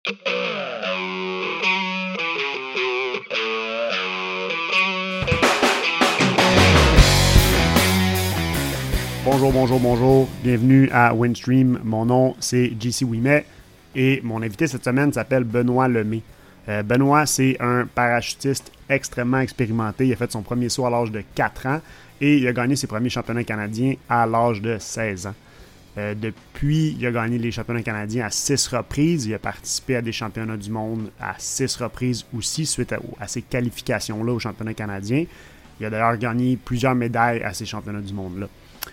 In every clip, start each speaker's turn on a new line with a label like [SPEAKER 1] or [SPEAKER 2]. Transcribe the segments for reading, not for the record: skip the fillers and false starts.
[SPEAKER 1] Bonjour. Bienvenue à Windstream. Mon nom, c'est JC Ouimet et mon invité cette semaine s'appelle Benoît Lemay. Benoît, c'est un parachutiste extrêmement expérimenté. Il a fait son premier saut à l'âge de 4 ans et il a gagné ses premiers championnats canadiens à l'âge de 16 ans. Depuis, il a gagné les championnats canadiens à 6 reprises. Il a participé à des championnats du monde à 6 reprises aussi suite à ces qualifications-là aux championnats canadiens. Il a d'ailleurs gagné plusieurs médailles à ces championnats du monde-là.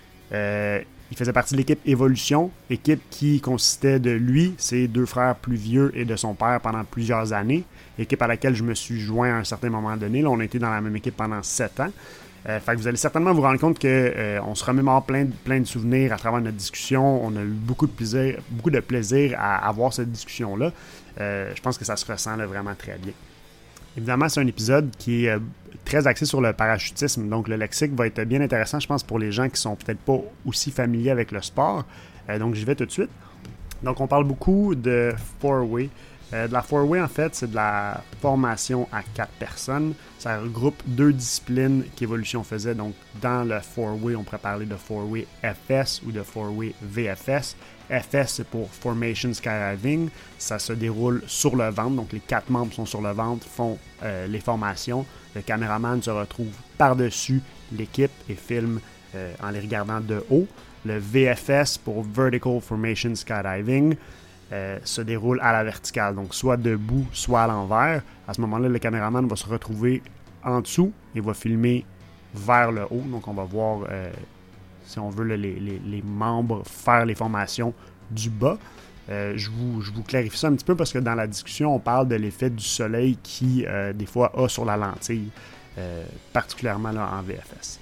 [SPEAKER 1] Il faisait partie de l'équipe Évolution, équipe qui consistait de lui, ses 2 frères plus vieux et de son père pendant plusieurs années, équipe à laquelle je me suis joint à un certain moment donné. Là, on a été dans la même équipe pendant 7 ans. Fait que vous allez certainement vous rendre compte qu'on se remémore plein de souvenirs à travers notre discussion. On a eu beaucoup de plaisir à avoir cette discussion-là. Je pense que ça se ressent là, vraiment très bien. Évidemment, c'est un épisode qui est très axé sur le parachutisme, donc le lexique va être bien intéressant, je pense, pour les gens qui sont peut-être pas aussi familiers avec le sport. Donc, j'y vais tout de suite. Donc, on parle beaucoup de four-way. De la four-way, en fait, c'est de la formation à 4 personnes. Ça regroupe 2 disciplines qu'Évolution faisait. Donc, dans le four-way, on pourrait parler de four-way FS ou de four-way VFS. FS, c'est pour Formation Skydiving. Ça se déroule sur le ventre. Donc, les 4 membres sont sur le ventre, font les formations. Le caméraman se retrouve par-dessus l'équipe et filme en les regardant de haut. Le VFS, pour Vertical Formation Skydiving, se déroule à la verticale. Donc, soit debout, soit à l'envers. À ce moment-là, le caméraman va se retrouver en dessous et va filmer vers le haut. Donc, on va voir... si on veut, les membres faire les formations du bas. Je vous clarifie ça un petit peu parce que dans la discussion, on parle de l'effet du soleil qui, des fois, a sur la lentille, particulièrement là, en VFS.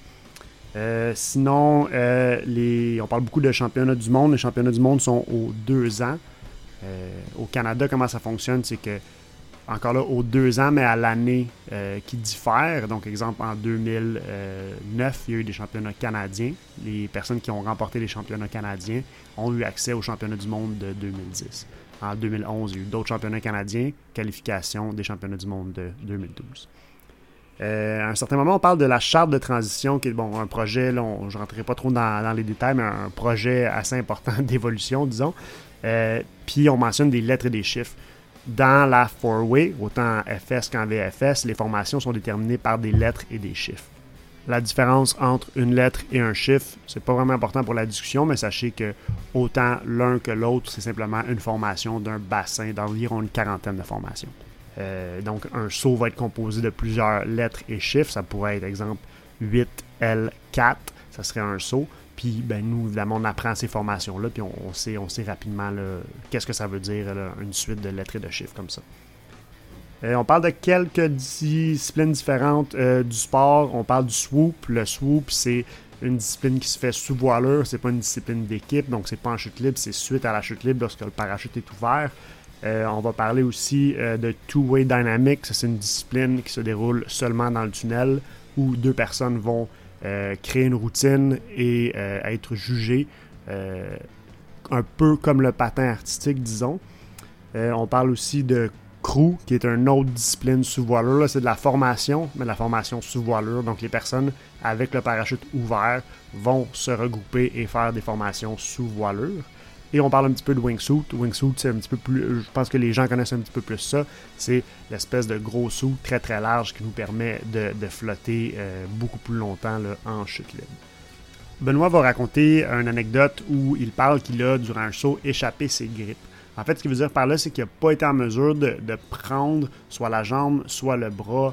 [SPEAKER 1] Sinon, on parle beaucoup de championnats du monde. Les championnats du monde sont aux 2 ans. Au Canada, comment ça fonctionne, c'est que encore là, aux 2 ans, mais à l'année qui diffère. Donc, exemple, en 2009, il y a eu des championnats canadiens. Les personnes qui ont remporté les championnats canadiens ont eu accès aux championnats du monde de 2010. En 2011, il y a eu d'autres championnats canadiens, qualification des championnats du monde de 2012. À un certain moment, on parle de la charte de transition, qui est un projet, là, je ne rentrerai pas trop dans les détails, mais un projet assez important d'évolution, disons. Puis, on mentionne des lettres et des chiffres. Dans la four-way, autant en FS qu'en VFS, les formations sont déterminées par des lettres et des chiffres. La différence entre une lettre et un chiffre, c'est pas vraiment important pour la discussion, mais sachez que autant l'un que l'autre, c'est simplement une formation d'un bassin d'environ une 40aine de formations. Donc, un saut va être composé de plusieurs lettres et chiffres. Ça pourrait être, exemple, 8L4, ça serait un saut. Puis, nous, évidemment, on apprend ces formations-là, puis on sait rapidement là, qu'est-ce que ça veut dire, là, une suite de lettres et de chiffres comme ça. On parle de quelques disciplines différentes du sport. On parle du swoop. Le swoop, c'est une discipline qui se fait sous voilure. C'est pas une discipline d'équipe, donc c'est pas en chute libre, c'est suite à la chute libre lorsque le parachute est ouvert. On va parler aussi de two-way dynamics. C'est une discipline qui se déroule seulement dans le tunnel où 2 personnes vont créer une routine et être jugées un peu comme le patin artistique, disons. On parle aussi de crew, qui est une autre discipline sous voilure. Là, c'est de la formation, mais de la formation sous voilure. Donc, les personnes avec le parachute ouvert vont se regrouper et faire des formations sous voilure. Et on parle un petit peu de wingsuit. Wingsuit, c'est un petit peu plus... Je pense que les gens connaissent un petit peu plus ça. C'est l'espèce de gros suit très très large qui nous permet de flotter beaucoup plus longtemps là, en chute libre. Benoît va raconter une anecdote où il parle qu'il a, durant un saut, échappé ses grippes. En fait, ce qu'il veut dire par là, c'est qu'il n'a pas été en mesure de prendre soit la jambe, soit le bras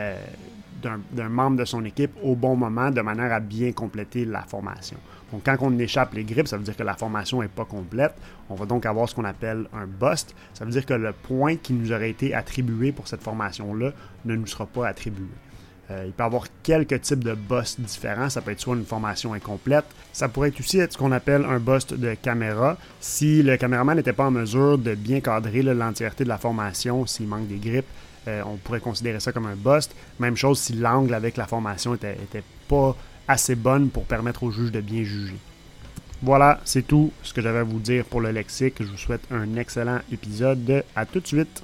[SPEAKER 1] d'un membre de son équipe au bon moment, de manière à bien compléter la formation. Donc, quand on échappe les grippes, ça veut dire que la formation n'est pas complète. On va donc avoir ce qu'on appelle un bust. Ça veut dire que le point qui nous aurait été attribué pour cette formation-là ne nous sera pas attribué. Il peut y avoir quelques types de busts différents. Ça peut être soit une formation incomplète. Ça pourrait aussi être ce qu'on appelle un bust de caméra. Si le caméraman n'était pas en mesure de bien cadrer l'entièreté de la formation, s'il manque des grippes, on pourrait considérer ça comme un bust. Même chose si l'angle avec la formation était pas assez bonne pour permettre au juge de bien juger. Voilà, c'est tout ce que j'avais à vous dire pour le lexique. Je vous souhaite un excellent épisode. À tout de suite.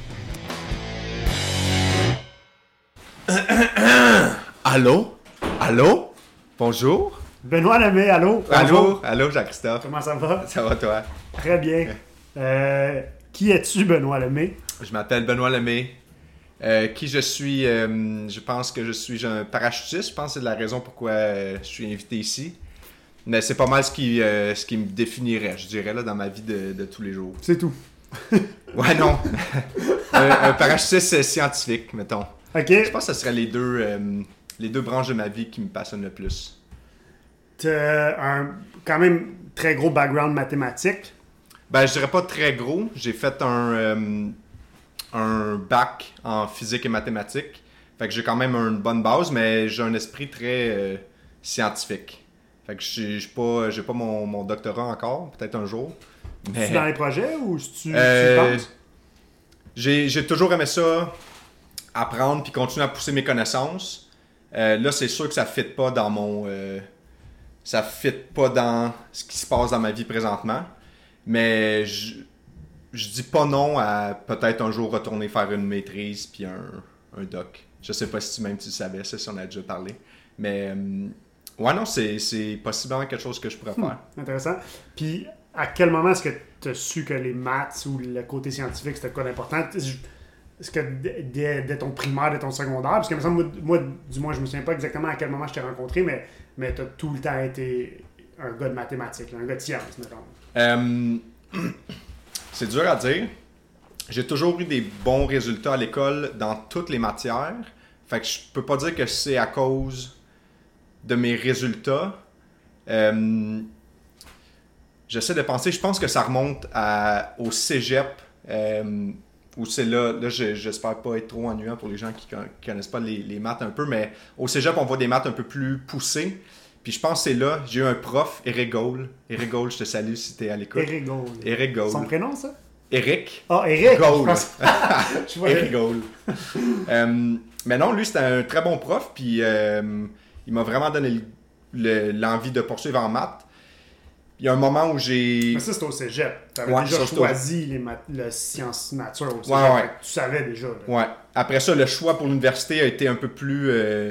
[SPEAKER 2] Allô? Allô? Bonjour?
[SPEAKER 1] Benoît Lemay, allô?
[SPEAKER 2] Allô? Allô, Jacques-Christophe?
[SPEAKER 1] Comment ça va?
[SPEAKER 2] Ça va, toi?
[SPEAKER 1] Très bien. Qui es-tu, Benoît Lemay?
[SPEAKER 2] Je m'appelle Benoît Lemay. Qui je suis? Je pense que je suis un parachutiste. Je pense que c'est de la raison pourquoi je suis invité ici. Mais c'est pas mal ce qui me définirait, je dirais, là, dans ma vie de tous les jours.
[SPEAKER 1] C'est tout.
[SPEAKER 2] Ouais, non. Un parachutiste scientifique, mettons.
[SPEAKER 1] OK.
[SPEAKER 2] Je pense que ce serait les deux branches de ma vie qui me passionnent le plus.
[SPEAKER 1] T'as un quand même très gros background mathématique.
[SPEAKER 2] Ben, je dirais pas très gros. J'ai fait un bac en physique et mathématiques. Fait que j'ai quand même une bonne base, mais j'ai un esprit très scientifique. Fait que j'ai pas mon doctorat encore, peut-être un jour. Mais
[SPEAKER 1] Tu dans les projets ou tu penses?
[SPEAKER 2] J'ai toujours aimé ça, apprendre puis continuer à pousser mes connaissances. Là, c'est sûr que ça fit pas dans ça fit pas dans ce qui se passe dans ma vie présentement. Mais je dis pas non à peut-être un jour retourner faire une maîtrise puis un doc. Je sais pas si même tu le savais, ça, si on a déjà parlé. Mais ouais, non, c'est possiblement quelque chose que je pourrais faire.
[SPEAKER 1] Intéressant. Puis à quel moment est-ce que tu as su que les maths ou le côté scientifique c'était quoi d'important? Est-ce que dès ton primaire, dès ton secondaire? Parce que moi, du moins, je me souviens pas exactement à quel moment je t'ai rencontré, mais tu as tout le temps été un gars de mathématiques, un gars de sciences, mettons.
[SPEAKER 2] C'est dur à dire. J'ai toujours eu des bons résultats à l'école dans toutes les matières. Fait que je peux pas dire que c'est à cause de mes résultats. J'essaie de penser, je pense que ça remonte au cégep, où c'est là j'espère pas être trop ennuyant pour les gens qui connaissent pas les maths un peu, mais au cégep, on voit des maths un peu plus poussées. Puis je pense que c'est là, j'ai eu un prof, Eric Gaulle. Eric Gaulle, je te salue si t'es à l'écoute. Eric Gaulle.
[SPEAKER 1] Son prénom, ça?
[SPEAKER 2] Eric.
[SPEAKER 1] Ah, Eric!
[SPEAKER 2] Gaulle.
[SPEAKER 1] Je vois
[SPEAKER 2] Eric Gaulle. Mais non, lui, c'était un très bon prof, puis il m'a vraiment donné l'envie de poursuivre en maths. Il y a un moment où j'ai...
[SPEAKER 1] Mais ça, c'était au cégep. Tu avais déjà choisi les sciences nature au cégep.
[SPEAKER 2] Ouais.
[SPEAKER 1] Tu savais déjà. Là.
[SPEAKER 2] Ouais. Après ça, le choix pour l'université a été un peu plus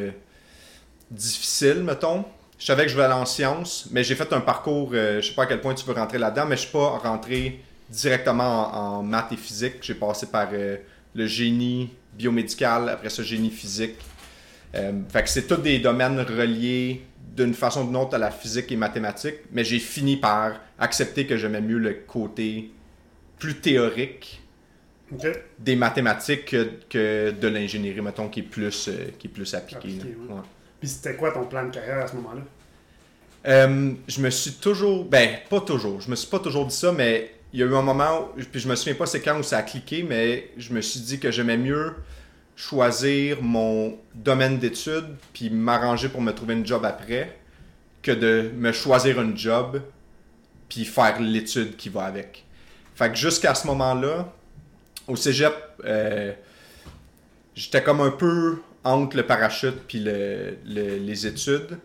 [SPEAKER 2] difficile, mettons. Je savais que je voulais aller en sciences, mais j'ai fait un parcours, je sais pas à quel point tu veux rentrer là-dedans, mais je suis pas rentré directement en maths et physique. J'ai passé par le génie biomédical, après ça, génie physique. Fait que c'est tous des domaines reliés d'une façon ou d'une autre à la physique et mathématiques, mais j'ai fini par accepter que j'aimais mieux le côté plus théorique des mathématiques que de l'ingénierie, mettons, qui est plus appliqué.
[SPEAKER 1] Ouais. Puis c'était quoi ton plan de carrière à ce moment-là?
[SPEAKER 2] Je me suis toujours... Ben, pas toujours. Je me suis pas toujours dit ça, mais il y a eu un moment, puis je me souviens pas c'est quand où ça a cliqué, mais je me suis dit que j'aimais mieux choisir mon domaine d'études puis m'arranger pour me trouver une job après que de me choisir une job puis faire l'étude qui va avec. Fait que jusqu'à ce moment-là, au cégep, j'étais comme un peu entre le parachute puis les études.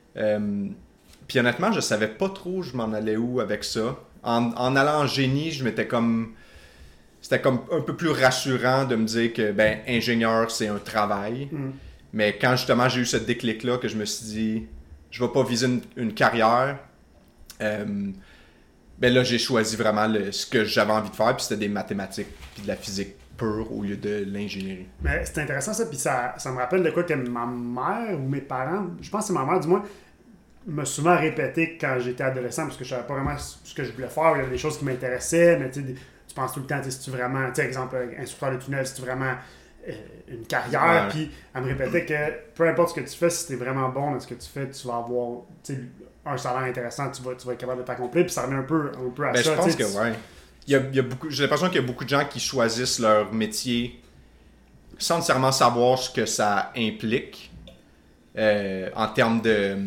[SPEAKER 2] Puis honnêtement, je savais pas trop je m'en allais où avec ça. En allant en génie, je m'étais comme... C'était comme un peu plus rassurant de me dire que, ben, ingénieur, c'est un travail. Mais quand justement j'ai eu ce déclic-là, que je me suis dit, je vais pas viser une carrière, ben là, j'ai choisi vraiment ce que j'avais envie de faire, puis c'était des mathématiques, puis de la physique pure au lieu de l'ingénierie.
[SPEAKER 1] Mais c'est intéressant ça, puis ça me rappelle de quoi que ma mère ou mes parents, je pense que c'est ma mère du moins, m'a souvent répété quand j'étais adolescent, parce que je savais pas vraiment ce que je voulais faire, il y avait des choses qui m'intéressaient, mais tu penses tout le temps, si tu vraiment, tu sais, exemple, instructeur de tunnel, si tu vraiment une carrière, puis elle me répétait que peu importe ce que tu fais, si tu es vraiment bon dans ce que tu fais, tu vas avoir un salaire intéressant, tu vas être capable de t'accomplir, puis ça revient un peu à ça.
[SPEAKER 2] Je pense que ouais. Il y a beaucoup, j'ai l'impression qu'il y a beaucoup de gens qui choisissent leur métier sans nécessairement savoir ce que ça implique en termes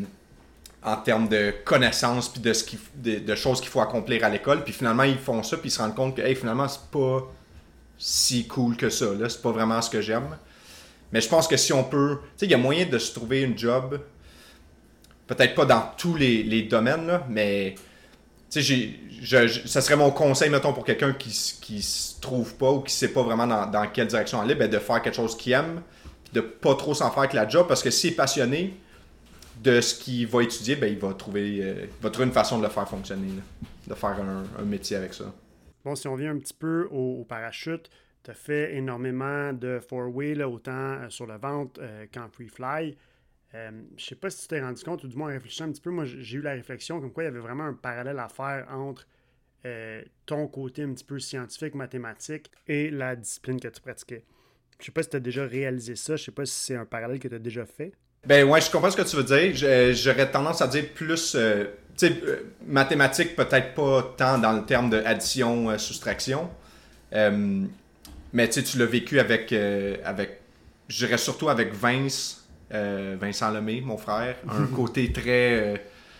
[SPEAKER 2] de connaissances puis de choses qu'il faut accomplir à l'école. Puis finalement, ils font ça puis ils se rendent compte que finalement, c'est pas si cool que ça. Là. C'est pas vraiment ce que j'aime. Mais je pense que si on peut... Tu sais, il y a moyen de se trouver une job peut-être pas dans tous les domaines, là, mais tu sais, ça serait mon conseil, mettons, pour quelqu'un qui se trouve pas ou qui sait pas vraiment dans quelle direction aller, ben, de faire quelque chose qu'il aime, de pas trop s'en faire avec la job, parce que s'il est passionné de ce qu'il va étudier, ben, il va trouver une façon de le faire fonctionner, là, de faire un métier avec ça.
[SPEAKER 1] Bon, si on vient un petit peu au parachute, tu as fait énormément de four-way, autant sur le ventre qu'en free fly. Je sais pas si tu t'es rendu compte, ou du moins en réfléchissant un petit peu, moi j'ai eu la réflexion comme quoi il y avait vraiment un parallèle à faire entre ton côté un petit peu scientifique, mathématique et la discipline que tu pratiquais. Je sais pas si tu as déjà réalisé ça, je sais pas si c'est un parallèle que tu as déjà fait.
[SPEAKER 2] Ben ouais, je comprends ce que tu veux dire. J'aurais tendance à dire plus, mathématiques, peut-être pas tant dans le terme d'addition, soustraction. Mais tu l'as vécu avec, je dirais surtout avec Vincent Lemay, mon frère. Un côté très...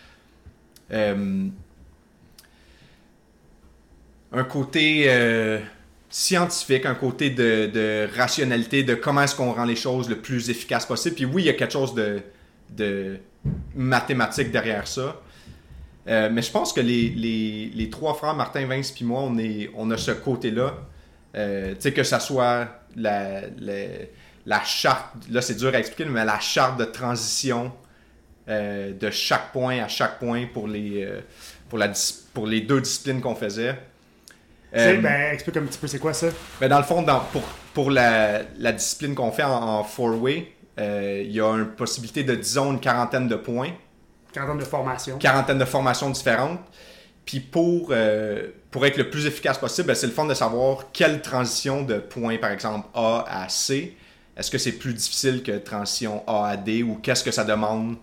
[SPEAKER 2] un côté scientifique, un côté de rationalité, de comment est-ce qu'on rend les choses le plus efficace possible. Puis oui, il y a quelque chose de mathématique derrière ça. Mais je pense que les trois frères, Martin, Vince puis moi, on a ce côté-là. Tu sais, que ça soit la charte, là c'est dur à expliquer, mais la charte de transition de chaque point à chaque point pour les deux disciplines qu'on faisait.
[SPEAKER 1] Explique un petit peu c'est quoi ça?
[SPEAKER 2] Ben dans le fond, pour la discipline qu'on fait en four-way, il y a une possibilité de, disons, une quarantaine de points. Quarantaine de formations différentes. Puis pour être le plus efficace possible, ben c'est le fun de savoir quelle transition de point, par exemple, A à C. Est-ce que c'est plus difficile que transition A à D ou qu'est-ce que ça demande?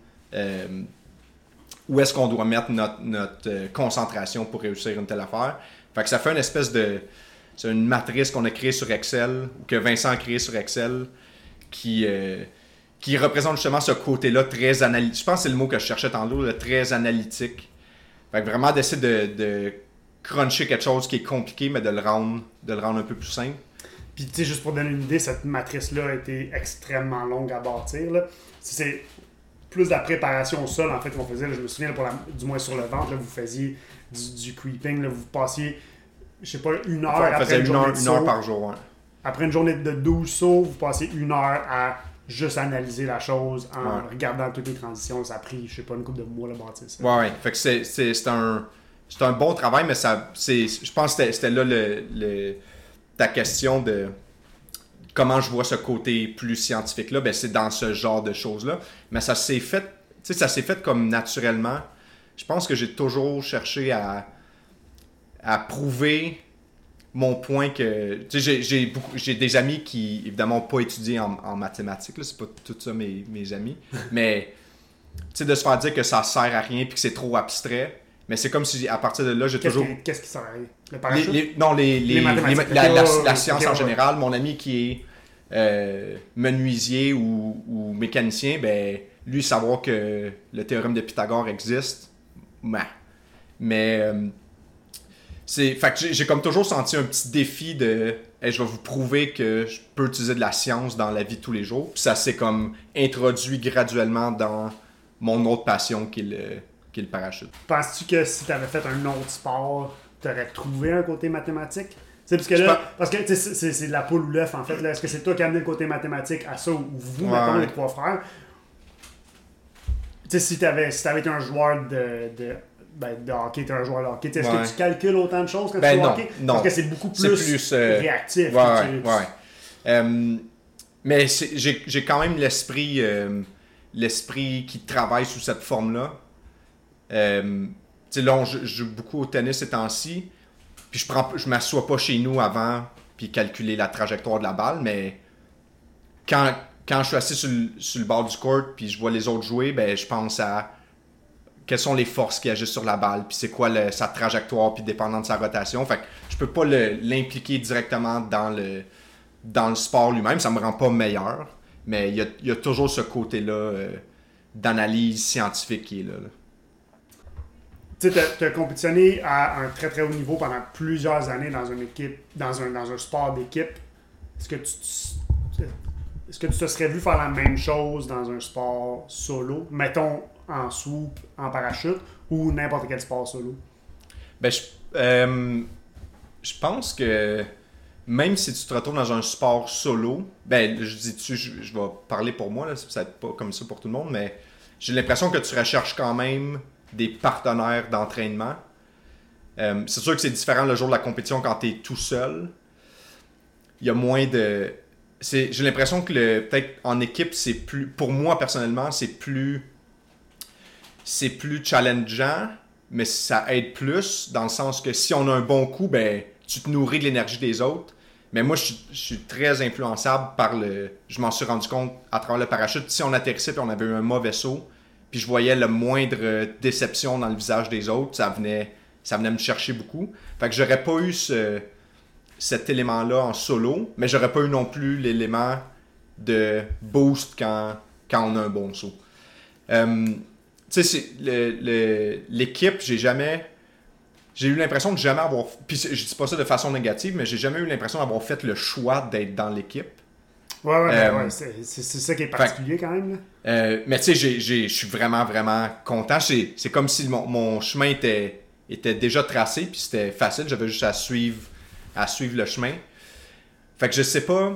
[SPEAKER 2] Où est-ce qu'on doit mettre notre concentration pour réussir une telle affaire? Fait que ça fait une espèce de... C'est une matrice qu'on a créée sur Excel, ou que Vincent a créée sur Excel, qui représente justement ce côté-là très analytique. Je pense que c'est le mot que je cherchais tantôt, très analytique. Fait que vraiment d'essayer de cruncher quelque chose qui est compliqué, mais de le rendre un peu plus simple.
[SPEAKER 1] Puis tu sais, juste pour donner une idée, cette matrice-là a été extrêmement longue à bâtir, là. C'est plus de la préparation au sol, en fait, qu'on faisait. Là, je me souviens, là, du moins sur le ventre, là, vous faisiez du creeping, là, vous passiez, je sais pas, une heure après une journée de saut.
[SPEAKER 2] Une heure par jour, ouais.
[SPEAKER 1] Après une journée de 12 sauts, vous passez une heure à juste analyser la chose en regardant toutes les transitions. Ça a pris, je sais pas, une couple de mois à bâtir ça.
[SPEAKER 2] Ouais. Fait que c'est un bon travail, mais je pense que c'était là ta question de comment je vois ce côté plus scientifique-là. Ben, c'est dans ce genre de choses-là. Mais ça s'est fait comme naturellement. Je pense que j'ai toujours cherché à prouver mon point que... Tu sais, j'ai des amis qui, évidemment, n'ont pas étudié en mathématiques. Là, c'est pas tout ça mes amis. Mais, tu sais, de se faire dire que ça sert à rien puis que c'est trop abstrait. Mais c'est comme si, à partir de là, j'ai toujours...
[SPEAKER 1] Qu'est-ce qui sert à rien? Le parachute?
[SPEAKER 2] La science en général. Mon ami qui est menuisier ou mécanicien, ben, lui, savoir que le théorème de Pythagore existe, mais fait que j'ai comme toujours senti un petit défi de hey, je vais vous prouver que je peux utiliser de la science dans la vie de tous les jours. Puis ça s'est comme introduit graduellement dans mon autre passion qui est le parachute.
[SPEAKER 1] Penses-tu que si tu avais fait un autre sport, tu aurais trouvé un côté mathématique? Parce que c'est de la poule ou l'œuf en fait. Là. Est-ce que c'est toi qui as amené le côté mathématique à ça ou vous, mettons, les trois frères? Tu sais, si t'avais été un joueur de hockey, t'es un joueur de hockey. Est-ce que tu calcules autant de choses quand tu joues au hockey?
[SPEAKER 2] Non.
[SPEAKER 1] Parce que c'est beaucoup plus réactif.
[SPEAKER 2] Mais j'ai quand même l'esprit qui travaille sous cette forme-là. Tu sais, là, je joue beaucoup au tennis ces temps-ci. Puis je m'assois pas chez nous avant puis calculer la trajectoire de la balle, mais quand je suis assis sur le bord du court puis je vois les autres jouer, ben je pense à quelles sont les forces qui agissent sur la balle, puis c'est quoi sa trajectoire, puis dépendant de sa rotation. Fait que je peux pas l'impliquer directement dans le sport lui-même, ça me rend pas meilleur, mais il y a toujours ce côté-là d'analyse scientifique qui est là.
[SPEAKER 1] Tu sais, tu as compétitionné à un très très haut niveau pendant plusieurs années dans une équipe, dans un sport d'équipe. Est-ce que tu te serais vu faire la même chose dans un sport solo? Mettons en swoop, en parachute ou n'importe quel sport solo?
[SPEAKER 2] Ben, je pense que même si tu te retrouves dans un sport solo, ben, je vais parler pour moi, là, ça va être pas comme ça pour tout le monde, mais j'ai l'impression que tu recherches quand même des partenaires d'entraînement. C'est sûr que c'est différent le jour de la compétition quand tu es tout seul. Il y a moins de... J'ai l'impression que peut-être en équipe, c'est plus... Pour moi, personnellement, c'est plus challengeant, mais ça aide plus dans le sens que si on a un bon coup, ben, tu te nourris de l'énergie des autres. Mais moi, je suis très influençable par le... Je m'en suis rendu compte à travers le parachute. Si on atterrissait et on avait eu un mauvais saut, puis je voyais le moindre déception dans le visage des autres, ça venait me chercher beaucoup. Fait que j'aurais pas eu cet élément-là en solo, mais j'aurais pas eu non plus l'élément de boost quand on a un bon saut. Tu sais, l'équipe, j'ai eu l'impression de jamais avoir... Puis je dis pas ça de façon négative, mais j'ai jamais eu l'impression d'avoir fait le choix d'être dans l'équipe.
[SPEAKER 1] Ouais, c'est ça qui est particulier quand même. Là.
[SPEAKER 2] Mais tu sais, je suis vraiment, vraiment content. C'est comme si mon chemin était déjà tracé, puis c'était facile. J'avais juste à suivre le chemin. Fait que je sais pas...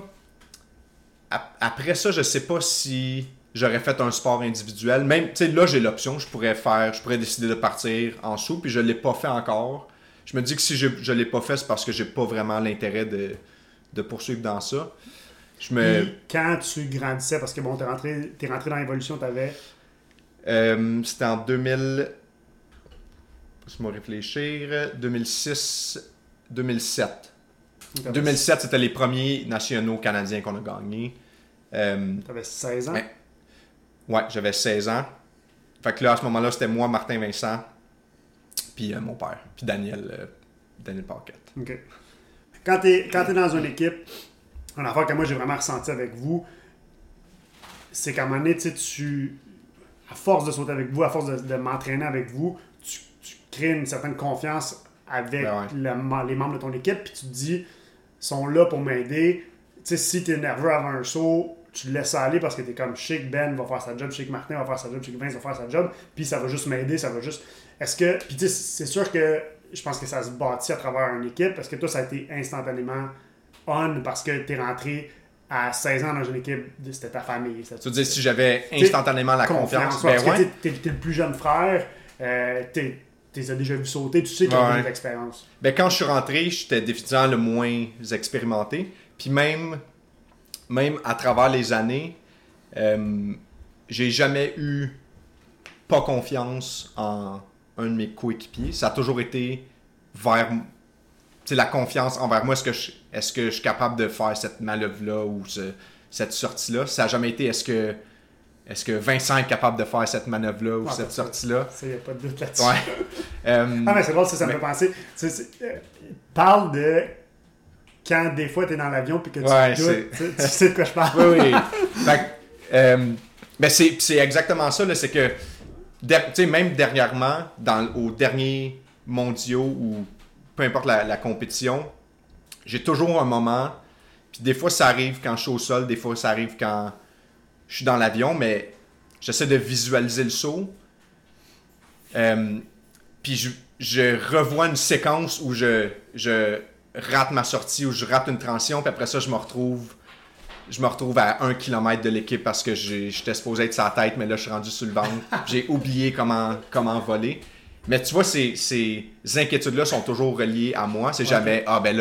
[SPEAKER 2] Après ça, je sais pas si j'aurais fait un sport individuel. Même, tu sais, là, j'ai l'option. Je pourrais décider de partir en sous, puis je l'ai pas fait encore. Je me dis que si je l'ai pas fait, c'est parce que j'ai pas vraiment l'intérêt de poursuivre dans ça.
[SPEAKER 1] Puis, quand tu grandissais, parce que bon, t'es rentré dans l'évolution, t'avais...
[SPEAKER 2] C'était en 2000... Laisse-moi réfléchir. 2006... 2007. Okay. 2007, c'était les premiers nationaux canadiens qu'on a gagnés.
[SPEAKER 1] T'avais 16 ans?
[SPEAKER 2] Ouais, j'avais 16 ans. Fait que là, à ce moment-là, c'était moi, Martin Vincent, puis mon père, puis Daniel Paquette.
[SPEAKER 1] OK. Quand t'es dans une équipe, une affaire que moi j'ai vraiment ressenti avec vous, c'est qu'à un moment donné, à force de sauter avec vous, à force de m'entraîner avec vous, tu crées une certaine confiance avec les membres de ton équipe, puis tu te dis, ils sont là pour m'aider. Tu sais, si t'es nerveux avant un saut, tu le laisses aller parce que t'es comme, je sais que Ben va faire sa job, je sais que Martin va faire sa job, je sais que Vince va faire sa job, puis ça va juste m'aider, ça va juste... Est-ce que... Puis tu sais, c'est sûr que je pense que ça se bâtit à travers une équipe, parce que toi, ça a été instantanément on, parce que t'es rentré à 16 ans dans une équipe, c'était ta famille.
[SPEAKER 2] Tu veux dire, si j'avais instantanément la confiance,
[SPEAKER 1] parce que t'es le plus jeune frère, t'es déjà vu sauter, tu sais qu'il y a de l'expérience.
[SPEAKER 2] Ben, quand je suis rentré, j'étais définitivement le moins expérimenté. Puis même à travers les années, j'ai jamais eu pas confiance en un de mes coéquipiers. Ça a toujours été vers la confiance envers moi. Est-ce que je suis capable de faire cette manœuvre-là ou cette sortie-là? Ça n'a jamais été est-ce que Vincent est capable de faire cette manœuvre-là ou cette sortie-là?
[SPEAKER 1] Il n'y a pas de doute là-dessus.
[SPEAKER 2] Ouais.
[SPEAKER 1] Mais c'est drôle, ça me fait penser. Parle de quand des fois tu es dans l'avion et que tu doutes, tu sais de quoi je parle.
[SPEAKER 2] Oui. Mais c'est exactement ça. Là, c'est que même dernièrement, aux derniers mondiaux ou peu importe la compétition, j'ai toujours un moment, puis des fois ça arrive quand je suis au sol, des fois ça arrive quand je suis dans l'avion, mais j'essaie de visualiser le saut. Puis je revois une séquence où je rate ma sortie, où je rate une transition, puis après ça, je me retrouve à 1 km de l'équipe parce que j'étais supposé être sur la tête, mais là, je suis rendu sur le ventre. J'ai oublié comment voler. Mais tu vois, ces inquiétudes-là sont toujours reliées à moi. C'est jamais,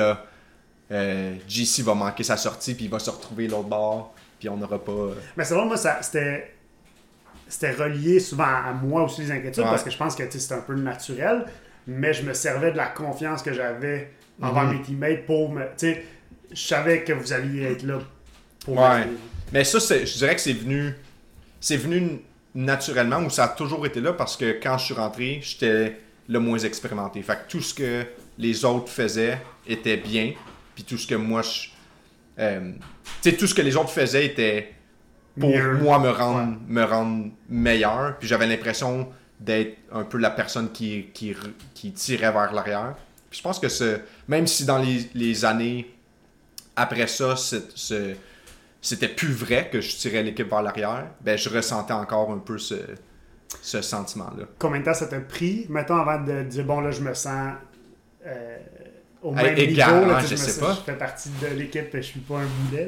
[SPEAKER 2] JC va manquer sa sortie, puis il va se retrouver l'autre bord, puis on n'aura pas...
[SPEAKER 1] Mais c'est vrai, moi, c'était relié souvent à moi aussi, les inquiétudes, parce que je pense que c'était un peu naturel, mais je me servais de la confiance que j'avais envers mes teammates pour me... Tu sais, je savais que vous alliez être là pour
[SPEAKER 2] m'aider. Mais ça, je dirais que c'est venu naturellement, ou ça a toujours été là, parce que quand je suis rentré, j'étais le moins expérimenté. Fait que tout ce que les autres faisaient était bien, puis tout ce que moi, tout ce que les autres faisaient était pour moi me rendre meilleur, puis j'avais l'impression d'être un peu la personne qui tirait vers l'arrière. Puis je pense que même si dans les années après ça, c'était plus vrai que je tirais l'équipe vers l'arrière, ben je ressentais encore un peu ce sentiment-là.
[SPEAKER 1] Combien de temps ça t'a pris, mettons, avant de dire, bon, là, je me sens au même
[SPEAKER 2] égal,
[SPEAKER 1] niveau, là,
[SPEAKER 2] hein,
[SPEAKER 1] je
[SPEAKER 2] sais pas.
[SPEAKER 1] Je fais partie de l'équipe et je suis pas un boulet,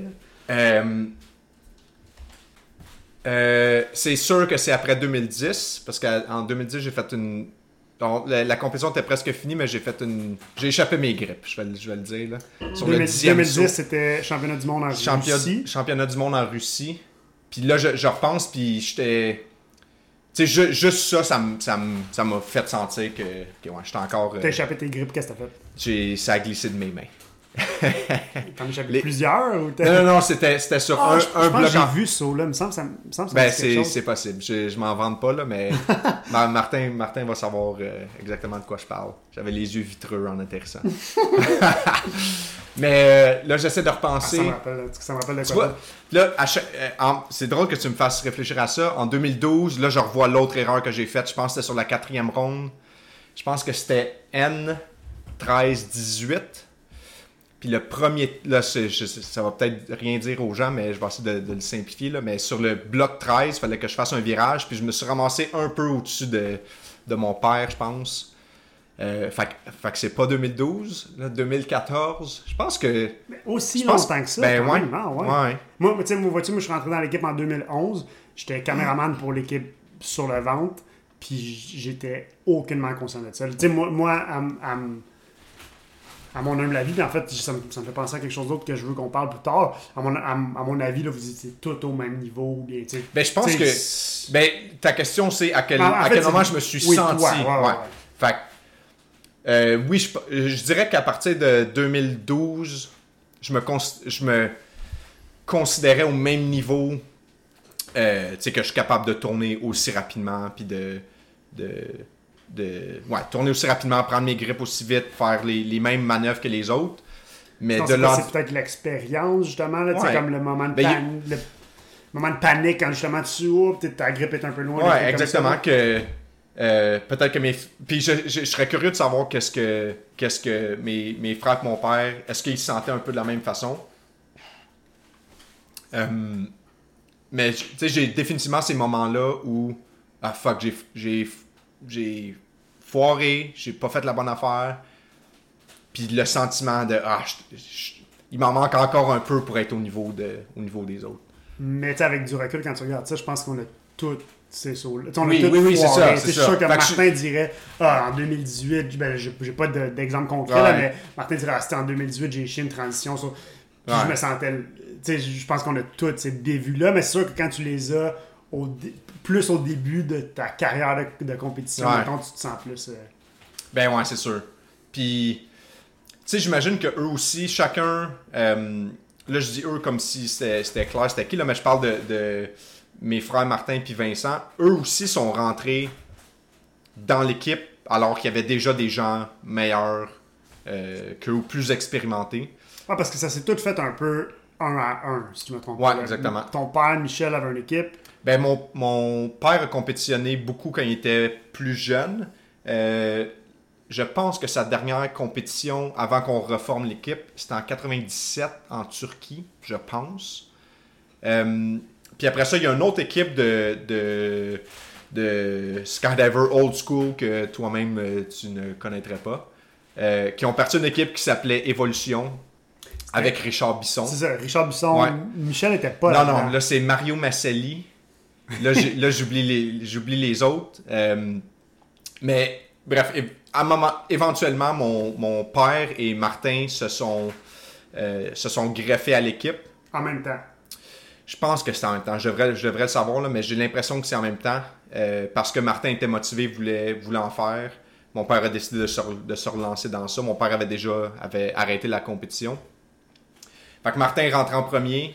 [SPEAKER 2] c'est sûr que c'est après 2010, parce qu'en 2010, j'ai fait une... Donc, la compétition était presque finie, mais j'ai échappé mes grippes, je vais le dire. Là. Sur le
[SPEAKER 1] 2010, c'était championnat du monde en Russie.
[SPEAKER 2] Championnat du monde en Russie. Puis là, je repense, puis j'étais... Tu sais, juste ça m'a fait sentir que ouais, j'étais encore...
[SPEAKER 1] T'as échappé tes grippes, qu'est-ce que t'as fait?
[SPEAKER 2] Ça a glissé de mes mains.
[SPEAKER 1] T'en échappé plusieurs? Ou
[SPEAKER 2] non, c'était sur un bloc.
[SPEAKER 1] J'ai vu ça, là. Il me semble que ça
[SPEAKER 2] ben, c'est possible. Je m'en vante pas, là, mais Martin va savoir exactement de quoi je parle. J'avais les yeux vitreux en atterrissant. Mais là, j'essaie de repenser.
[SPEAKER 1] Ça me rappelle de quoi?
[SPEAKER 2] Là, c'est drôle que tu me fasses réfléchir à ça. En 2012, là, je revois l'autre erreur que j'ai faite. Je pense que c'était sur la 4e ronde. Je pense que c'était N13-18. Puis le premier, là, ça va peut-être rien dire aux gens, mais je vais essayer de le simplifier. Là, mais sur le bloc 13, il fallait que je fasse un virage. Puis je me suis ramassé un peu au-dessus de mon père, je pense. Fait que c'est pas 2012, là, 2014. Je pense que...
[SPEAKER 1] Mais aussi longtemps que ça.
[SPEAKER 2] Ben ouais.
[SPEAKER 1] Même, hein, ouais. Moi, tu sais, moi, je suis rentré dans l'équipe en 2011. J'étais caméraman pour l'équipe sur le ventre. Puis j'étais aucunement conscient de ça. Tu sais, moi à mon humble avis, en fait, ça me fait penser à quelque chose d'autre que je veux qu'on parle plus tard. À mon avis, là, vous étiez tous au même niveau. Bien,
[SPEAKER 2] ben, je pense que... Ben, ta question, c'est à quel moment je me suis senti.
[SPEAKER 1] Ouais.
[SPEAKER 2] Fait que, oui, je dirais qu'à partir de 2012, je me considérais au même niveau, tu sais, que je suis capable de tourner aussi rapidement, puis tourner aussi rapidement, prendre mes grippes aussi vite, faire les mêmes manœuvres que les autres. Mais
[SPEAKER 1] c'est peut-être l'expérience, justement, là, ouais. Comme le moment de le moment de panique quand justement ta grippe est un peu loin.
[SPEAKER 2] Ouais, exactement. Que peut-être que puis je serais curieux de savoir qu'est-ce que mes frères et mon père, est-ce qu'ils se sentaient un peu de la même façon. Mais tu sais, j'ai définitivement ces moments-là où j'ai foiré, j'ai pas fait la bonne affaire, puis le sentiment de il m'en manque encore un peu pour être au niveau des autres.
[SPEAKER 1] Mais tu sais, avec du recul, quand tu regardes ça, je pense qu'on a tous ces sauts-là.
[SPEAKER 2] Oui, c'est ça.
[SPEAKER 1] C'est sûr que Martin dirait en 2018, ben, j'ai pas d'exemple concret, là, mais Martin dirait c'était en 2018, j'ai chié une transition. Puis je me sentais. Tu sais, je pense qu'on a tous ces bévues-là, mais c'est sûr que quand tu les as plus au début de ta carrière de compétition, mettons, tu te sens plus...
[SPEAKER 2] Ben ouais, c'est sûr. Puis, tu sais, j'imagine que eux aussi, chacun... là, je dis eux comme si c'était clair, c'était qui, là, mais je parle de mes frères Martin puis Vincent. Eux aussi sont rentrés dans l'équipe alors qu'il y avait déjà des gens meilleurs qu'eux, plus expérimentés.
[SPEAKER 1] Ah, parce que ça s'est tout fait un peu 1 à 1, si tu me trompes pas.
[SPEAKER 2] Ouais, exactement.
[SPEAKER 1] Ton père, Michel, avait une équipe.
[SPEAKER 2] Ben, mon père a compétitionné beaucoup quand il était plus jeune. Je pense que sa dernière compétition, avant qu'on reforme l'équipe, c'était en 97 en Turquie, je pense. Puis après ça, il y a une autre équipe de Skydiver Old School que toi-même tu ne connaîtrais pas, qui ont parti d'une équipe qui s'appelait Évolution. Avec Richard Bisson.
[SPEAKER 1] C'est ça, Richard Bisson.
[SPEAKER 2] Ouais.
[SPEAKER 1] Michel n'était pas là.
[SPEAKER 2] Non, là c'est Mario Masselli. Là, j'oublie les autres. Mais bref, éventuellement, mon père et Martin se sont greffés à l'équipe.
[SPEAKER 1] En même temps.
[SPEAKER 2] Je pense que c'est en même temps. Je devrais le savoir, là, mais j'ai l'impression que c'est en même temps. Parce que Martin était motivé, voulait en faire. Mon père a décidé de se relancer dans ça. Mon père avait arrêté la compétition. Fait que Martin est rentré en premier.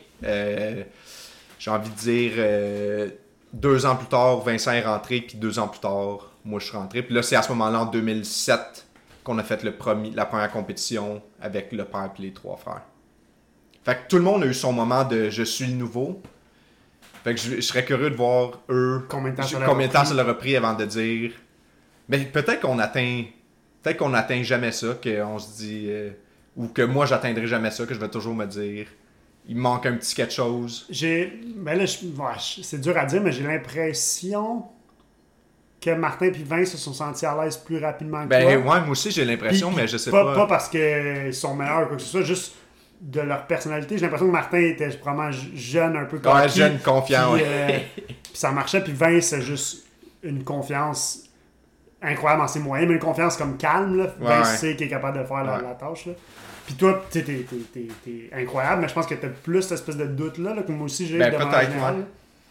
[SPEAKER 2] J'ai envie de dire 2 ans plus tard, Vincent est rentré, puis 2 ans plus tard, moi je suis rentré. Puis là, c'est à ce moment-là, en 2007, qu'on a fait la première compétition avec le père et les 3 frères. Fait que tout le monde a eu son moment de « je suis le nouveau ». Fait que je serais curieux de voir eux
[SPEAKER 1] combien de
[SPEAKER 2] temps ça leur a pris avant de dire... Mais peut-être qu'on atteint jamais ça, qu'on se dit... ou que moi, j'atteindrai jamais ça, que je vais toujours me dire, il me manque un petit quelque chose.
[SPEAKER 1] Ben là, c'est dur à dire, mais j'ai l'impression que Martin et Vince se sont sentis à l'aise plus rapidement que
[SPEAKER 2] Ben
[SPEAKER 1] toi.
[SPEAKER 2] ouais, moi aussi j'ai l'impression,
[SPEAKER 1] Puis
[SPEAKER 2] mais je sais
[SPEAKER 1] pas parce qu'ils sont meilleurs ou quoi que ce soit, juste de leur personnalité. J'ai l'impression que Martin était probablement jeune, un peu
[SPEAKER 2] Ouais,
[SPEAKER 1] cocky,
[SPEAKER 2] jeune, confiant,
[SPEAKER 1] puis,
[SPEAKER 2] ouais.
[SPEAKER 1] puis ça marchait. Puis Vince a juste une confiance incroyable en ses moyens, mais une confiance comme calme. Là. Vince sait qu'il est capable de faire la tâche. Là. Puis toi, tu sais, t'es incroyable, mais je pense que t'as plus cette espèce de doute-là, que moi aussi j'ai devant la générale.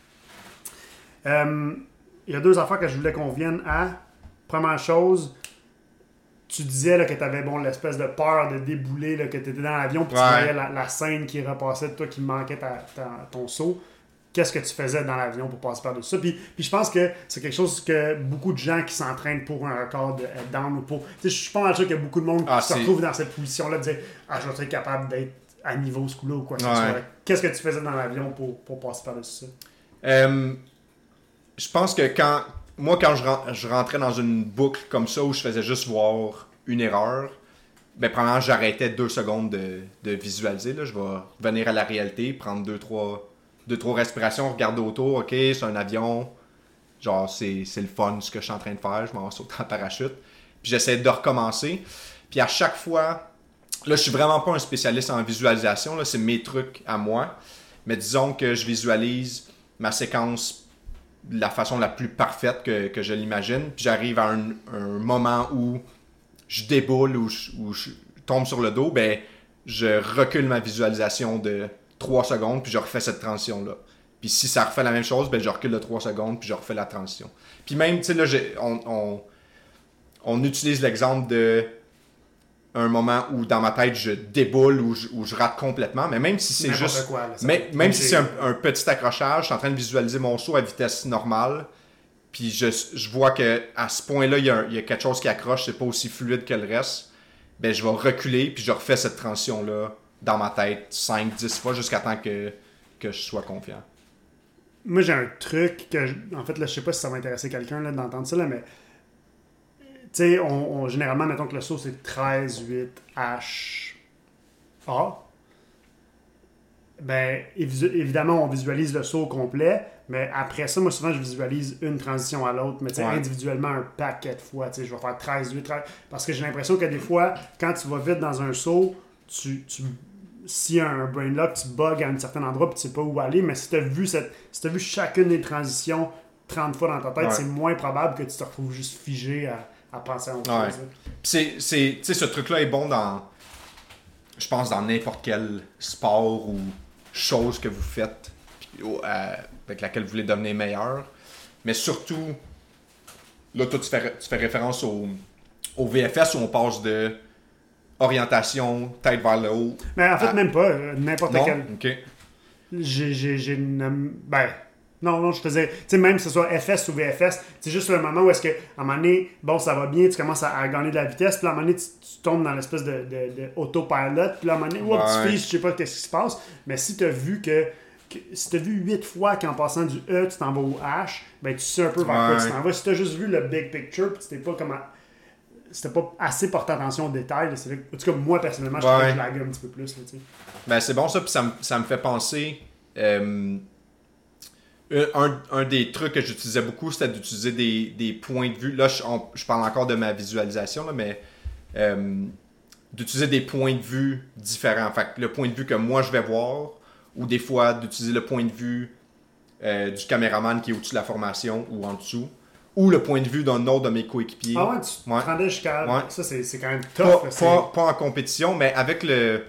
[SPEAKER 1] Il y a deux affaires que je voulais qu'on vienne à. Première chose, tu disais là, que tu avais l'espèce de peur de débouler, là, que tu étais dans l'avion, puis tu voyais la scène qui repassait de toi, qui manquait ton saut. Qu'est-ce que tu faisais dans l'avion pour passer par-dessus ça? Puis je pense que c'est quelque chose que beaucoup de gens qui s'entraînent pour un record de head-down ou pour... Je suis pas mal sûr qu'il y a beaucoup de monde qui se retrouve dans cette position-là de dire « Ah, je vais être capable d'être à niveau ce coup-là ou quoi que ce soit. » Qu'est-ce que tu faisais dans l'avion pour passer par-dessus ça?
[SPEAKER 2] Je pense que quand je rentrais dans une boucle comme ça où je faisais juste voir une erreur, ben premièrement, j'arrêtais 2 secondes de visualiser. Là. Je vais revenir à la réalité, prendre 2-3 respirations, regarder autour. OK, c'est un avion. Genre, c'est le fun ce que je suis en train de faire. Je m'en saute en parachute. Puis j'essaie de recommencer. Puis à chaque fois, là, je suis vraiment pas un spécialiste en visualisation. Là, c'est mes trucs à moi. Mais disons que je visualise ma séquence de la façon la plus parfaite que je l'imagine. Puis j'arrive à un moment où je déboule, où je tombe sur le dos, ben je recule ma visualisation de 3 secondes, puis je refais cette transition-là. Puis si ça refait la même chose, ben je recule de 3 secondes, puis je refais la transition. Puis même, tu sais, là, on utilise l'exemple de un moment où dans ma tête je déboule ou je rate complètement, mais même si c'est
[SPEAKER 1] n'importe
[SPEAKER 2] juste
[SPEAKER 1] quoi, là,
[SPEAKER 2] même si c'est un petit accrochage, je suis en train de visualiser mon saut à vitesse normale, puis je vois que à ce point-là il y a quelque chose qui accroche, c'est pas aussi fluide que le reste, ben je vais reculer puis je refais cette transition-là dans ma tête 5-10 fois jusqu'à temps que je sois confiant.
[SPEAKER 1] Moi j'ai un truc que en fait là je sais pas si ça va intéresser quelqu'un là, d'entendre ça là, mais tu sais, généralement, mettons que le saut, c'est 13, 8, H, A. Ben, évidemment, on visualise le saut complet, mais après ça, moi, souvent, je visualise une transition à l'autre, mais tu sais, individuellement, un paquet de fois. Tu sais, je vais faire 13, 8, 13. Parce que j'ai l'impression que des fois, quand tu vas vite dans un saut, s'il y a un brain lock, tu bugs à un certain endroit, puis tu sais pas où aller, mais si tu as vu chacune des transitions 30 fois dans ta tête, c'est moins probable que tu te retrouves juste figé à penser à autre chose.
[SPEAKER 2] Tu sais, ce truc-là est bon je pense, dans n'importe quel sport ou chose que vous faites avec laquelle vous voulez devenir meilleur. Mais surtout, là, toi, tu fais référence au VFS où on passe de orientation, tête vers le haut.
[SPEAKER 1] Mais en fait, même pas. N'importe quel.
[SPEAKER 2] OK.
[SPEAKER 1] J'ai non, je faisais, tu sais, même que ce soit FS ou VFS, c'est juste le moment où est-ce que, à un moment donné, bon, ça va bien, tu commences à gagner de la vitesse, puis à un moment donné, tu tombes dans l'espèce de autopilot, puis à un moment donné, tu fiches, je sais pas qu'est-ce qui se passe, mais si tu as vu si tu as vu 8 fois qu'en passant du E, tu t'en vas au H, ben tu sais un peu vers quoi tu t'en vas. Si tu as juste vu le big picture, puis c'était pas assez porté attention aux détails, là, en tout cas, moi, personnellement, je trouve que je lague un petit peu plus, là, tu sais.
[SPEAKER 2] Ben, c'est bon ça, puis ça me fait penser... Un des trucs que j'utilisais beaucoup, c'était d'utiliser des points de vue. Là, je parle encore de ma visualisation, là, mais d'utiliser des points de vue différents. Fait que le point de vue que moi je vais voir, ou des fois d'utiliser le point de vue du caméraman qui est au-dessus de la formation ou en dessous, ou le point de vue d'un autre de mes coéquipiers.
[SPEAKER 1] Ah ouais, tu te rendais jusqu'à... Ouais. Ça, c'est quand même tough.
[SPEAKER 2] Pas en compétition, mais avec le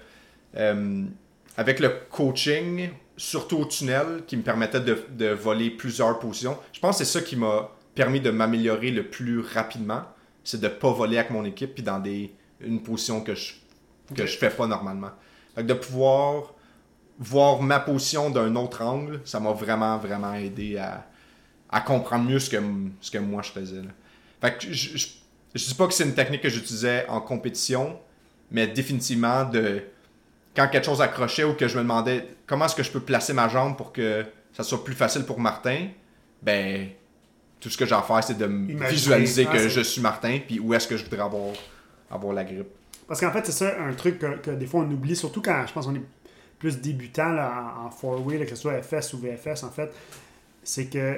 [SPEAKER 2] coaching, surtout au tunnel, qui me permettait de voler plusieurs positions. Je pense que c'est ça qui m'a permis de m'améliorer le plus rapidement. C'est de ne pas voler avec mon équipe puis dans une position que je fais pas normalement. Donc de pouvoir voir ma position d'un autre angle, ça m'a vraiment, vraiment aidé à comprendre mieux ce que moi je faisais. Là. Fait que je dis pas que c'est une technique que j'utilisais en compétition, mais définitivement quand quelque chose accrochait ou que je me demandais comment est-ce que je peux placer ma jambe pour que ça soit plus facile pour Martin, ben tout ce que j'ai à faire, c'est de visualiser que je suis Martin puis où est-ce que je voudrais avoir la grippe.
[SPEAKER 1] Parce qu'en fait, c'est ça un truc que des fois on oublie, surtout quand je pense qu'on est plus débutant là, en four-way, que ce soit FS ou VFS, en fait, c'est que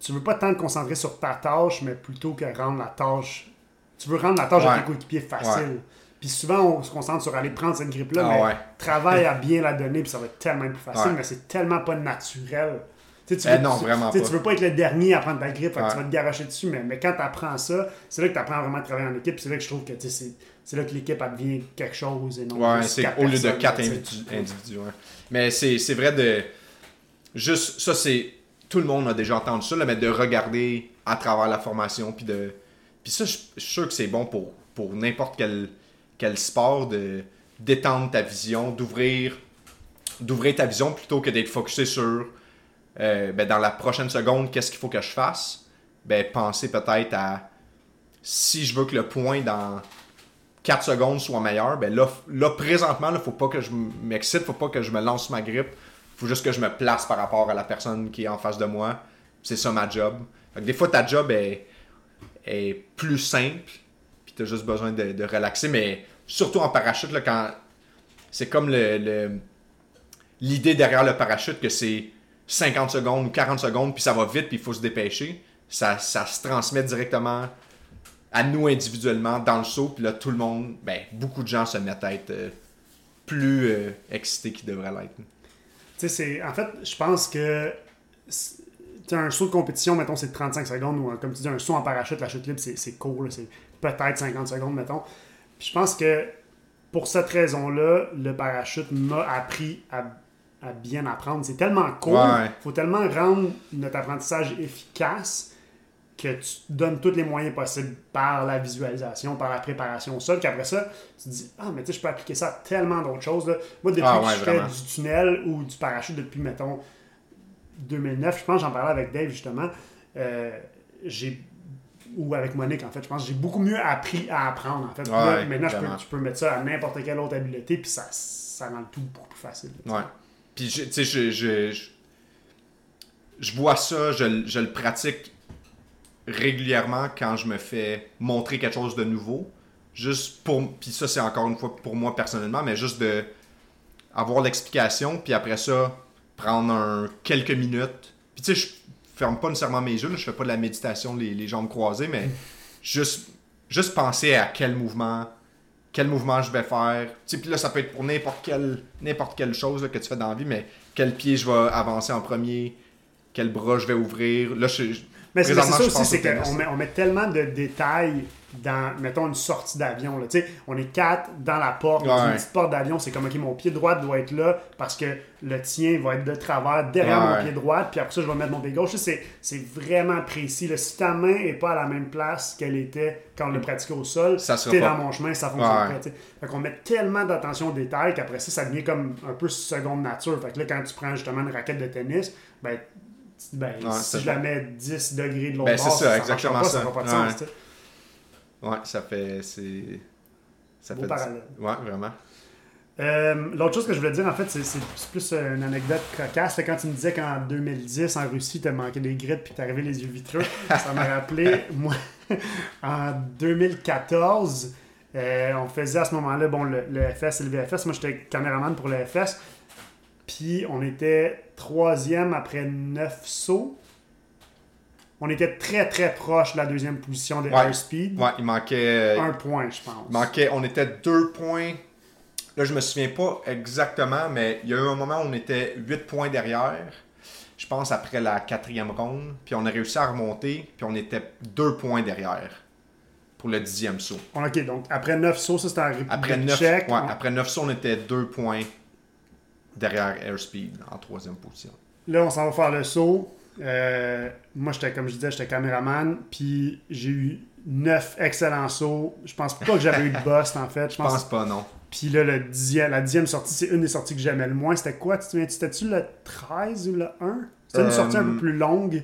[SPEAKER 1] tu veux pas tant te concentrer sur ta tâche, mais plutôt que rendre la tâche... Tu veux rendre la tâche à tes coéquipiers facile. Puis souvent, on se concentre sur aller prendre cette grippe-là, mais travaille à bien la donner, puis ça va être tellement plus facile, mais c'est tellement pas naturel.
[SPEAKER 2] Non, vraiment pas.
[SPEAKER 1] Tu veux pas être le dernier à prendre ta grippe, tu vas te garocher dessus, mais quand tu apprends ça, c'est là que tu apprends vraiment à travailler en équipe, c'est là que je trouve que c'est là que l'équipe devient quelque chose et non juste
[SPEAKER 2] c'est au lieu de 4 individus. Mais c'est vrai de... Juste, ça c'est... Tout le monde a déjà entendu ça, là, mais de regarder à travers la formation, puis ça, je suis sûr que c'est bon pour n'importe quel sport, de d'étendre ta vision, d'ouvrir ta vision plutôt que d'être focusé sur dans la prochaine seconde, qu'est-ce qu'il faut que je fasse? Penser peut-être à si je veux que le point dans 4 secondes soit meilleur, là présentement, il ne faut pas que je m'excite, il ne faut pas que je me lance ma grippe. Il faut juste que je me place par rapport à la personne qui est en face de moi. C'est ça ma job. Fait que des fois, ta job est plus simple, puis tu as juste besoin de relaxer, mais surtout en parachute, là, quand c'est comme l'idée derrière le parachute que c'est 50 secondes ou 40 secondes, puis ça va vite, puis il faut se dépêcher. Ça se transmet directement à nous individuellement dans le saut, puis là, tout le monde, beaucoup de gens se mettent à être plus excités qu'ils devraient l'être.
[SPEAKER 1] En fait, je pense que un saut de compétition, mettons, c'est 35 secondes, ou comme tu dis, un saut en parachute, la chute libre, c'est court, là, c'est peut-être 50 secondes, mettons. Puis je pense que pour cette raison-là, le parachute m'a appris à bien apprendre. C'est tellement cool, faut tellement rendre notre apprentissage efficace que tu donnes tous les moyens possibles par la visualisation, par la préparation au sol, qu'après ça, tu te dis « Ah, mais tu sais, je peux appliquer ça à tellement d'autres choses. » Là. Moi, depuis que je fais du tunnel ou du parachute depuis, mettons, 2009, je pense que j'en parlais avec Dave, justement, ou avec Monique, en fait, je pense que j'ai beaucoup mieux appris à apprendre, en fait. Là, maintenant, je peux mettre ça à n'importe quelle autre habileté, puis ça rend le tout beaucoup plus facile.
[SPEAKER 2] Puis, tu sais, je vois ça, je le pratique régulièrement quand je me fais montrer quelque chose de nouveau. Puis ça, c'est encore une fois pour moi personnellement, mais juste de avoir l'explication, puis après ça, prendre quelques minutes. Puis tu sais, je ferme pas nécessairement mes yeux, là, je fais pas de la méditation, les jambes croisées, mais juste penser à quel mouvement je vais faire. Tu sais, puis là, ça peut être pour n'importe quelle chose là, que tu fais dans la vie, mais quel pied je vais avancer en premier, quel bras je vais ouvrir. Là,
[SPEAKER 1] mais c'est ça aussi, c'est qu'on met tellement de détails dans, mettons, une sortie d'avion. Là. On est 4 dans la porte, dans une petite porte d'avion. C'est comme, OK, mon pied droit doit être là parce que le tien va être de travers derrière mon pied droit. Puis après ça, je vais mettre mon pied gauche. C'est vraiment précis. Là. Si ta main n'est pas à la même place qu'elle était quand on l'a pratiqué au sol, t'es dans mon chemin, ça fonctionne pas. Fait qu'on met tellement d'attention aux détails qu'après ça devient comme un peu seconde nature. Fait que là, quand tu prends justement une raquette de tennis, si je la mets 10 degrés de l'autre bord,
[SPEAKER 2] c'est ça,
[SPEAKER 1] exactement pas, ça n'a pas de sens.
[SPEAKER 2] Ouais, ça fait...
[SPEAKER 1] Ça fait parallèle.
[SPEAKER 2] Ouais, vraiment.
[SPEAKER 1] L'autre chose que je voulais dire, en fait, c'est plus une anecdote cocasse. Quand tu me disais qu'en 2010, en Russie, t'as manqué des grippes puis t'arrivais les yeux vitreux, ça m'a rappelé, moi, en 2014, on faisait à ce moment-là, le FS et le VFS. Moi, j'étais caméraman pour le FS. Puis on était 3e après 9 sauts. On était très très proche de la deuxième position des airspeed.
[SPEAKER 2] Ouais, il manquait...
[SPEAKER 1] 1 point, je pense.
[SPEAKER 2] On était 2 points. Là, je me souviens pas exactement, mais il y a eu un moment où on était 8 points derrière. Je pense après la 4e ronde. Puis on a réussi à remonter. Puis on était 2 points derrière pour le 10e saut.
[SPEAKER 1] OK, donc après 9 sauts, ça c'était un
[SPEAKER 2] check. Après 9 sauts, on était 2 points derrière airspeed en 3e position.
[SPEAKER 1] Là, on s'en va faire le saut. Moi, comme je disais, j'étais caméraman. Puis j'ai eu 9 excellents sauts. Je pense pas que j'avais eu de bust, en fait. Je pense
[SPEAKER 2] pas, non.
[SPEAKER 1] Puis là, la 10e sortie, c'est une des sorties que j'aimais le moins. C'était quoi? C'était-tu le 13 ou le 1? C'était une sortie un peu plus longue.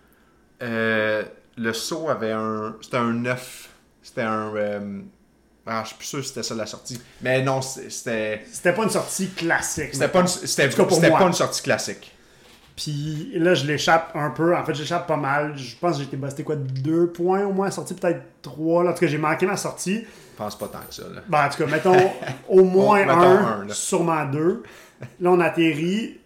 [SPEAKER 2] Le saut avait c'était un 9. C'était un... je suis plus sûr que c'était ça la sortie. Mais non, c'était...
[SPEAKER 1] C'était pas une sortie classique.
[SPEAKER 2] C'était pas une sortie classique.
[SPEAKER 1] Puis là, je l'échappe un peu. En fait, j'échappe pas mal. Je pense que j'ai été busté 2 points au moins. Sortie peut-être 3. Là. En tout cas, j'ai manqué ma sortie.
[SPEAKER 2] Je pense pas tant que ça. Là.
[SPEAKER 1] En tout cas, mettons au moins un, sûrement 2. Là, on atterrit.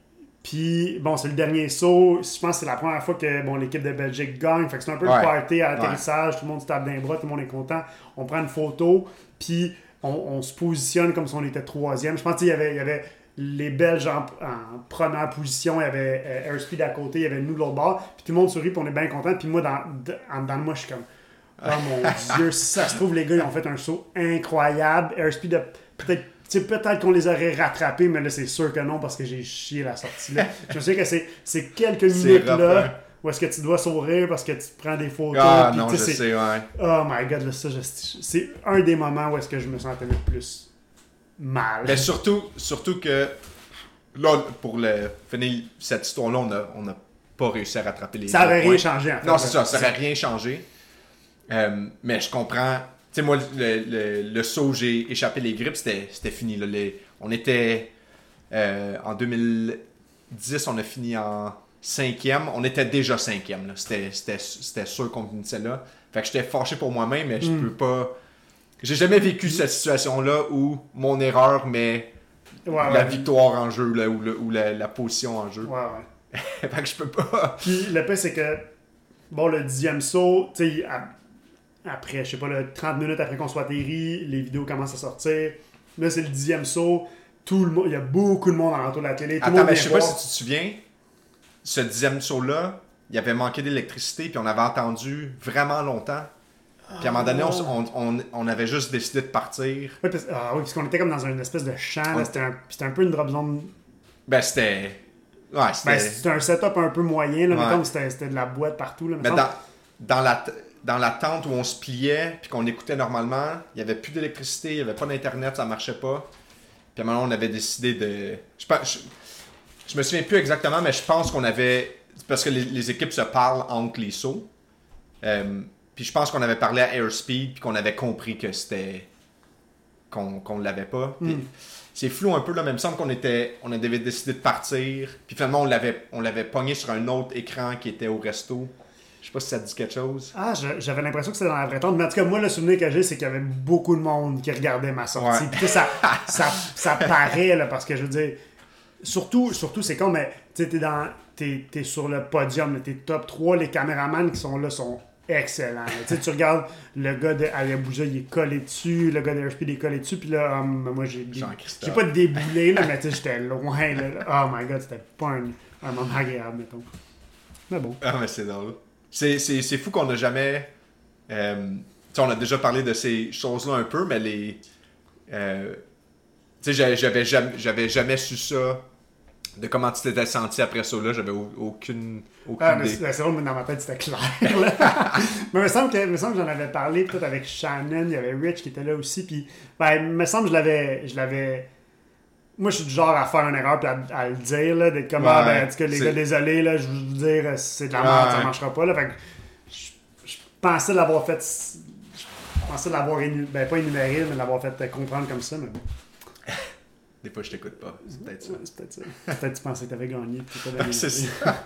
[SPEAKER 1] Puis, bon, c'est le dernier saut. Je pense que c'est la première fois que bon, l'équipe de Belgique gagne. Fait que c'est un peu le party à l'atterrissage. Tout le monde se tape d'un bras, tout le monde est content. On prend une photo, puis on se positionne comme si on était troisième. Je pense qu'il y avait les Belges en première position. Il y avait Airspeed à côté, il y avait nous de l'autre bord. Puis tout le monde sourit, puis on est bien content. Puis moi, en dedans de moi, je suis comme... Oh mon Dieu, si ça se trouve, les gars, ils ont fait un saut incroyable. Airspeed a peut-être qu'on les aurait rattrapés, mais là, c'est sûr que non, parce que j'ai chié la sortie là. Je me souviens que c'est quelques minutes là où est-ce que tu dois sourire parce que tu prends des photos.
[SPEAKER 2] Ah
[SPEAKER 1] pis,
[SPEAKER 2] non, je sais, ouais.
[SPEAKER 1] Oh my God, là, ça, c'est un des moments où est-ce que je me sentais le plus mal.
[SPEAKER 2] Mais surtout que, là, pour finir cette histoire-là, on n'a pas réussi à rattraper les
[SPEAKER 1] ça n'aurait rien changé, en fait.
[SPEAKER 2] Non, c'est ça n'aurait rien changé. Mais je comprends... Tu sais, moi, le saut, j'ai échappé les grippes, c'était fini. Là. On était... en 2010, on a fini en 5e. On était déjà 5e. Là. C'était sûr qu'on finissait là. Fait que j'étais fâché pour moi-même, mais je peux pas... J'ai jamais vécu cette situation-là où mon erreur met la victoire en jeu là, ou la position en jeu.
[SPEAKER 1] Ouais.
[SPEAKER 2] Fait que je peux pas...
[SPEAKER 1] Puis le pire, c'est que... Bon, le 10e saut, tu sais... Après, je sais pas, 30 minutes après qu'on soit atterri, les vidéos commencent à sortir. Là, c'est le 10e saut. Il y a beaucoup de monde alentour de la télé.
[SPEAKER 2] Attends, mais je sais pas si tu te souviens, ce 10e saut-là, il avait manqué d'électricité, puis on avait entendu vraiment longtemps. Puis à un moment donné, on avait juste décidé de partir.
[SPEAKER 1] Oui, parce qu'on était comme dans une espèce de champ. C'était un peu une drop zone.
[SPEAKER 2] Ben, c'était... Ouais,
[SPEAKER 1] c'était un setup un peu moyen. Là, mettons, c'était de la boîte partout. Là,
[SPEAKER 2] mais dans la tente où on se pliait puis qu'on écoutait normalement, il n'y avait plus d'électricité, il n'y avait pas d'internet, ça marchait pas. Puis à un moment, on avait décidé de... Je me souviens plus exactement, mais je pense qu'on avait... Parce que les équipes se parlent entre les sauts. Puis je pense qu'on avait parlé à Airspeed puis qu'on avait compris que c'était... qu'on l'avait pas. C'est flou un peu, là, mais il me semble on avait décidé de partir. Puis finalement, on l'avait pogné sur un autre écran qui était au resto. Je sais pas si ça te dit quelque chose.
[SPEAKER 1] Ah, j'avais l'impression que c'était dans la vraie tente. Mais en tout cas, moi, le souvenir que j'ai, c'est qu'il y avait beaucoup de monde qui regardait ma sortie. Puis ça paraît, là, parce que je veux dire... Surtout c'est con, mais tu sais, t'es sur le podium, t'es top 3. Les caméramans qui sont là sont excellents. Tu regardes, le gars de Ayabusa, il est collé dessus. Le gars de RSP, il est collé dessus. Puis là, moi, j'ai pas déboulé, là, mais tu sais, j'étais loin. Là. Oh my God, c'était pas un moment agréable, mettons. Mais bon.
[SPEAKER 2] Ah, mais c'est drôle. C'est fou qu'on n'a jamais... on a déjà parlé de ces choses-là un peu, mais les... tu sais, j'avais jamais su ça, de comment tu t'étais senti après ça, là. J'avais aucune idée.
[SPEAKER 1] C'est drôle, mais dans ma tête, c'était clair. Là. Mais il me semble que j'en avais parlé peut-être avec Shannon, il y avait Rich qui était là aussi, puis il me semble que je l'avais... Moi, je suis du genre à faire une erreur puis à le dire, là, d'être comme, en tout cas, les gars, désolé, là, je veux vous dire, c'est de la merde, ça marchera pas, là. Fait que je pensais l'avoir fait... Je pensais l'avoir pas énuméré, mais l'avoir fait comprendre comme ça, mais bon.
[SPEAKER 2] Des fois, je t'écoute pas. C'est peut-être ça.
[SPEAKER 1] C'est peut-être ça. Peut-être que tu pensais que t'avais gagné.
[SPEAKER 2] C'est ça.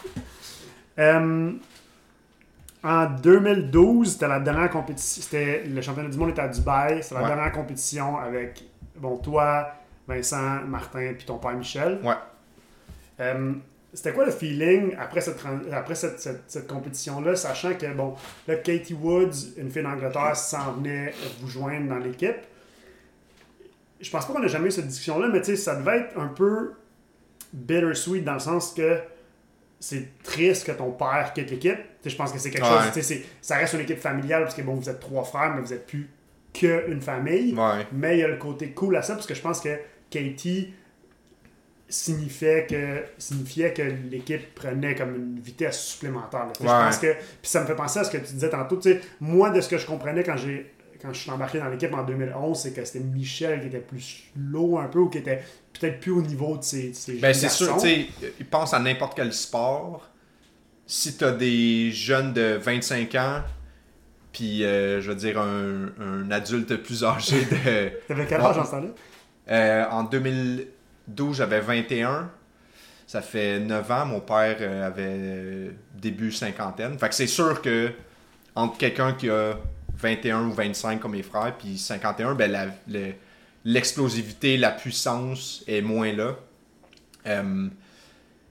[SPEAKER 1] En 2012, c'était la dernière compétition. Le championnat du monde était à Dubaï. C'était la dernière compétition avec, toi, Vincent, Martin, puis ton père Michel.
[SPEAKER 2] Ouais.
[SPEAKER 1] C'était quoi le feeling après cette compétition-là, sachant que, là, Katie Woods, une fille d'Angleterre, s'en venait vous joindre dans l'équipe. Je pense pas qu'on a jamais eu cette discussion-là, mais tu sais, ça devait être un peu bittersweet dans le sens que c'est triste que ton père quitte l'équipe. Je pense que c'est quelque chose, ça reste une équipe familiale parce que vous êtes 3 frères, mais vous êtes plus qu'une famille.
[SPEAKER 2] Ouais.
[SPEAKER 1] Mais il y a le côté cool à ça parce que je pense que Katie signifiait que l'équipe prenait comme une vitesse supplémentaire. Je pense que, puis ça me fait penser à ce que tu disais tantôt. Moi, de ce que je comprenais quand je suis embarqué dans l'équipe en 2011, c'est que c'était Michel qui était plus low un peu ou qui était peut-être plus au niveau de ses jeunes garçons.
[SPEAKER 2] C'est sûr, tu sais, il pense à n'importe quel sport. Si t'as des jeunes de 25 ans, puis je veux dire un adulte plus âgé de...
[SPEAKER 1] T'avais quel âge en ce temps-là?
[SPEAKER 2] En 2012, j'avais 21. Ça fait 9 ans. Mon père avait début cinquantaine. Fait que c'est sûr que entre quelqu'un qui a 21 ou 25 comme mes frères, puis 51, l'explosivité, la puissance est moins là.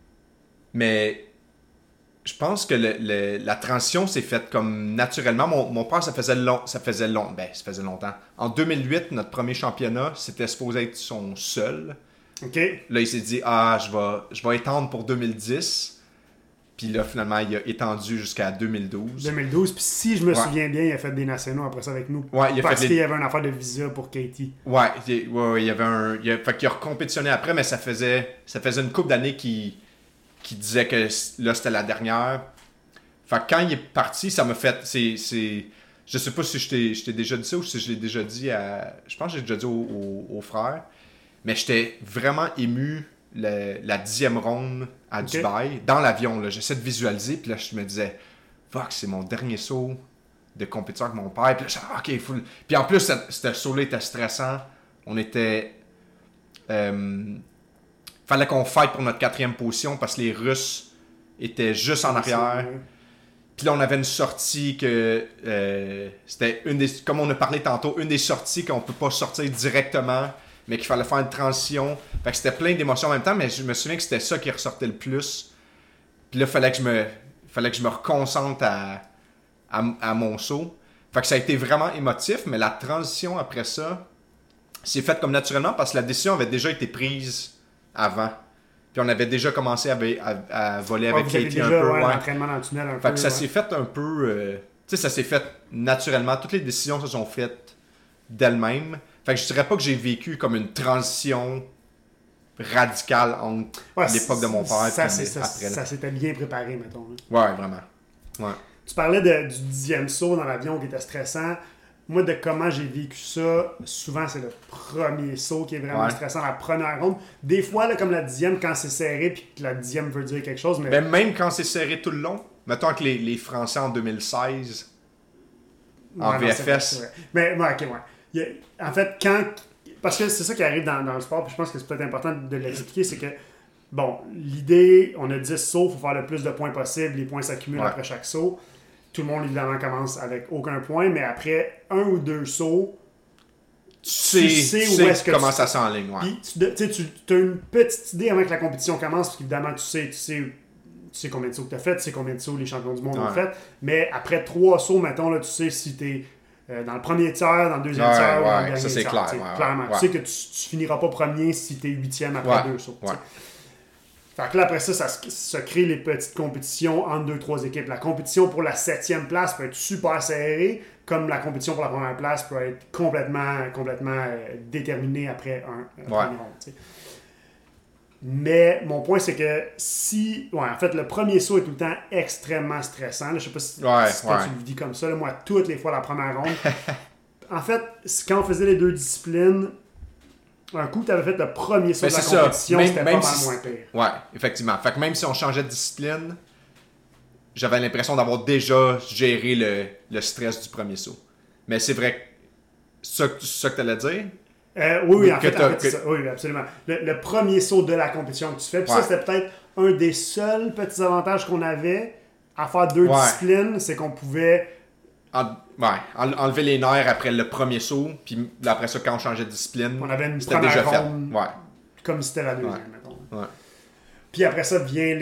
[SPEAKER 2] Mais je pense que la transition s'est faite comme naturellement. Mon père, ça faisait longtemps. En 2008, notre premier championnat, c'était supposé être son seul.
[SPEAKER 1] OK.
[SPEAKER 2] Là, il s'est dit, je vais étendre pour 2010. Puis là, finalement, il a étendu jusqu'à 2012.
[SPEAKER 1] 2012, puis si je me souviens bien, il a fait des nationaux après ça avec nous.
[SPEAKER 2] Ouais,
[SPEAKER 1] parce qu'il y avait une affaire de visa pour Katie.
[SPEAKER 2] Ouais, il y avait fait qu'il a recompétitionné après, mais ça faisait une couple d'années qui disait que là, c'était la dernière. Fait que quand il est parti, ça m'a fait... je sais pas si je t'ai déjà dit ça ou si je l'ai déjà dit à... Je pense que j'ai déjà dit aux frères. Mais j'étais vraiment ému la 10e ronde à Dubaï, dans l'avion. Là, j'essaie de visualiser, puis là, je me disais, fuck, c'est mon dernier saut de compétition avec mon père. Puis là, ok, full. Puis en plus, ce saut-là était stressant. On était... fallait qu'on fight pour notre 4e position parce que les Russes étaient juste en arrière. Puis là, on avait une sortie que... c'était comme on a parlé tantôt, une des sorties qu'on peut pas sortir directement, mais qu'il fallait faire une transition. Fait que c'était plein d'émotions en même temps, mais je me souviens que c'était ça qui ressortait le plus. Puis là, fallait que je me reconcentre à mon saut. Fait que ça a été vraiment émotif, mais la transition après ça, c'est faite comme naturellement parce que la décision avait déjà été prise avant. Puis on avait déjà commencé à voler avec Katie un peu.
[SPEAKER 1] L'entraînement dans le tunnel un peu.
[SPEAKER 2] Fait que ça s'est fait un peu... tu sais, ça s'est fait naturellement. Toutes les décisions se sont faites d'elles-mêmes. Fait que je dirais pas que j'ai vécu comme une transition radicale entre l'époque de mon père et après.
[SPEAKER 1] Ça s'était bien préparé, mettons. Là.
[SPEAKER 2] Ouais, vraiment. Ouais.
[SPEAKER 1] Tu parlais du 10e saut dans l'avion qui était stressant. Moi, de comment j'ai vécu ça, souvent, c'est le premier saut qui est vraiment stressant, la première ronde. Des fois, là, comme la 10e, quand c'est serré, puis que la 10e veut dire quelque chose, mais...
[SPEAKER 2] Ben, même quand c'est serré tout le long, mettons que les Français en 2016, en VFS...
[SPEAKER 1] Mais, ok, ouais. En fait, parce que c'est ça qui arrive dans le sport, puis je pense que c'est peut-être important de l'expliquer, c'est que, bon, l'idée, on a 10 sauts, il faut faire le plus de points possible, les points s'accumulent après chaque saut. Tout le monde, évidemment, commence avec aucun point, mais après 1 ou 2 sauts, tu sais où est-ce que
[SPEAKER 2] comment ça s'enligne. Ouais.
[SPEAKER 1] Puis, tu as une petite idée avant que la compétition commence, parce qu'évidemment, tu sais combien de sauts que tu as fait, tu sais combien de sauts les champions du monde ont fait, mais après 3 sauts, mettons, là, tu sais si tu es dans le premier tiers, dans le deuxième tiers ou dans le dernier
[SPEAKER 2] ça, c'est
[SPEAKER 1] tiers.
[SPEAKER 2] clair.
[SPEAKER 1] Clairement. Tu sais que tu finiras pas premier si tu es 8e après 2 sauts. Fait que là, après ça se crée les petites compétitions entre 2-3 équipes. La compétition pour la 7e place peut être super serrée, comme la compétition pour la première place peut être complètement déterminée après un premier round. T'sais. Mais mon point, c'est que en fait, le premier saut est tout le temps extrêmement stressant. Là, je sais pas si toi, tu le vis comme ça. Là, moi, toutes les fois, la première ronde. En fait, quand on faisait les 2 disciplines, un coup, tu avais fait le premier saut de la compétition, c'était pas mal moins pire.
[SPEAKER 2] Ouais, effectivement. Fait que même si on changeait de discipline, j'avais l'impression d'avoir déjà géré le stress du premier saut. Mais c'est vrai, c'est ça que tu allais dire?
[SPEAKER 1] Oui, en fait, c'est ça. Oui, absolument. Le premier saut de la compétition que tu fais. Puis ça, c'était peut-être un des seuls petits avantages qu'on avait à faire 2 disciplines, c'est qu'on pouvait...
[SPEAKER 2] enlever les nerfs après le premier saut, puis après ça, quand on changeait de discipline,
[SPEAKER 1] on avait une
[SPEAKER 2] c'était déjà fait.
[SPEAKER 1] Comme si c'était la deuxième, mettons.
[SPEAKER 2] Ouais.
[SPEAKER 1] Puis après ça, vient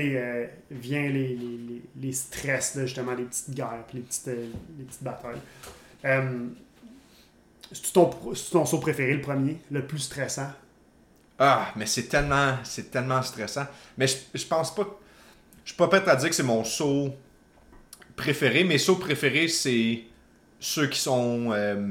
[SPEAKER 1] les stress, là, justement, les petites guerres, puis les petites batailles. C'est ton saut préféré, le premier, le plus stressant?
[SPEAKER 2] Ah, mais c'est tellement stressant. Mais je pense pas... Je suis pas prêt à dire que c'est mon saut préféré. Mes sauts préférés, c'est ceux qui sont...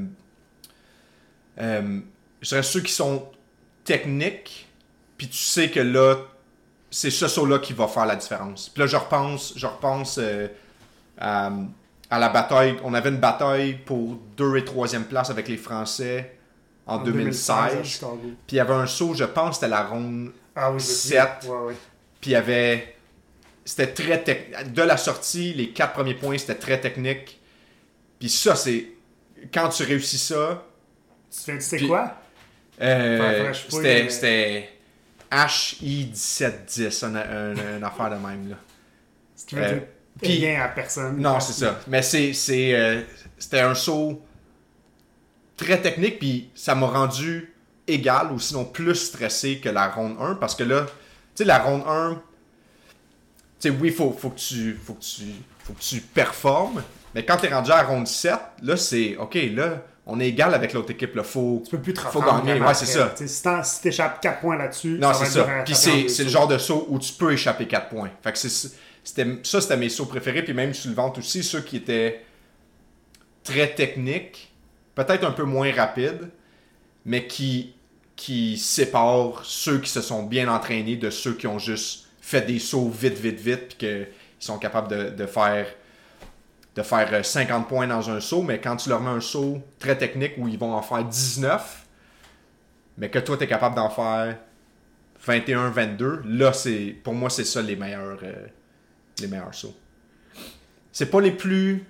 [SPEAKER 2] je dirais ceux qui sont techniques, puis tu sais que là, c'est ce saut-là qui va faire la différence. Puis là, je repense à la bataille. On avait une bataille pour 2 et 3e place avec les Français en 2016. Puis il y avait un saut, je pense, c'était la ronde 7. Puis il y avait... C'était très technique. De la sortie, les 4 premiers points, c'était très technique. Puis ça, c'est... Quand tu réussis ça...
[SPEAKER 1] Tu sais quoi?
[SPEAKER 2] C'était HI1710, une affaire de même, là.
[SPEAKER 1] Ce qui veut dire rien à personne.
[SPEAKER 2] Non, c'est ça. Mais c'était un saut très technique, puis ça m'a rendu égal, ou sinon plus stressé que la ronde 1, parce que là, tu sais, la ronde 1... sais, oui, faut que tu performes, mais quand tu es rendu à ronde 7, là, c'est, OK, là, on est égal avec l'autre équipe, là,
[SPEAKER 1] Tu peux plus te
[SPEAKER 2] faut
[SPEAKER 1] reprendre
[SPEAKER 2] gagner, ouais, c'est ça.
[SPEAKER 1] Si tu échappes 4 points là-dessus,
[SPEAKER 2] Non,
[SPEAKER 1] ça
[SPEAKER 2] c'est
[SPEAKER 1] va être
[SPEAKER 2] ça. Puis c'est le genre de saut où tu peux échapper 4 points. Fait que c'était mes sauts préférés, puis même sur le ventre aussi, ceux qui étaient très techniques, peut-être un peu moins rapides, mais qui séparent ceux qui se sont bien entraînés de ceux qui ont juste fait des sauts vite, puis qu'ils sont capables de faire 50 points dans un saut, mais quand tu leur mets un saut très technique où ils vont en faire 19, mais que toi, tu es capable d'en faire 21, 22, là, pour moi, c'est ça les meilleurs sauts. C'est pas les plus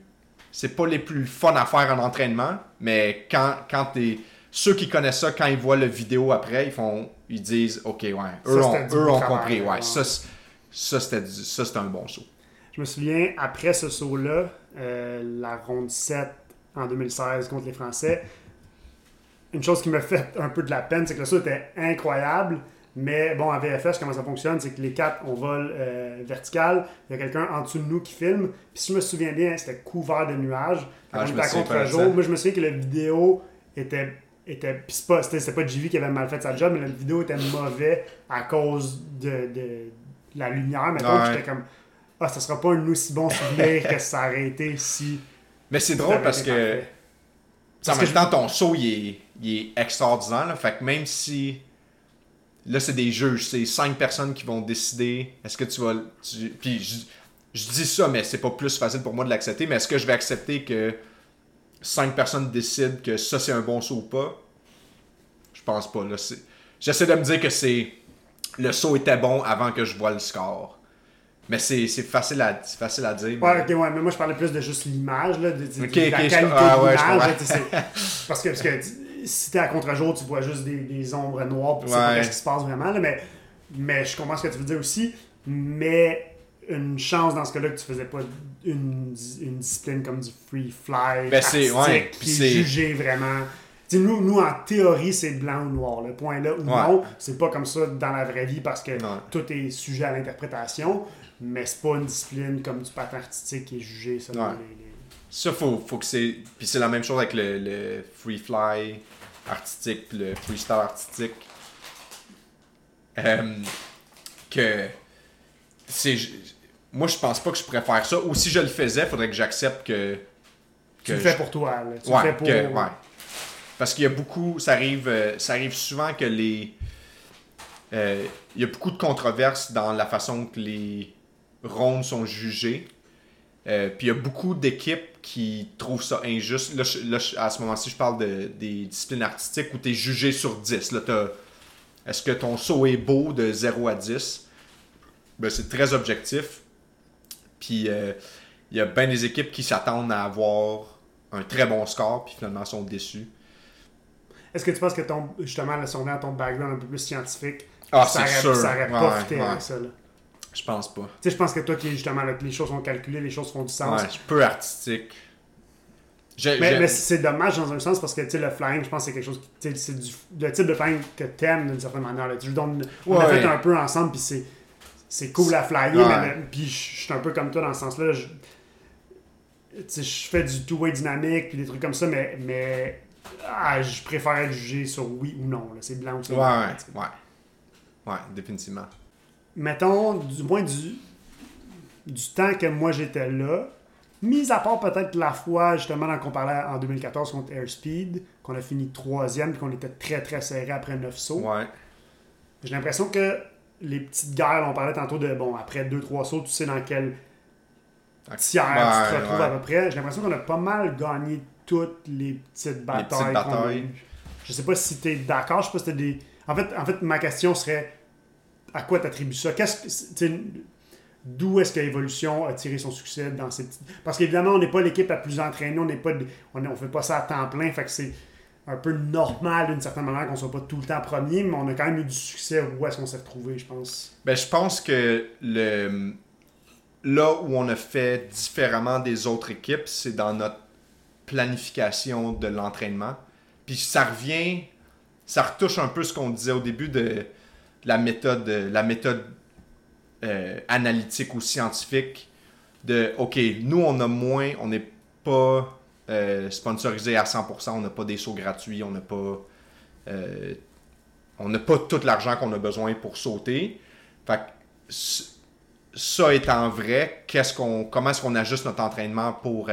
[SPEAKER 2] fun à faire en entraînement, mais quand ceux qui connaissent ça, quand ils voient la vidéo après, ils disent OK, ouais, eux ont compris. Ouais, ça c'était un bon saut.
[SPEAKER 1] Je me souviens, après ce saut-là, la ronde 7 en 2016 contre les Français, une chose qui me fait un peu de la peine, c'est que le saut était incroyable. Mais bon, en VFS, comment ça fonctionne, c'est que les 4, on vole vertical. Il y a quelqu'un en dessous de nous qui filme. Puis si je me souviens bien, c'était couvert de nuages. On était à contre-jour. Moi, je me souviens que la vidéo était puis c'était pas JV qui avait mal fait sa job, mais la vidéo était mauvaise à cause de la lumière. Mettons, j'étais comme, ça sera pas un aussi bon souvenir que ça aurait été si...
[SPEAKER 2] Mais c'est drôle parce que en même temps, ton saut, il est extraordinaire. Là. Fait que même si... Là, c'est des juges. C'est 5 personnes qui vont décider. Est-ce que tu vas... Puis je dis ça, mais c'est pas plus facile pour moi de l'accepter. Mais est-ce que je vais accepter que 5 personnes décident que ça, c'est un bon saut ou pas? Je pense pas. Là, j'essaie de me dire que le saut était bon avant que je voie le score. Mais c'est facile à dire.
[SPEAKER 1] Ouais, mais... mais moi, je parlais plus de juste l'image, là, de la qualité de l'image. Parce que si t'es à contre-jour, tu vois juste des ombres noires, puis tu sais pas ce qui se passe vraiment. Là, mais je comprends ce que tu veux dire aussi. Mais une chance dans ce cas-là que tu faisais pas une discipline comme du free fly, artistique, puis juger vraiment. T'sais, nous, en théorie, c'est blanc ou noir. Le point là ou non, c'est pas comme ça dans la vraie vie parce que tout est sujet à l'interprétation. Mais c'est pas une discipline comme du patin artistique qui est jugé selon les...
[SPEAKER 2] Ça, faut que c'est... Puis c'est la même chose avec le free fly artistique puis le freestyle artistique. Que c'est... Moi, je pense pas que je pourrais faire ça. Ou si je le faisais, il faudrait que j'accepte que
[SPEAKER 1] tu le fais pour toi. Là. Tu le fais pour...
[SPEAKER 2] Parce qu'il y a beaucoup... Ça arrive souvent que il y a beaucoup de controverses dans la façon que les rondes sont jugées. Puis il y a beaucoup d'équipes qui trouvent ça injuste. Là, à ce moment-ci, je parle des disciplines artistiques où tu es jugé sur 10. Là, est-ce que ton saut est beau de 0 à 10? Ben, c'est très objectif. Puis il y a bien des équipes qui s'attendent à avoir un très bon score, puis finalement sont déçus.
[SPEAKER 1] Est-ce que tu penses que justement, si on vient à ton background un peu plus scientifique,
[SPEAKER 2] ça aurait
[SPEAKER 1] pas fité avec ça? Là?
[SPEAKER 2] Je pense pas.
[SPEAKER 1] Tu sais, je pense que toi, justement, là, les choses sont calculées, les choses font du sens.
[SPEAKER 2] Ouais, je suis peu artistique.
[SPEAKER 1] Mais c'est dommage dans un sens parce que le flying, je pense que c'est quelque chose c'est le type de flying que t'aimes d'une certaine manière. Là. On a fait un peu ensemble, puis c'est cool à flyer, puis je suis un peu comme toi dans ce sens-là. Je fais du two-way dynamique, puis des trucs comme ça, mais je préfère être jugé sur oui ou non. Là. C'est blanc ou c'est
[SPEAKER 2] noir. Ouais, définitivement.
[SPEAKER 1] Mettons, du point du temps que moi j'étais là, mis à part peut-être la fois justement qu'on parlait en 2014 contre Airspeed, qu'on a fini 3e et qu'on était très très serré après 9 sauts.
[SPEAKER 2] Ouais.
[SPEAKER 1] J'ai l'impression que les petites guerres, on parlait tantôt de après 2-3 sauts, tu sais dans quel tiers tu te retrouves à peu près. J'ai l'impression qu'on a pas mal gagné toutes les petites batailles. qu'on a eues. Je sais pas si tu es d'accord, je sais pas si t'as des. En fait, ma question serait à quoi t'attribues ça? D'où est-ce que l'évolution a tiré son succès dans ces petites... Parce qu'évidemment, on n'est pas l'équipe la plus entraînée, on fait pas ça à temps plein, fait que c'est un peu normal d'une certaine manière qu'on soit pas tout le temps premier, mais on a quand même eu du succès où est-ce qu'on s'est retrouvé, je pense.
[SPEAKER 2] Ben, je pense que là où on a fait différemment des autres équipes, c'est dans notre planification de l'entraînement. Puis ça retouche un peu ce qu'on disait au début de la méthode analytique ou scientifique de OK, nous on a moins, on n'est pas sponsorisé à 100%, on n'a pas des sauts gratuits, on n'a pas tout l'argent qu'on a besoin pour sauter. Fait que ça étant vrai, comment est-ce qu'on ajuste notre entraînement pour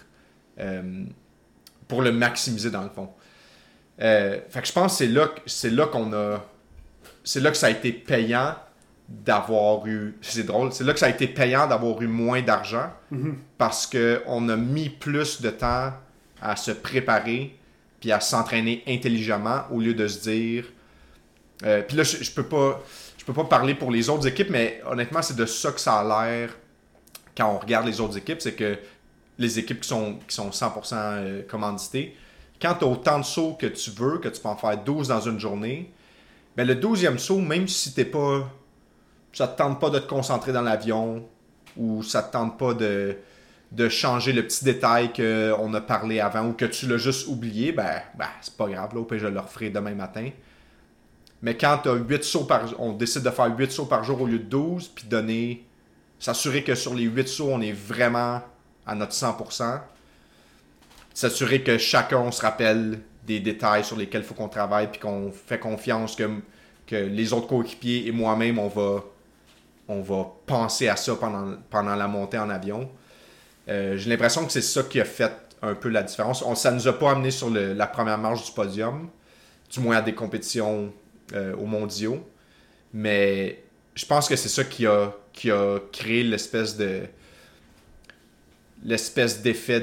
[SPEAKER 2] pour le maximiser dans le fond. Fait que je pense que c'est là que ça a été payant d'avoir eu, c'est drôle, c'est là que ça a été payant d'avoir eu moins d'argent parce qu'on a mis plus de temps à se préparer puis à s'entraîner intelligemment au lieu de se dire puis là je peux pas parler pour les autres équipes, mais honnêtement c'est de ça que ça a l'air quand on regarde les autres équipes, c'est que les équipes qui sont 100% commanditées, quand tu as autant de sauts que tu veux, que tu peux en faire 12 dans une journée, ben le 12e saut, même si ça te tente pas de te concentrer dans l'avion ou ça te tente pas de changer le petit détail qu'on a parlé avant ou que tu l'as juste oublié, ben c'est pas grave, là, au pire je le referai demain matin. Mais quand tu as 8 sauts on décide de faire 8 sauts par jour au lieu de 12, puis s'assurer que sur les 8 sauts, on est vraiment à notre 100%. S'assurer que chacun se rappelle des détails sur lesquels il faut qu'on travaille, puis qu'on fait confiance que les autres coéquipiers et moi-même, on va penser à ça pendant la montée en avion. J'ai l'impression que c'est ça qui a fait un peu la différence. Ça ne nous a pas amené sur la première marche du podium, du moins à des compétitions aux mondiaux. Mais je pense que c'est ça qui a créé l'espèce d'effet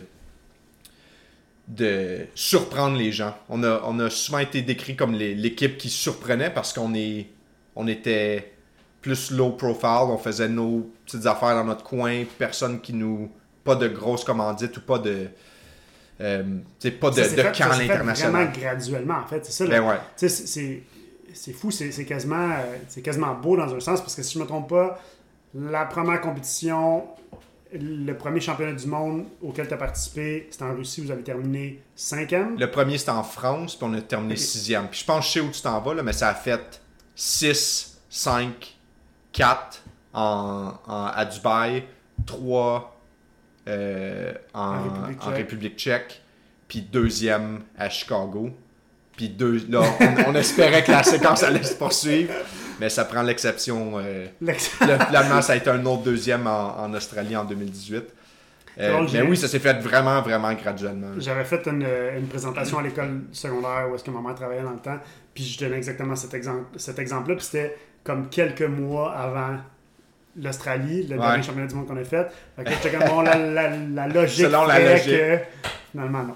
[SPEAKER 2] de surprendre les gens. On a souvent été décrit comme l'équipe qui surprenait parce qu'on était plus low profile, on faisait nos petites affaires dans notre coin, pas de grosses commandites ou pas de camp à l'international.
[SPEAKER 3] Vraiment graduellement, en fait. C'est ça.
[SPEAKER 2] Ben ouais.
[SPEAKER 3] C'est fou, c'est quasiment beau dans un sens, parce que si je ne me trompe pas, la première compétition, le premier championnat du monde auquel tu as participé, c'était en Russie, vous avez terminé 5e.
[SPEAKER 2] Le premier, c'était en France, puis on a terminé 6e. Puis je pense que je sais où tu t'en vas, là, mais ça a fait 6, 5, 4 à Dubaï, 3 en République tchèque, puis 2e à Chicago. Puis là, on espérait que la séquence allait se poursuivre, mais ça prend l'exception. Finalement, ça a été un autre 2e en Australie en 2018. Mais oui, ça s'est fait vraiment, vraiment graduellement.
[SPEAKER 3] J'avais fait une présentation à l'école secondaire où est-ce que ma mère travaillait dans le temps, puis je donnais exactement cet exemple-là, puis c'était comme quelques mois avant l'Australie, le dernier championnat du monde qu'on a fait. Fait que j'étais comme, bon, la logique
[SPEAKER 2] selon la logique.
[SPEAKER 3] Que... Finalement,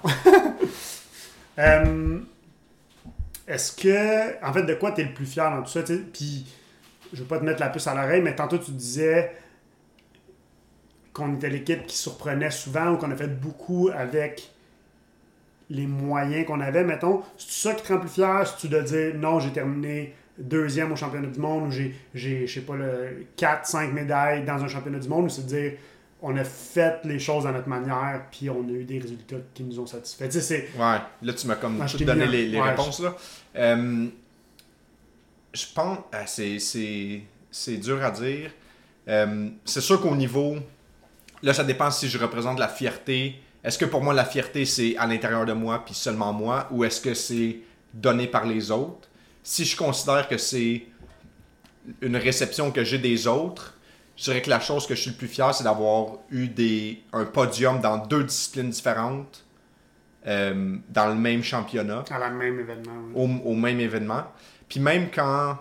[SPEAKER 3] non. Est-ce que, en fait, de quoi tu es le plus fier dans tout ça? Puis, je veux pas te mettre la puce à l'oreille, mais tantôt tu disais qu'on était l'équipe qui surprenait souvent ou qu'on a fait beaucoup avec les moyens qu'on avait, mettons. C'est ça qui te rend plus fier? C'est-tu de dire, non, j'ai terminé 2e au championnat du monde, ou j'ai je sais pas, 4-5 médailles dans un championnat du monde, ou c'est de dire, on a fait les choses à notre manière, puis on a eu des résultats qui nous ont satisfaits. Tu sais,
[SPEAKER 2] ouais, là tu m'as comme tout donné les réponses. Là. Je pense, c'est dur à dire. C'est sûr qu'au niveau, là ça dépend si je représente la fierté. Est-ce que pour moi la fierté c'est à l'intérieur de moi, puis seulement moi, ou est-ce que c'est donné par les autres? Si je considère que c'est une réception que j'ai des autres, je dirais que la chose que je suis le plus fier, c'est d'avoir eu un podium dans 2 disciplines différentes, dans le même championnat.
[SPEAKER 3] À la même événement.
[SPEAKER 2] Oui. Au même événement. Puis même quand...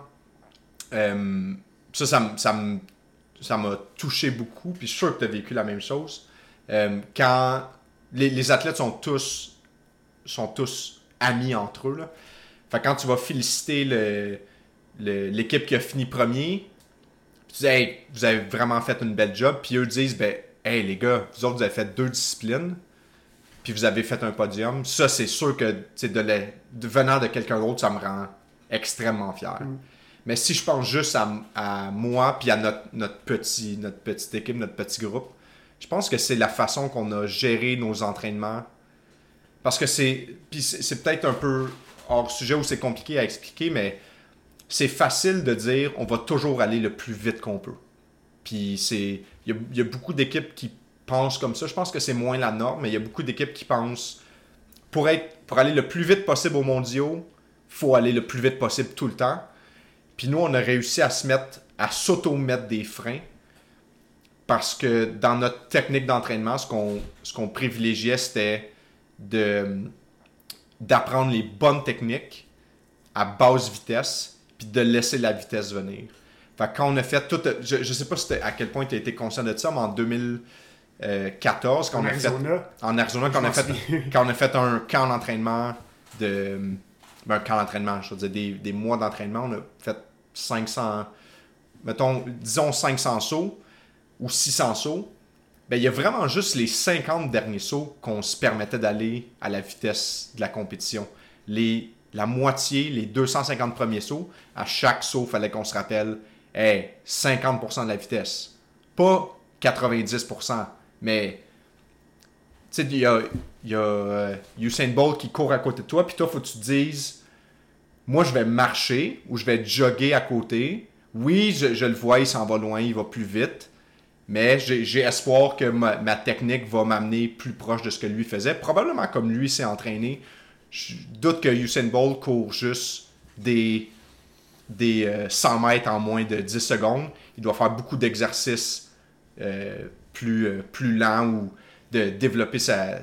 [SPEAKER 2] ça m'a touché beaucoup, puis je suis sûr que tu as vécu la même chose. Quand les athlètes sont tous amis entre eux, là. Fait que quand tu vas féliciter l'équipe qui a fini premier, tu dis, hey, vous avez vraiment fait une belle job. Puis eux disent, ben, hey les gars, vous autres, vous avez fait 2 disciplines, puis vous avez fait un podium. Ça, c'est sûr que venant de quelqu'un d'autre, ça me rend extrêmement fier. Mais si je pense juste à moi, puis à notre petite équipe, notre petit groupe, je pense que c'est la façon qu'on a géré nos entraînements. Parce que c'est peut-être un peu hors sujet ou c'est compliqué à expliquer, mais c'est facile de dire on va toujours aller le plus vite qu'on peut. Puis il y a beaucoup d'équipes qui pensent comme ça. Je pense que c'est moins la norme, mais il y a beaucoup d'équipes qui pensent pour aller le plus vite possible aux mondiaux, faut aller le plus vite possible tout le temps. Puis nous, on a réussi à s'auto-mettre des freins parce que dans notre technique d'entraînement, ce qu'on privilégiait, c'était d'apprendre les bonnes techniques à basse vitesse puis de laisser la vitesse venir. Fait que quand on a fait tout... Je sais pas à quel point tu as été conscient de ça, mais en 2014, quand
[SPEAKER 3] En Arizona,
[SPEAKER 2] quand on a fait un camp d'entraînement un camp d'entraînement, je veux dire des mois d'entraînement, on a fait 500, disons 500 sauts ou 600 sauts, ben il y a vraiment juste les 50 derniers sauts qu'on se permettait d'aller à la vitesse de la compétition. La moitié, les 250 premiers sauts, à chaque saut, il fallait qu'on se rappelle 50% de la vitesse. Pas 90%, mais tu sais, il y a Usain Bolt qui court à côté de toi, puis toi, il faut que tu te dises, moi, je vais marcher ou je vais jogger à côté. Oui, je le vois, il s'en va loin, il va plus vite, mais j'ai espoir que ma technique va m'amener plus proche de ce que lui faisait. Probablement comme lui s'est entraîné. Je doute que Usain Bolt court juste des 100 mètres en moins de 10 secondes. Il doit faire beaucoup d'exercices plus lents ou de développer sa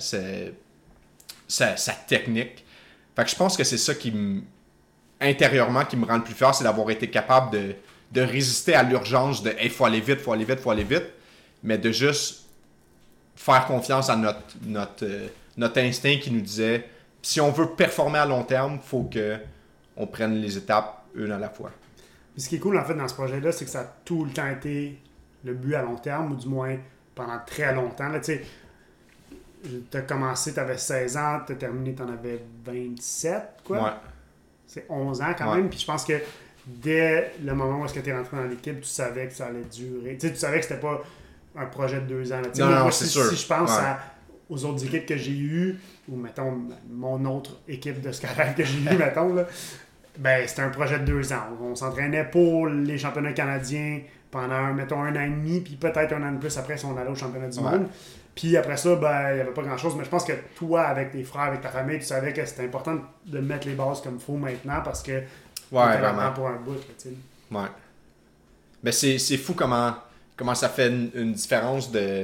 [SPEAKER 2] technique. Fait que je pense que c'est ça intérieurement qui me rend le plus fort, c'est d'avoir été capable de résister à l'urgence de « faut aller vite, faut aller vite, faut aller vite », mais de juste faire confiance à notre instinct qui nous disait « si on veut performer à long terme, il faut qu'on prenne les étapes une à la fois ».
[SPEAKER 3] Puis ce qui est cool en fait dans ce projet-là, c'est que ça a tout le temps été le but à long terme, ou du moins pendant très longtemps. Tu sais, tu as commencé, tu avais 16 ans, tu as terminé, tu en avais 27, quoi.
[SPEAKER 2] Ouais.
[SPEAKER 3] C'est 11 ans quand même. Puis je pense que dès le moment où tu es rentré dans l'équipe, tu savais que ça allait durer. Tu sais, tu savais que c'était pas un projet de 2 ans.
[SPEAKER 2] Non, c'est sûr.
[SPEAKER 3] Si je pense aux autres équipes que j'ai eues, ou mettons mon autre équipe de scalade que j'ai eue, mettons, là, ben c'était un projet de 2 ans. On s'entraînait pour les championnats canadiens pendant, mettons, 1 an et demi, puis peut-être 1 an de plus après si on allait au championnat du monde. Puis après ça, ben, il n'y avait pas grand-chose. Mais je pense que toi, avec tes frères, avec ta famille, tu savais que c'était important de mettre les bases comme il faut maintenant parce que
[SPEAKER 2] vraiment
[SPEAKER 3] pour un bout. Tu sais.
[SPEAKER 2] Ouais. Mais c'est fou comment ça fait une différence de...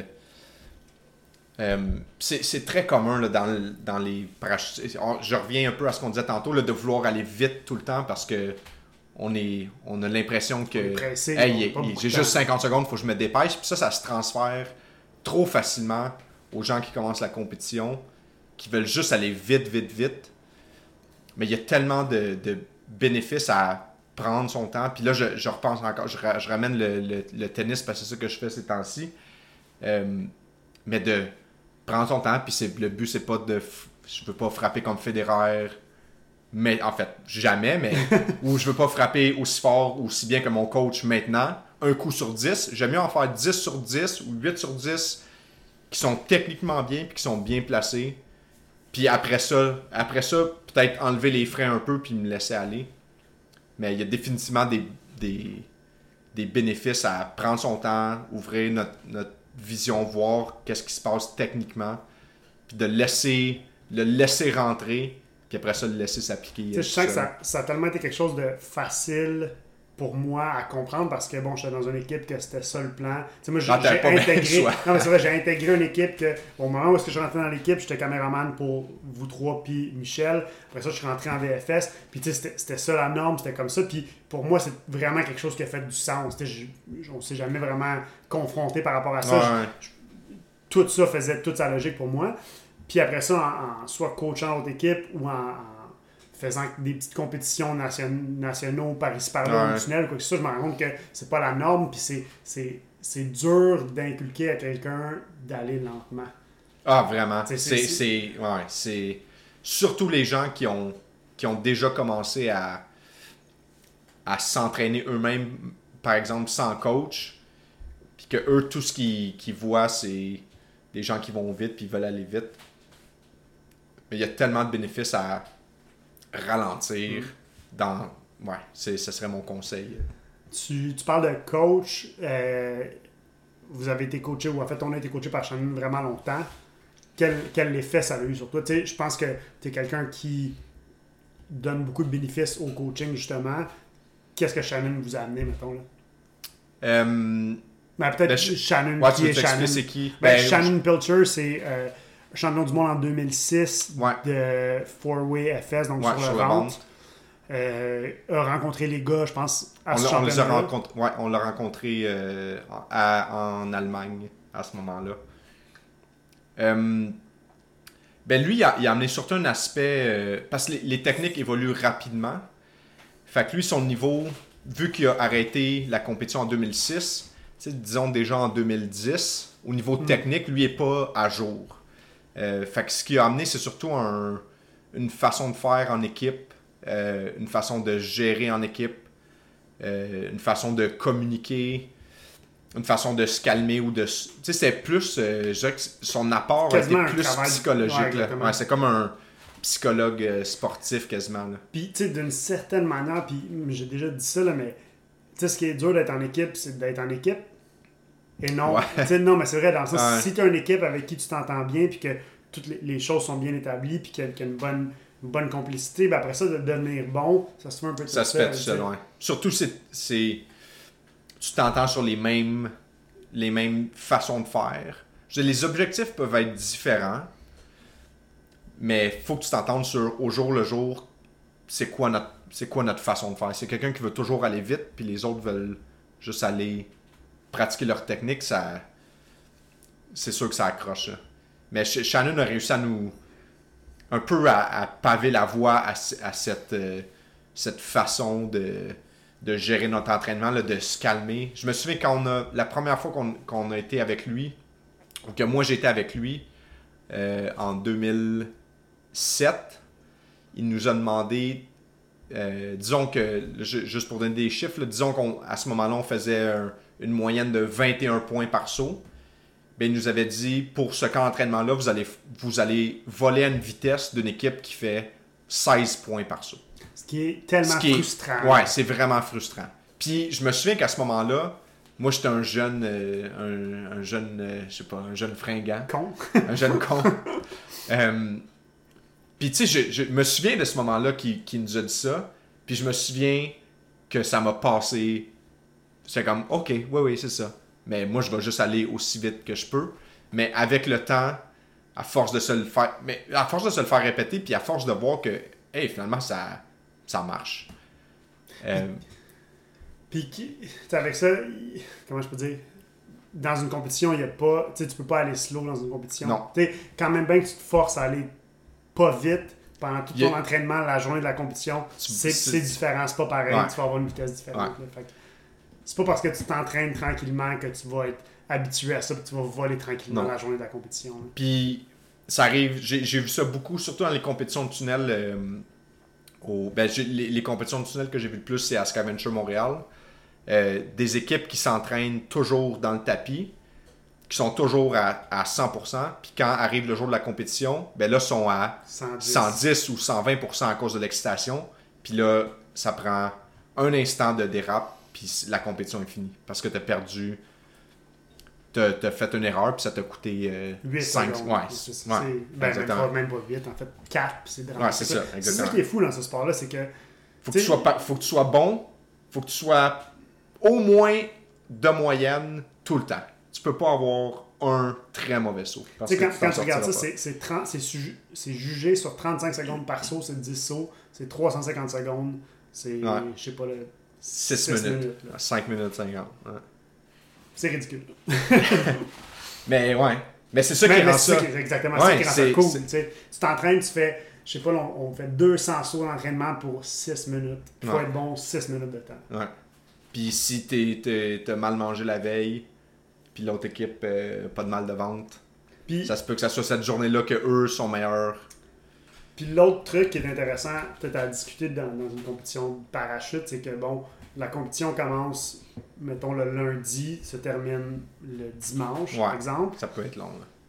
[SPEAKER 2] c'est très commun là, dans les parachutistes. Je reviens un peu à ce qu'on disait tantôt, là, de vouloir aller vite tout le temps parce que on a l'impression que
[SPEAKER 3] pressé,
[SPEAKER 2] j'ai juste 50 secondes, il faut que je me dépêche. Puis ça se transfère trop facilement aux gens qui commencent la compétition, qui veulent juste aller vite, vite, vite. Mais il y a tellement de bénéfices à prendre son temps. Puis là, je repense encore, je ramène le tennis parce que c'est ça que je fais ces temps-ci. Mais de prendre son temps, puis le but, c'est pas je veux pas frapper comme Federer, mais en fait, jamais, mais ou je veux pas frapper aussi fort, aussi bien que mon coach maintenant, un coup sur 10. J'aime mieux en faire 10 sur 10 ou 8 sur 10 qui sont techniquement bien puis qui sont bien placés. Puis après ça, peut-être enlever les freins un peu puis me laisser aller. Mais il y a définitivement des bénéfices à prendre son temps, ouvrir notre vision, voir qu'est-ce qui se passe techniquement, puis de le laisser rentrer, puis après ça, le laisser s'appliquer.
[SPEAKER 3] Je sens que ça a tellement été quelque chose de facile pour moi à comprendre parce que bon, j'étais dans une équipe que c'était ça le plan. T'sais, moi, j'ai intégré. Non, mais c'est vrai, j'ai intégré une équipe que au moment où est-ce que je suis rentré dans l'équipe, j'étais caméraman pour vous trois puis Michel. Après ça, je suis rentré en VFS. Puis tu sais, c'était ça la norme, c'était comme ça. Puis pour moi, c'est vraiment quelque chose qui a fait du sens. On s'est jamais vraiment confronté par rapport à ça.
[SPEAKER 2] Ouais.
[SPEAKER 3] Tout ça faisait toute sa logique pour moi. Puis après ça, en soit coachant l'autre équipe ou en faisant des petites compétitions nationaux par ici par là, au tunnel, quoi que ce soit, je me rends compte que c'est pas la norme, puis c'est dur d'inculquer à quelqu'un d'aller lentement.
[SPEAKER 2] Ah, vraiment. C'est surtout les gens qui ont déjà commencé à s'entraîner eux-mêmes, par exemple, sans coach, puis que eux, tout ce qu'ils voient, c'est des gens qui vont vite, puis ils veulent aller vite. Mais il y a tellement de bénéfices à ralentir dans ce serait mon conseil.
[SPEAKER 3] Tu parles de coach. Vous avez été coaché, ou en fait, on a été coaché par Shannon vraiment longtemps. Quel effet ça a eu sur toi? Tu sais, je pense que tu es quelqu'un qui donne beaucoup de bénéfices au coaching, justement. Qu'est-ce que Shannon vous a amené, mettons, là? Peut-être Shannon, qui est Shannon?
[SPEAKER 2] C'est qui?
[SPEAKER 3] Shannon Pilcher, c'est champion du monde en 2006 de 4-Way FS, donc sur le ventre. A rencontré les gars, je pense, à ce championnat.
[SPEAKER 2] On l'a rencontré en Allemagne à ce moment-là. Lui, il a amené surtout un aspect... parce que les techniques évoluent rapidement. Fait que lui, son niveau, vu qu'il a arrêté la compétition en 2006, disons déjà en 2010, au niveau technique, lui n'est pas à jour. Fait que ce qu'il a amené, c'est surtout une façon de faire en équipe, une façon de gérer en équipe, une façon de communiquer, une façon de se calmer ou de... Tu sais, c'est plus... je dirais que son apport a été plus psychologique. Là. C'est comme un psychologue sportif quasiment.
[SPEAKER 3] Puis, tu sais, d'une certaine manière, puis j'ai déjà dit ça, là, mais tu sais, ce qui est dur d'être en équipe, c'est d'être en équipe. Et non, non, mais c'est vrai, dans le sens, si tu as une équipe avec qui tu t'entends bien, puis que toutes les choses sont bien établies, puis qu'il y a une bonne complicité, ben après ça, de devenir bon, ça se fait un peu tout seul.
[SPEAKER 2] Ça se fait tout seul, ouais. Surtout, tu t'entends sur les mêmes façons de faire. Les objectifs peuvent être différents, mais il faut que tu t'entendes sur, au jour le jour, c'est quoi notre façon de faire. C'est quelqu'un qui veut toujours aller vite, puis les autres veulent juste aller pratiquer leur technique, c'est sûr que ça accroche. Mais Shannon a réussi à nous... un peu à paver la voie à cette façon de gérer notre entraînement, là, de se calmer. Je me souviens la première fois qu'on a été avec lui, ou que moi j'étais avec lui, en 2007, il nous a demandé, disons que, juste pour donner des chiffres, là, disons qu'à ce moment-là, on faisait une moyenne de 21 points par saut. Ben, il nous avait dit, pour ce camp d'entraînement-là, vous allez voler à une vitesse d'une équipe qui fait 16 points par saut.
[SPEAKER 3] Ce qui est tellement frustrant.
[SPEAKER 2] Ouais, c'est vraiment frustrant. Puis, je me souviens qu'à ce moment-là, moi, j'étais un jeune fringant.
[SPEAKER 3] Con.
[SPEAKER 2] Un jeune con. Puis, tu sais, je me souviens de ce moment-là qui nous a dit ça. Puis, je me souviens que ça m'a passé. C'est comme, OK, oui, c'est ça. Mais moi, je vais juste aller aussi vite que je peux. Mais avec le temps, à force de se le faire répéter, puis à force de voir que, hey, finalement, ça marche.
[SPEAKER 3] Puis, avec ça, comment je peux dire, dans une compétition, il n'y a pas, tu peux pas aller slow dans une compétition.
[SPEAKER 2] Non.
[SPEAKER 3] Tu sais, quand même bien que tu te forces à aller pas vite pendant tout ton entraînement, la journée de la compétition, c'est différent, c'est pas pareil, tu vas avoir une vitesse différente. Fait que, c'est pas parce que tu t'entraînes tranquillement que tu vas être habitué à ça, que tu vas voler tranquillement la journée de la compétition. Là.
[SPEAKER 2] Puis, ça arrive, j'ai vu ça beaucoup, surtout dans les compétitions de tunnel. Les compétitions de tunnel que j'ai vu le plus, c'est à Scavenger Montréal. Des équipes qui s'entraînent toujours dans le tapis, qui sont toujours à 100%, puis quand arrive le jour de la compétition, ben là, sont à 110 ou 120% à cause de l'excitation. Puis là, ça prend un instant de dérape, puis la compétition est finie. Parce que tu as perdu, t'as fait une erreur, puis ça t'a coûté 5 secondes.
[SPEAKER 3] Exactement. Même pas 8, en fait 4, puis c'est dramatique.
[SPEAKER 2] C'est ça, exactement.
[SPEAKER 3] C'est ça qui est fou dans ce sport-là, c'est que...
[SPEAKER 2] Faut que tu sois bon, faut que tu sois au moins de moyenne tout le temps. Tu peux pas avoir un très mauvais saut.
[SPEAKER 3] Quand tu regardes ça, c'est jugé sur 35 secondes par saut, c'est 10 sauts, c'est 350 secondes, c'est, je sais pas,
[SPEAKER 2] 6 minutes. 5 minutes 50. Ouais.
[SPEAKER 3] C'est ridicule.
[SPEAKER 2] Mais ouais. Mais c'est ça qui rend ça.
[SPEAKER 3] C'est exactement ça qui rend ça cool. Tu t'entraînes, tu fais, je sais pas, on fait 200 sauts d'entraînement pour 6 minutes. Il faut être bon 6 minutes de temps.
[SPEAKER 2] Ouais. Puis si t'as mal mangé la veille, puis l'autre équipe pas de mal de ventre, ça se peut que ça soit cette journée-là que eux sont meilleurs.
[SPEAKER 3] Puis l'autre truc qui est intéressant, peut-être à discuter dans une compétition de parachute, c'est que la compétition commence, mettons, le lundi, se termine le dimanche, par exemple.
[SPEAKER 2] Ça peut être long. Là.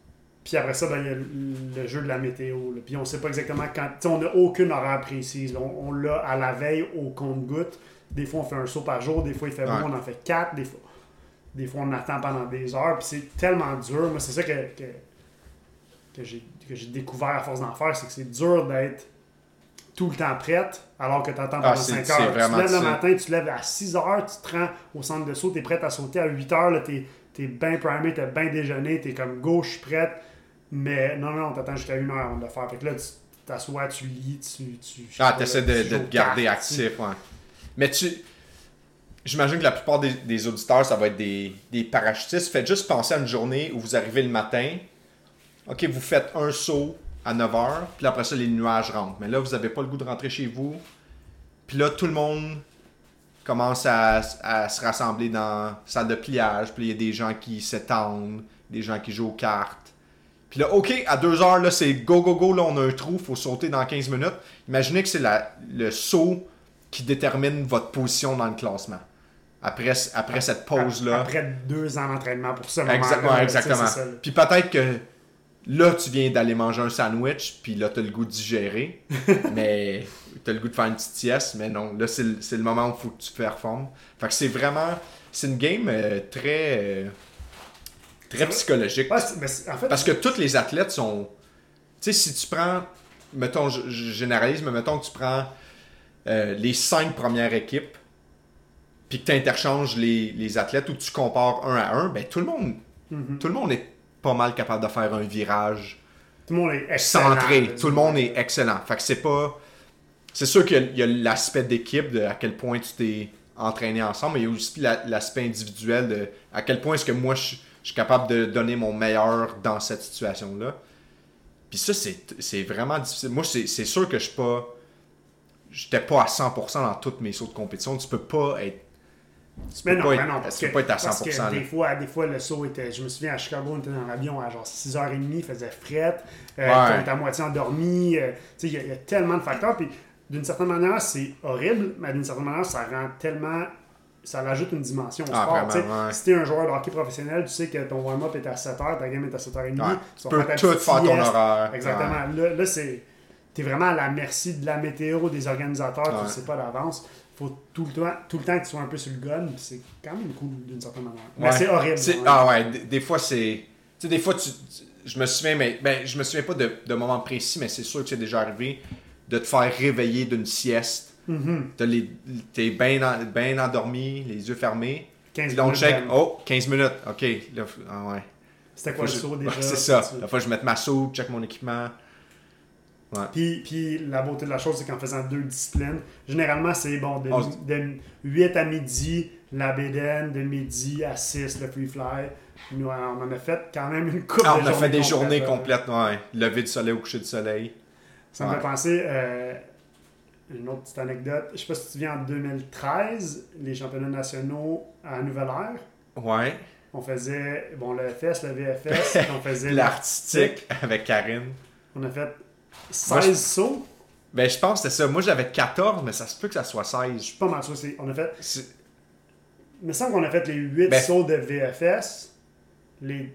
[SPEAKER 3] Puis après ça, ben, il y a le jeu de la météo. Là. Puis on sait pas exactement quand. T'sais, on n'a aucune horaire précise. Là. On l'a à la veille au compte-gouttes. Des fois, on fait un saut par jour. Des fois, il fait beau, on en fait 4. Des fois, on attend pendant des heures. Puis c'est tellement dur. Moi, c'est ça que j'ai découvert à force d'en faire. C'est que c'est dur d'être tout le temps prête alors que tu attends pendant 5 heures. Tu te lèves le matin, tu te lèves à 6 heures, tu te rends au centre de saut, tu es prête à sauter à 8 heures. Tu es bien primé, tu as bien déjeuné, tu es comme go, je suis prête. Mais non, on t'attend jusqu'à 1 heure avant de le faire. Fait que là, tu t'assois, tu lis, tu
[SPEAKER 2] essaies de te garder actif, ouais. Mais j'imagine que la plupart des auditeurs, ça va être des parachutistes. Faites juste penser à une journée où vous arrivez le matin. OK, vous faites un saut à 9h, puis après ça, les nuages rentrent. Mais là, vous n'avez pas le goût de rentrer chez vous. Puis là, tout le monde commence à se rassembler dans la salle de pliage. Puis il y a des gens qui s'étendent, des gens qui jouent aux cartes. Puis là, OK, à 2h, là, c'est go, là, on a un trou, il faut sauter dans 15 minutes. Imaginez que c'est le saut qui détermine votre position dans le classement. Après cette pause-là.
[SPEAKER 3] Après 2 ans d'entraînement pour ça.
[SPEAKER 2] Exactement. Puis peut-être que là, tu viens d'aller manger un sandwich, puis là, tu as le goût de digérer. Mais tu as le goût de faire une petite sieste. Mais non, là, c'est le moment où il faut que tu performes. Fait que c'est une game très psychologique.
[SPEAKER 3] Ouais, en fait,
[SPEAKER 2] parce que tous les athlètes sont... Tu sais, si tu prends... Mettons, je généralise, mais mettons que tu prends les 5 premières équipes, puis que tu interchanges les athlètes ou que tu compares 1 à 1, ben tout le monde est pas mal capable de faire un virage
[SPEAKER 3] tout le monde est excellent,
[SPEAKER 2] centré. Tout le monde est excellent. Fait que c'est pas... C'est sûr qu'il y a l'aspect d'équipe, de à quel point tu t'es entraîné ensemble, mais il y a aussi l'aspect individuel de à quel point est-ce que moi je suis capable de donner mon meilleur dans cette situation-là. Puis ça, c'est vraiment difficile. Moi, c'est sûr que j'étais pas à 100% dans tous mes sauts de compétition. Tu peux pas être... Tu peux pas être à 100%. Parce que
[SPEAKER 3] des fois, le saut était... Je me souviens, à Chicago, on était dans l'avion à genre 6h30, il faisait fret. On était à moitié endormi. Il y a tellement de facteurs. Puis d'une certaine manière, c'est horrible, mais d'une certaine manière, ça rend tellement... Ça rajoute une dimension au sport.
[SPEAKER 2] Vraiment,
[SPEAKER 3] si tu es un joueur de hockey professionnel, tu sais que ton warm-up est à 7h, ta game est à 7h30.
[SPEAKER 2] Tu peux tout faire ton horaire.
[SPEAKER 3] Exactement. Là, tu es vraiment à la merci de la météo, des organisateurs, tu ne sais pas d'avance. Il faut tout le temps que tu sois un peu sur le gun. C'est quand même cool d'une certaine manière. Mais c'est horrible.
[SPEAKER 2] Des fois, c'est... Tu sais, des fois, je me souviens, je me souviens pas de moments précis, mais c'est sûr que c'est déjà arrivé de te faire réveiller d'une sieste. T'es bien endormi, les yeux fermés.
[SPEAKER 3] 15
[SPEAKER 2] puis on
[SPEAKER 3] minutes.
[SPEAKER 2] check, 15 minutes. OK. Là, ouais.
[SPEAKER 3] C'était quoi le saut déjà?
[SPEAKER 2] C'est ça. La fois, je mette ma saut, check mon équipement. Ouais.
[SPEAKER 3] Puis la beauté de la chose, c'est qu'en faisant 2 disciplines, généralement, c'est bon, de 8 à midi, la bédaine, de midi à 6, le free fly. Nous, on en a fait quand même une couple de journées.
[SPEAKER 2] On a fait des journées complètes, ouais. Lever du soleil au coucher du soleil.
[SPEAKER 3] Ça me fait penser... une autre petite anecdote. Je sais pas si tu te souviens, en 2013, les championnats nationaux à Nouvelle-Ère.
[SPEAKER 2] Ouais.
[SPEAKER 3] On faisait, le FS, le VFS, on faisait
[SPEAKER 2] l'artistique avec Karine.
[SPEAKER 3] On a fait 16 sauts.
[SPEAKER 2] Ben, je pense que c'était ça. Moi, j'avais 14, mais ça se peut que ça soit 16.
[SPEAKER 3] Je suis pas mal sûr. On a fait... Il me semble qu'on a fait les 8 sauts de VFS. Les...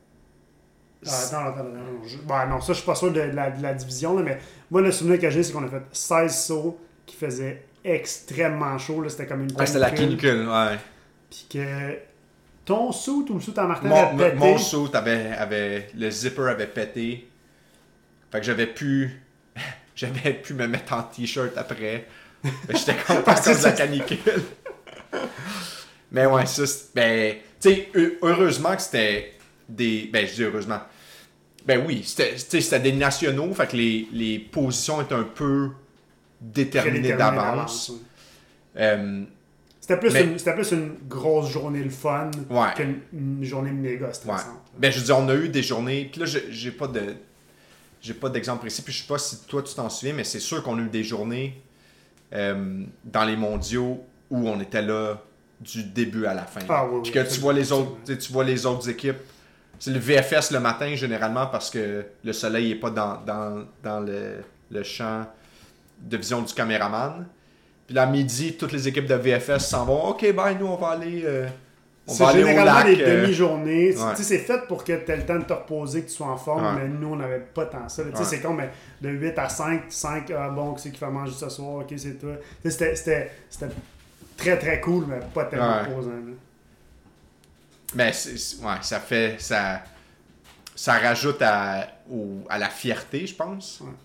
[SPEAKER 3] non, ça, je suis pas sûr de la division, là, mais moi, le souvenir que j'ai, c'est qu'on a fait 16 sauts qui faisaient extrêmement chaud. Là, c'était comme une
[SPEAKER 2] c'était la canicule, ouais.
[SPEAKER 3] Puis que ton saut ou le saut à Martin avait pété.
[SPEAKER 2] Mon saut le zipper avait pété. Fait que j'avais pu me mettre en t-shirt après. J'étais content de la canicule. Mais ouais, ça, tu sais, heureusement que c'était je dis heureusement. Ben oui, c'était des nationaux, fait que les positions étaient un peu déterminées d'avance.
[SPEAKER 3] C'était plus une grosse journée le fun qu'une journée méga stressante.
[SPEAKER 2] Ouais. Ben je veux dire, on a eu des journées, puis là j'ai pas d'exemple précis, puis je sais pas si toi tu t'en souviens, mais c'est sûr qu'on a eu des journées dans les mondiaux où on était là du début à la fin. Puis que tu vois les autres équipes. C'est le VFS le matin, généralement, parce que le soleil n'est pas dans le champ de vision du caméraman. Puis là, à midi, toutes les équipes de VFS s'en vont. OK, nous, on va aller va aller au
[SPEAKER 3] généralement
[SPEAKER 2] lac.
[SPEAKER 3] des demi-journées.
[SPEAKER 2] Ouais.
[SPEAKER 3] Tu sais, c'est fait pour que tu aies le temps de te reposer, que tu sois en forme,
[SPEAKER 2] Ouais.
[SPEAKER 3] mais nous, on n'avait pas tant ça. Tu sais,
[SPEAKER 2] Ouais.
[SPEAKER 3] c'est con, mais de 8 à 5, ah bon, qui c'est qui fait manger ce soir, ok, c'est toi. Tu sais, c'était très très cool, mais pas tellement
[SPEAKER 2] Ouais.
[SPEAKER 3] reposant. Là.
[SPEAKER 2] Mais ça fait. Ça rajoute à la fierté, je pense.
[SPEAKER 3] Ouais.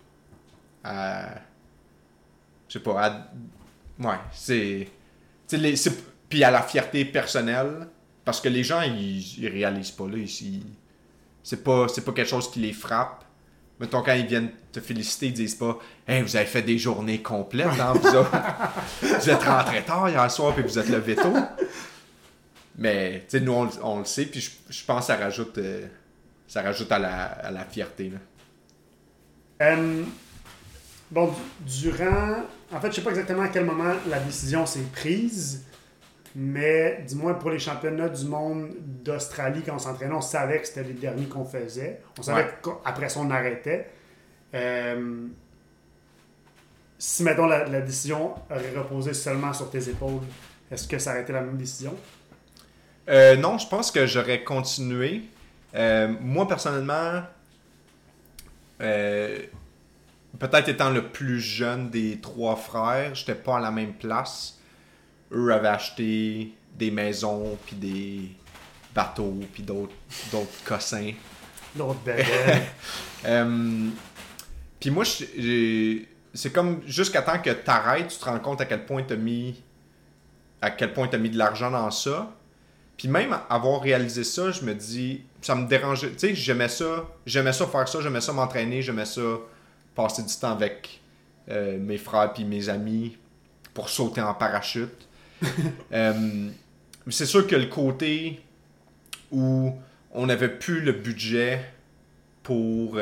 [SPEAKER 2] Je sais pas. Ouais, c'est. Tu sais, puis à la fierté personnelle, parce que les gens, ils réalisent pas, là. C'est pas quelque chose qui les frappe. Mettons, quand ils viennent te féliciter, ils disent pas « Hey, vous avez fait des journées complètes, hein, vous autres. Vous êtes rentrés tard hier soir, puis vous êtes levés tôt. » Mais, tu sais, nous, on le sait, puis je pense que ça rajoute à la fierté, là.
[SPEAKER 3] Bon, durant... En fait, je sais pas exactement à quel moment la décision s'est prise, mais dis-moi, pour les championnats du monde d'Australie, quand on s'entraînait, on savait que c'était les derniers qu'on faisait. On savait qu'après ça, on arrêtait. Si, mettons, la décision aurait reposé seulement sur tes épaules, est-ce que ça aurait été la même décision?
[SPEAKER 2] Non, je pense que j'aurais continué. Moi, personnellement, peut-être étant le plus jeune des 3 frères, j'étais pas à la même place. Eux avaient acheté des maisons, puis des bateaux, puis d'autres cossins.
[SPEAKER 3] D'autres bébés.
[SPEAKER 2] Puis moi, c'est comme jusqu'à temps que t'arrêtes, tu te rends compte à quel point t'as mis de l'argent dans ça. Puis même avoir réalisé ça, je me dis, ça me dérangeait. Tu sais, j'aimais ça faire ça, j'aimais ça m'entraîner, j'aimais ça passer du temps avec mes frères puis mes amis pour sauter en parachute. C'est sûr que le côté où on n'avait plus le budget pour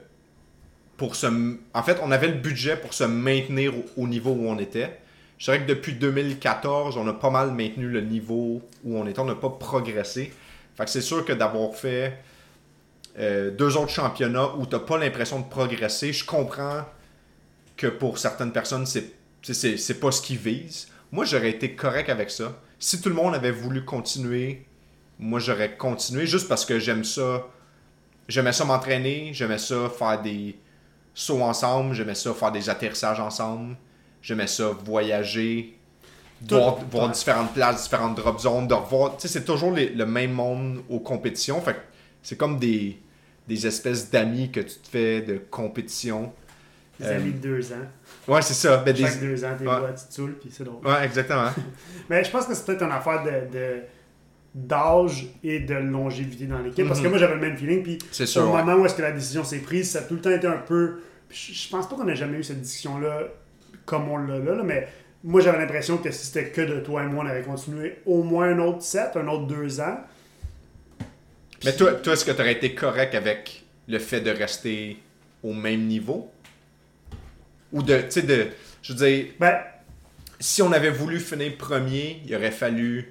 [SPEAKER 2] en fait, on avait le budget pour se maintenir au niveau où on était. Je dirais que depuis 2014, on a pas mal maintenu le niveau où on était. On n'a pas progressé. Fait que c'est sûr que d'avoir fait 2 autres championnats où tu n'as pas l'impression de progresser, je comprends que pour certaines personnes, c'est pas ce qu'ils visent. Moi, j'aurais été correct avec ça. Si tout le monde avait voulu continuer, moi, j'aurais continué juste parce que j'aime ça. J'aimais ça m'entraîner, j'aimais ça faire des sauts ensemble, j'aimais ça faire des atterrissages ensemble, j'aimais ça voyager, voir différentes places, différentes drop zones, de revoir. Tu sais, c'est toujours le même monde aux compétitions. Fait que c'est comme des espèces d'amis que tu te fais de compétition.
[SPEAKER 3] Des amis de 2 ans.
[SPEAKER 2] Ouais, c'est ça. Ben,
[SPEAKER 3] Chaque 2 ans, t'es là, tu te saoules, puis c'est drôle.
[SPEAKER 2] Ouais, exactement.
[SPEAKER 3] Mais je pense que c'est peut-être une affaire d'âge et de longévité dans l'équipe. Parce que moi, j'avais le même feeling. Puis
[SPEAKER 2] C'est
[SPEAKER 3] au
[SPEAKER 2] sûr,
[SPEAKER 3] moment où est-ce que la décision s'est prise, ça a tout le temps été un peu... Je pense pas qu'on ait jamais eu cette discussion-là comme on l'a là, mais moi, j'avais l'impression que si c'était que de toi et moi, on avait continué au moins un autre 7, un autre 2 ans.
[SPEAKER 2] Mais toi, est-ce que tu aurais été correct avec le fait de rester au même niveau? Ou tu sais, je veux dire, si on avait voulu finir premier, il aurait fallu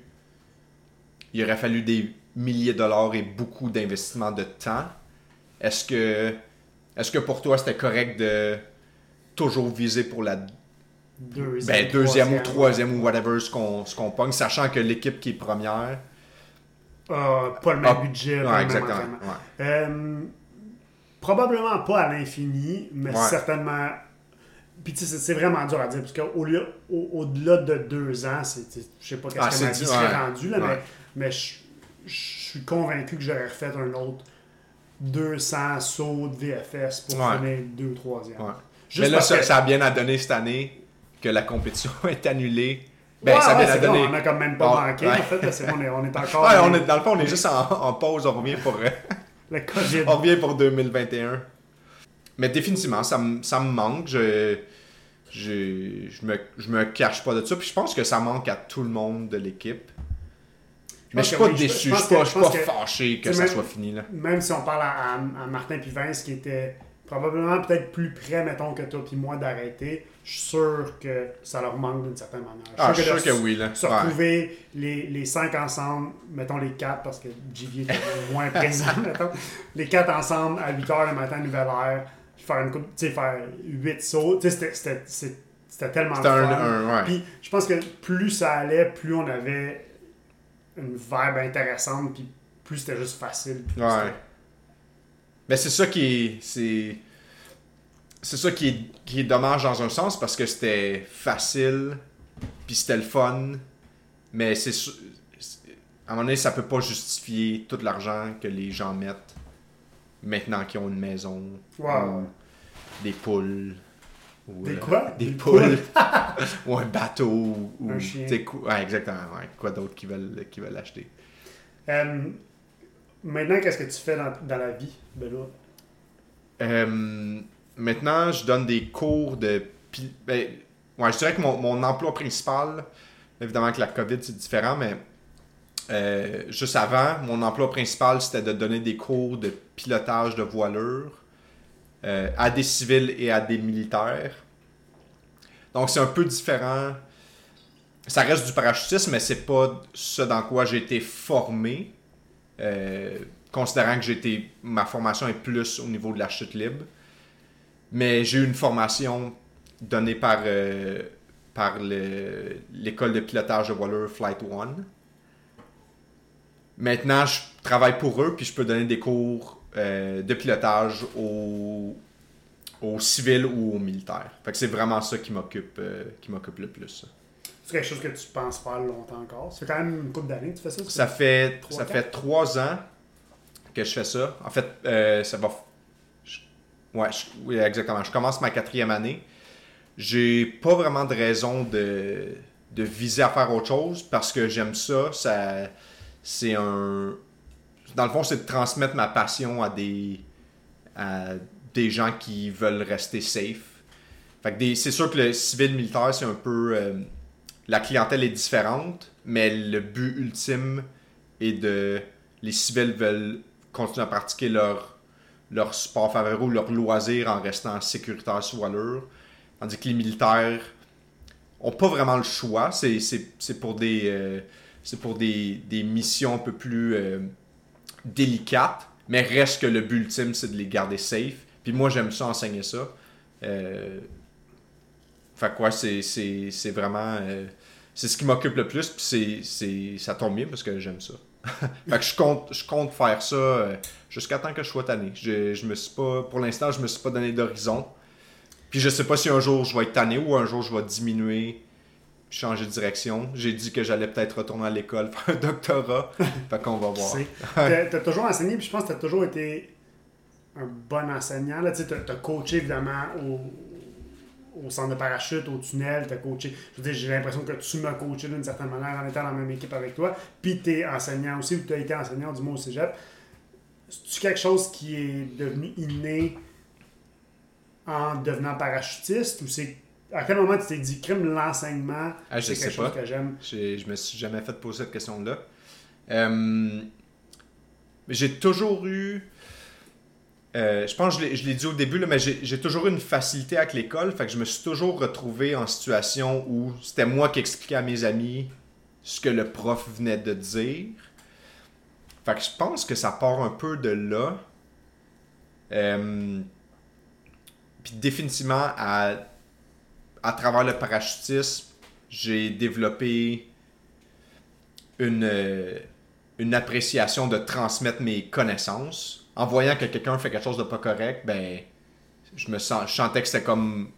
[SPEAKER 2] des milliers de dollars et beaucoup d'investissement de temps. Est-ce que pour toi, c'était correct de toujours viser pour la deuxième ou troisième ou whatever ce qu'on pogne, sachant que l'équipe qui est première...
[SPEAKER 3] pas le même budget, pas le même entraînement. Probablement pas à l'infini, mais certainement... Puis tu sais, c'est vraiment dur à dire, parce qu'au-delà de 2 ans, je sais pas qu'est-ce que ma vie serait rendue, là, mais je suis convaincu que j'aurais refait un autre 200 sauts de VFS pour finir 2 3e.
[SPEAKER 2] Mais là, ça a bien à donner cette année que la compétition est annulée. Ça a bien à donner.
[SPEAKER 3] On a quand même pas manqué, en fait. Là, on est encore...
[SPEAKER 2] dans le fond, on est juste en pause. On revient pour...
[SPEAKER 3] le COVID.
[SPEAKER 2] On revient pour 2021. Mais définitivement, ça me manque. Je me cache pas de ça. Puis je pense que ça manque à tout le monde de l'équipe. Mais je suis pas déçu. Je suis pas fâché que ça soit fini. Là.
[SPEAKER 3] Même si on parle à Martin puis Vince, qui était probablement peut-être plus près, mettons, que toi puis moi d'arrêter, je suis sûr que ça leur manque d'une certaine manière.
[SPEAKER 2] Je suis sûr que oui. Là.
[SPEAKER 3] Se retrouver les 5 ensemble, mettons les 4, parce que JV était moins présent, mettons. Les 4 ensemble à 8h le matin, nouvelle heure, faire 8 sauts, c'était tellement fun. Puis je pense que plus ça allait, plus on avait une vibe intéressante, puis plus c'était juste facile.
[SPEAKER 2] Ouais. Mais c'est ça qui est... C'est ça qui est dommage dans un sens, parce que c'était facile, puis c'était le fun, mais à un moment donné, ça peut pas justifier tout l'argent que les gens mettent maintenant qu'ils ont une maison,
[SPEAKER 3] Wow.
[SPEAKER 2] ou des poules, ou
[SPEAKER 3] Des quoi?
[SPEAKER 2] des poules, ou un bateau, ou
[SPEAKER 3] Un chien.
[SPEAKER 2] Ouais, exactement, ouais. Quoi d'autre qu'ils veulent l'acheter.
[SPEAKER 3] Maintenant, qu'est-ce que tu fais dans la vie, Benoît?
[SPEAKER 2] Maintenant, je donne des cours de... ouais, je dirais que mon emploi principal, évidemment que la COVID, c'est différent, mais juste avant, mon emploi principal, c'était de donner des cours de pilotage de voilure à des civils et à des militaires. Donc, c'est un peu différent. Ça reste du parachutisme, mais c'est pas ce dans quoi j'ai été formé. Considérant que ma formation est plus au niveau de la chute libre. Mais j'ai eu une formation donnée par l'école de pilotage de voilure Flight One. Maintenant, je travaille pour eux, puis je peux donner des cours de pilotage aux civils ou aux militaires. Fait que c'est vraiment ça qui m'occupe le plus.
[SPEAKER 3] C'est quelque chose que tu penses faire longtemps encore? Ça fait quand même une couple d'années que tu fais ça?
[SPEAKER 2] Ça fait 3 ans que je fais ça. En fait, ça va... Oui, exactement. Je commence ma 4e année. J'ai pas vraiment de raison de viser à faire autre chose parce que j'aime ça. C'est un... Dans le fond, c'est de transmettre ma passion à des gens qui veulent rester safe. Fait que c'est sûr que le civil militaire, c'est un peu... la clientèle est différente, mais le but ultime est de... Les civils veulent continuer à pratiquer leur sport favori ou leur loisir en restant sécuritaire sur voilure. Tandis que les militaires n'ont pas vraiment le choix. C'est pour des missions un peu plus délicates, mais reste que le but ultime, c'est de les garder safe. Puis moi, j'aime ça, enseigner ça. Fait que ouais, c'est vraiment... c'est ce qui m'occupe le plus, puis ça tombe bien parce que j'aime ça. Fait que je compte faire ça jusqu'à temps que je sois tanné. Pour l'instant, je me suis pas donné d'horizon. Puis je sais pas si un jour je vais être tanné ou un jour je vais diminuer, changer de direction. J'ai dit que j'allais peut-être retourner à l'école, faire un doctorat. Fait qu'on va voir.
[SPEAKER 3] T'as toujours enseigné, puis je pense que t'as toujours été un bon enseignant. Tu sais, t'as coaché évidemment au centre de parachute, au tunnel, t'as coaché. Je veux dire, j'ai l'impression que tu m'as coaché d'une certaine manière en étant dans la même équipe avec toi. Puis t'es enseignant aussi, ou t'as été enseignant du moins au cégep. C'est-tu quelque chose qui est devenu inné en devenant parachutiste, ou c'est... À quel moment tu t'es dit, crime, l'enseignement, c'est quelque chose que j'aime?
[SPEAKER 2] Je me suis jamais fait poser cette question-là. J'ai toujours eu... je pense que je l'ai dit au début, là, mais j'ai toujours eu une facilité avec l'école. Fait que je me suis toujours retrouvé en situation où c'était moi qui expliquais à mes amis ce que le prof venait de dire. Fait que je pense que ça part un peu de là. Puis définitivement, à travers le parachutisme, j'ai développé une appréciation de transmettre mes connaissances. En voyant que quelqu'un fait quelque chose de pas correct, ben je sentais que c'était comme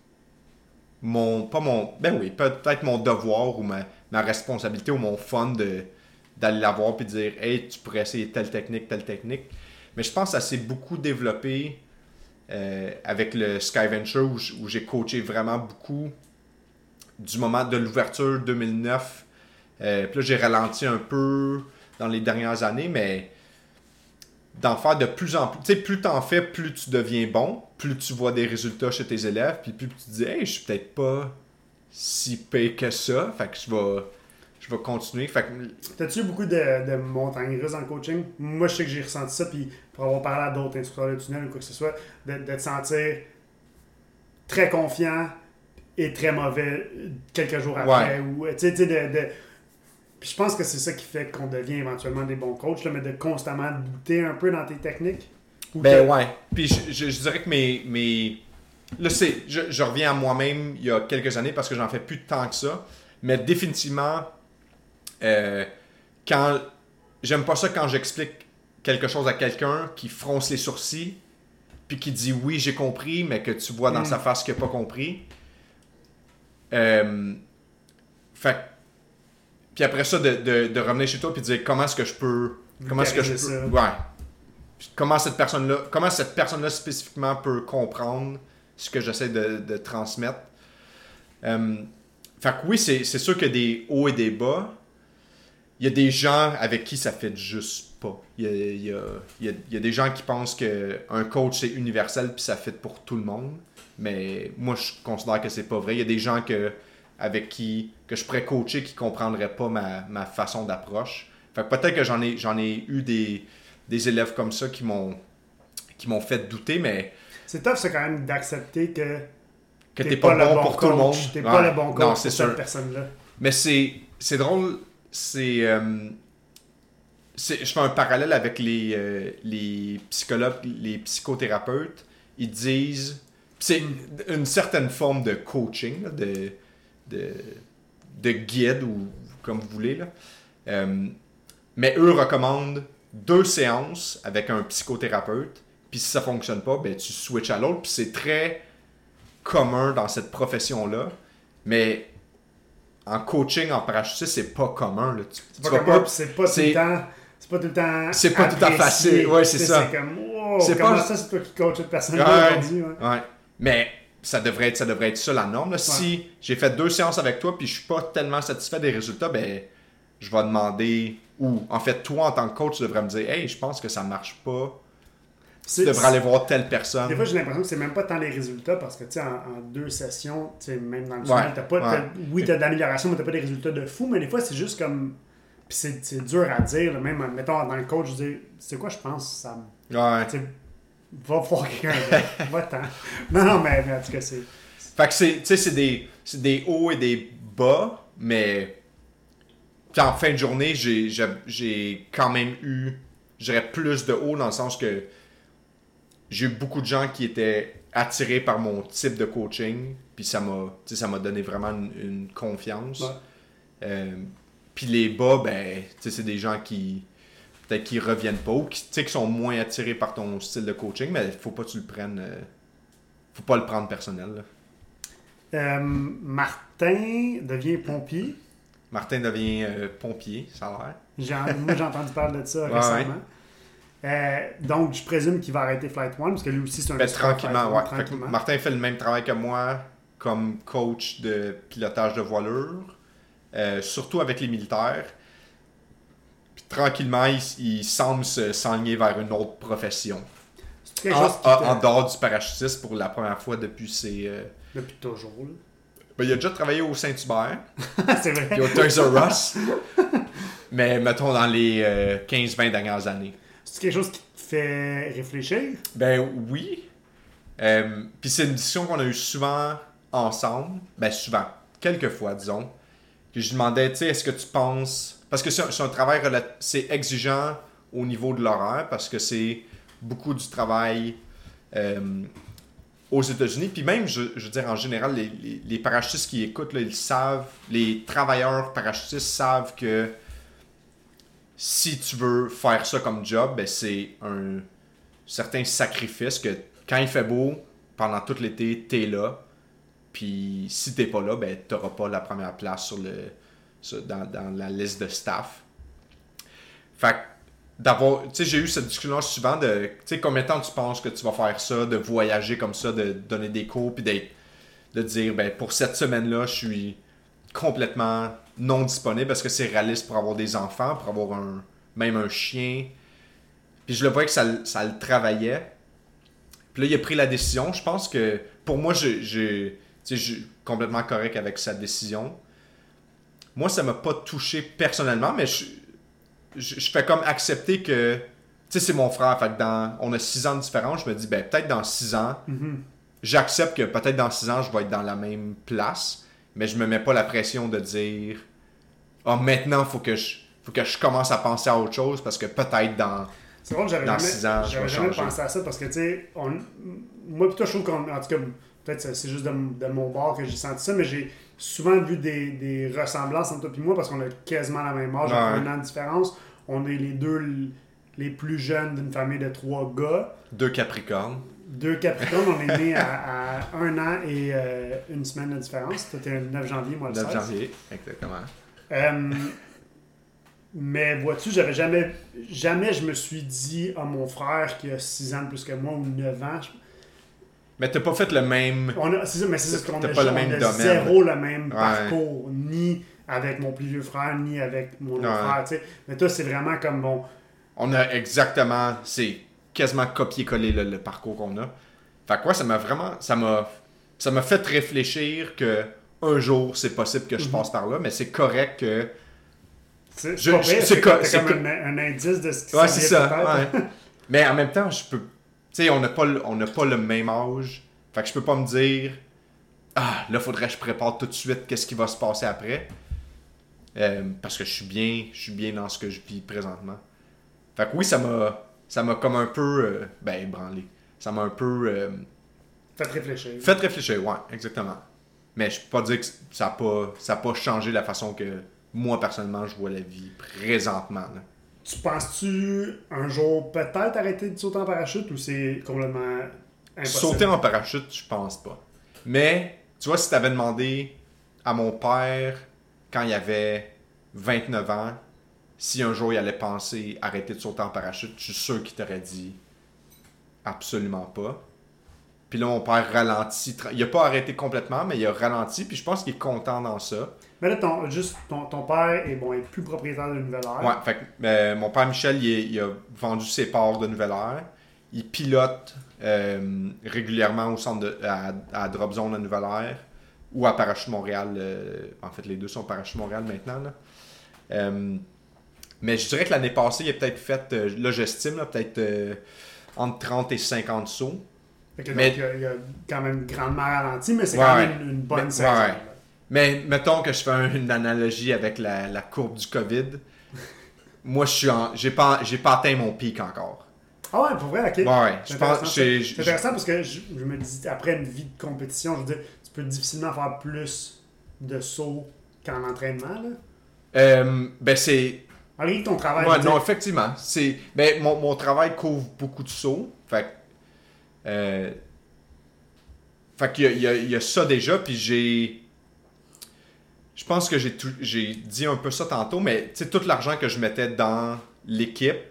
[SPEAKER 2] peut-être mon devoir ou ma responsabilité ou mon fun d'aller la voir puis de dire hey, tu pourrais essayer telle technique. Mais je pense que ça s'est beaucoup développé avec le Skyventure où j'ai coaché vraiment beaucoup du moment de l'ouverture 2009. Puis là, j'ai ralenti un peu dans les dernières années, mais d'en faire de plus en plus. Tu sais, plus t'en fais, plus tu deviens bon, plus tu vois des résultats chez tes élèves, puis plus tu te dis, hey, je suis peut-être pas si payé que ça, fait que je vais continuer. Fait que...
[SPEAKER 3] T'as-tu eu beaucoup de montagnes russes en coaching? Moi, je sais que j'ai ressenti ça, puis pour avoir parlé à d'autres instructeurs de tunnel ou quoi que ce soit, de te sentir très confiant et très mauvais quelques jours après.
[SPEAKER 2] Ouais.
[SPEAKER 3] Ou, Puis je pense que c'est ça qui fait qu'on devient éventuellement des bons coachs, là, mais de constamment douter un peu dans tes techniques.
[SPEAKER 2] Ouais. Puis je dirais que mes... Là, je reviens à moi-même il y a quelques années parce que j'en fais plus tant que ça. Mais définitivement, quand j'aime pas ça quand j'explique quelque chose à quelqu'un qui fronce les sourcils puis qui dit oui, j'ai compris, mais que tu vois dans sa face qu'il n'a pas compris. Puis après ça, de revenir chez toi puis de dire comment est-ce que je peux. Ouais. Comment cette personne-là spécifiquement peut comprendre ce que j'essaie de transmettre. Fait que oui, c'est sûr qu'il y a des hauts et des bas. Il y a des gens avec qui ça fait juste pas. Il y a des gens qui pensent qu'un coach c'est universel puis ça fait pour tout le monde. Mais moi, je considère que c'est pas vrai. Il y a des gens que je pourrais coacher qui comprendraient pas ma façon d'approche. Fait que peut-être que j'en ai eu des élèves comme ça qui m'ont fait douter, mais...
[SPEAKER 3] C'est tough, ça, quand même, d'accepter que
[SPEAKER 2] t'es pas bon pour tout le monde.
[SPEAKER 3] T'es pas le bon coach pour cette personne-là.
[SPEAKER 2] Mais c'est drôle, je fais un parallèle avec les psychologues, les psychothérapeutes. Ils disent... C'est une certaine forme de coaching, là, de guide, ou comme vous voulez, là. Mais eux recommandent 2 séances avec un psychothérapeute, puis si ça fonctionne pas, ben tu switches à l'autre, puis c'est très commun dans cette profession-là, mais en coaching, en parachutisme, c'est pas commun, là.
[SPEAKER 3] C'est pas commun, puis c'est pas tout le temps
[SPEAKER 2] c'est pas tout le temps facile, ouais, c'est ça.
[SPEAKER 3] C'est comme, wow,
[SPEAKER 2] c'est
[SPEAKER 3] comment
[SPEAKER 2] pas...
[SPEAKER 3] ça, c'est toi qui coach cette personne-là aujourd'hui,
[SPEAKER 2] ouais. Mais ça devrait être ça la norme, là. Ouais. Si j'ai fait 2 séances avec toi, puis je suis pas tellement satisfait des résultats, ben je vais demander... Ou, en fait, toi, en tant que coach, tu devrais me dire « Hey, je pense que ça marche pas. Tu devrais aller voir telle personne. »
[SPEAKER 3] Des fois, j'ai l'impression que c'est même pas tant les résultats, parce que, tu sais, en 2 sessions, tu sais, même dans le final, t'as pas... Oui, t'as de l'amélioration, mais t'as pas des résultats de fou, mais des fois, c'est juste comme... Puis c'est dur à dire, là, même, mettons, en tant que coach, je dis « C'est quoi, je pense, ça me... »
[SPEAKER 2] Ouais.
[SPEAKER 3] Va voir quelqu'un, va-t'en. Non, mais en tout cas, c'est...
[SPEAKER 2] Fait que c'est des hauts et des bas, mais... Puis en fin de journée, j'ai quand même eu, je dirais, plus de hauts dans le sens que j'ai eu beaucoup de gens qui étaient attirés par mon type de coaching, puis ça m'a donné vraiment une confiance. Ouais. Puis les bas, ben, c'est des gens qui peut-être qui reviennent pas ou qui sont moins attirés par ton style de coaching, mais faut pas que tu le prennes, faut pas le prendre personnel.
[SPEAKER 3] Martin devient pompier.
[SPEAKER 2] Martin devient pompier, ça a l'air.
[SPEAKER 3] Moi, j'ai entendu parler de ça récemment. Ouais. Donc, je présume qu'il va arrêter Flight One, parce que lui aussi, c'est un
[SPEAKER 2] tranquillement, ouais. Tranquillement. Martin fait le même travail que moi comme coach de pilotage de voilure, surtout avec les militaires. Puis tranquillement, il semble s'enligner vers une autre profession. En dehors du parachutisme pour la première fois depuis ses...
[SPEAKER 3] Depuis toujours, là.
[SPEAKER 2] Ben, il a déjà travaillé au Saint-Hubert.
[SPEAKER 3] C'est vrai.
[SPEAKER 2] Puis au Toys R Us. Mais mettons dans les 15-20 dernières années.
[SPEAKER 3] C'est quelque chose qui te fait réfléchir?
[SPEAKER 2] Ben oui. Puis c'est une discussion qu'on a eue souvent ensemble. Ben souvent. Quelques fois, disons. Que je demandais, tu sais, est-ce que tu penses... Parce que c'est un travail c'est exigeant au niveau de l'horaire, parce que c'est beaucoup du travail... aux États-Unis, puis même, je veux dire, en général, les parachutistes qui écoutent, là, ils savent, les travailleurs parachutistes savent que si tu veux faire ça comme job, ben c'est un certain sacrifice que quand il fait beau, pendant tout l'été, t'es là, puis si t'es pas là, ben t'auras pas la première place dans la liste de staff. Fait que j'ai eu cette discussion-là souvent de, tu sais, combien de temps tu penses que tu vas faire ça, de voyager comme ça, de donner des cours, puis de dire, ben, pour cette semaine-là, je suis complètement non disponible parce que c'est réaliste pour avoir des enfants, pour avoir même un chien. Puis je le voyais que ça le travaillait. Puis là, il a pris la décision. Je pense que, pour moi, je suis complètement correct avec sa décision. Moi, ça m'a pas touché personnellement, mais je fais comme accepter que, tu sais, c'est mon frère, fait que on a 6 ans de différence, je me dis, ben, peut-être dans 6 ans, j'accepte que peut-être dans 6 ans, je vais être dans la même place, mais je me mets pas la pression de dire, maintenant, faut que je commence à penser à autre chose, parce que peut-être dans 6 ans, je vais changer.
[SPEAKER 3] J'avais jamais pensé à ça, parce que, tu sais, moi pis toi, je trouve qu'en tout cas, peut-être que c'est juste de mon bord que j'ai senti ça, mais j'ai souvent vu des ressemblances entre toi et moi parce qu'on a quasiment la même âge, un an de différence. On est les deux les plus jeunes d'une famille de 3 gars.
[SPEAKER 2] 2 Capricornes.
[SPEAKER 3] 2 Capricornes, on est nés à 1 an et 1 semaine de différence. Toi, t'es le 9 janvier, moi le 16.
[SPEAKER 2] 9 janvier, exactement.
[SPEAKER 3] Mais vois-tu, j'avais jamais je me suis dit à mon frère qui a 6 ans de plus que moi ou 9 ans.
[SPEAKER 2] Mais t'as pas fait le même.
[SPEAKER 3] C'est ça, mais c'est ce qu'on a,
[SPEAKER 2] pas le même domaine.
[SPEAKER 3] Zéro le même parcours, ni avec mon plus vieux frère, ni avec mon autre frère. T'sais. Mais toi, c'est vraiment comme bon.
[SPEAKER 2] On a exactement. C'est quasiment copier-coller le parcours qu'on a. Fait quoi, ça m'a fait réfléchir que un jour, c'est possible que je passe par là, mais c'est correct que.
[SPEAKER 3] C'est comme un indice de ce qui
[SPEAKER 2] c'est ça. Ouais. Mais en même temps, je peux. Tu sais, on n'a pas le même âge. Fait que je peux pas me dire là, faudrait que je prépare tout de suite qu'est-ce qui va se passer après. Parce que je suis bien dans ce que je vis présentement. Fait que oui, ça m'a comme un peu ébranlé. Ça m'a un peu
[SPEAKER 3] Fait
[SPEAKER 2] réfléchir, ouais, exactement. Mais je peux pas dire que ça a pas changé la façon que moi, personnellement, je vois la vie présentement. Là.
[SPEAKER 3] Tu penses-tu un jour peut-être arrêter de sauter en parachute ou c'est complètement impossible?
[SPEAKER 2] Sauter en parachute, je pense pas. Mais, tu vois, si t'avais demandé à mon père, quand il avait 29 ans, si un jour il allait penser arrêter de sauter en parachute, je suis sûr qu'il t'aurait dit absolument pas. Puis là, mon père ralentit. Il a pas arrêté complètement, mais il a ralenti. Puis je pense qu'il est content dans ça.
[SPEAKER 3] Mais là, ton père est plus propriétaire de Nouvelle Air.
[SPEAKER 2] Ouais, fait que mon père Michel, il a vendu ses parts de Nouvelle Air. Il pilote régulièrement au centre à Drop Zone à Nouvelle Air ou à Parachute Montréal. En fait, les deux sont Parachute Montréal maintenant. Là. Mais je dirais que l'année passée, il a peut-être fait, là j'estime, peut-être entre 30 et 50 sauts.
[SPEAKER 3] Mais il a quand même grandement ralenti, mais c'est quand même une bonne saison. Ouais.
[SPEAKER 2] Mais mettons que je fais une analogie avec la courbe du COVID. Moi, j'ai pas atteint mon pic encore.
[SPEAKER 3] Ah ouais, pour vrai, ok.
[SPEAKER 2] Ouais,
[SPEAKER 3] c'est intéressant parce que je me dis, après une vie de compétition, je veux dire, tu peux difficilement faire plus de sauts qu'en entraînement, là.
[SPEAKER 2] C'est...
[SPEAKER 3] Malgré ton travail...
[SPEAKER 2] Ouais, non, effectivement. Mon travail couvre beaucoup de sauts. Fait qu'il y a ça déjà, puis je pense que j'ai dit un peu ça tantôt, mais tu sais, tout l'argent que je mettais dans l'équipe,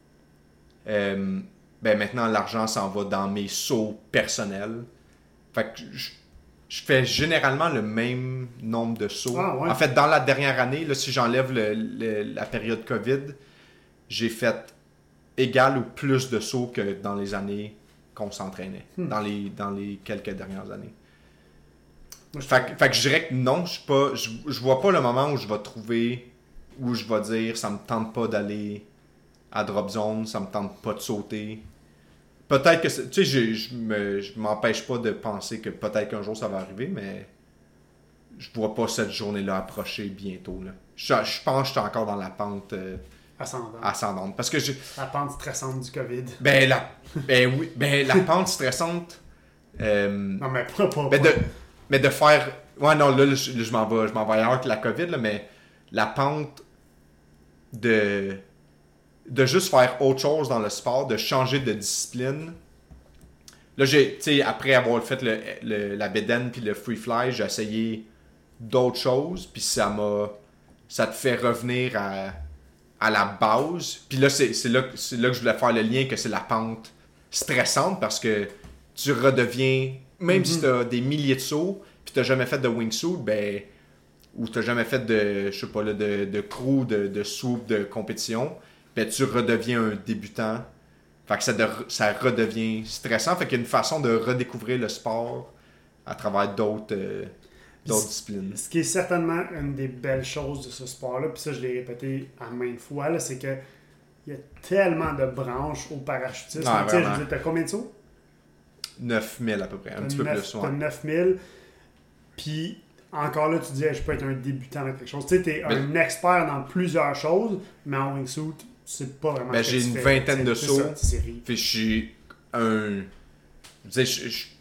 [SPEAKER 2] maintenant l'argent s'en va dans mes sauts personnels. Fait que je fais généralement le même nombre de sauts.
[SPEAKER 3] Ah, ouais.
[SPEAKER 2] En fait, dans la dernière année, là, si j'enlève la période COVID, j'ai fait égal ou plus de sauts que dans les années qu'on s'entraînait, dans les quelques dernières années. Fait que je dirais que non, je vois pas le moment où je vais trouver, où je vais dire ça me tente pas d'aller à Drop Zone, ça me tente pas de sauter. Peut-être que, tu sais, je m'empêche pas de penser que peut-être qu'un jour ça va arriver, mais je vois pas cette journée-là approcher bientôt. Là. Je pense que je suis encore dans la pente ascendante. Parce que
[SPEAKER 3] la pente stressante du COVID.
[SPEAKER 2] La pente stressante.
[SPEAKER 3] Non, mais pas.
[SPEAKER 2] Mais de faire. Ouais, non, là, je m'en vais ailleurs que la COVID, là, mais la pente de juste faire autre chose dans le sport, de changer de discipline. Là, tu sais, après avoir fait la bédaine puis le free fly, j'ai essayé d'autres choses, puis ça te fait revenir à la base. Puis là, c'est là que je voulais faire le lien que c'est la pente stressante parce que tu redeviens, même si tu as des milliers de sauts, puis tu n'as jamais fait de wingsuit, ou tu n'as jamais fait de, je sais pas, là, de crew, de swoop, de compétition, tu redeviens un débutant. Fait que ça redevient stressant. Fait qu'il y a une façon de redécouvrir le sport à travers d'autres disciplines.
[SPEAKER 3] Ce qui est certainement une des belles choses de ce sport-là, puis ça, je l'ai répété à maintes fois, là, c'est que il y a tellement de branches au parachutisme. Tu sais, je veux dire, t'as combien de sauts?
[SPEAKER 2] 9000 à peu près, un petit peu plus.
[SPEAKER 3] T'as 9000. Puis, encore là, tu dis, je peux être un débutant dans quelque chose. Tu sais, t'es un expert dans plusieurs choses, mais en wingsuit, c'est pas vraiment
[SPEAKER 2] j'ai une vingtaine de sauts.
[SPEAKER 3] Puis
[SPEAKER 2] je suis un... Je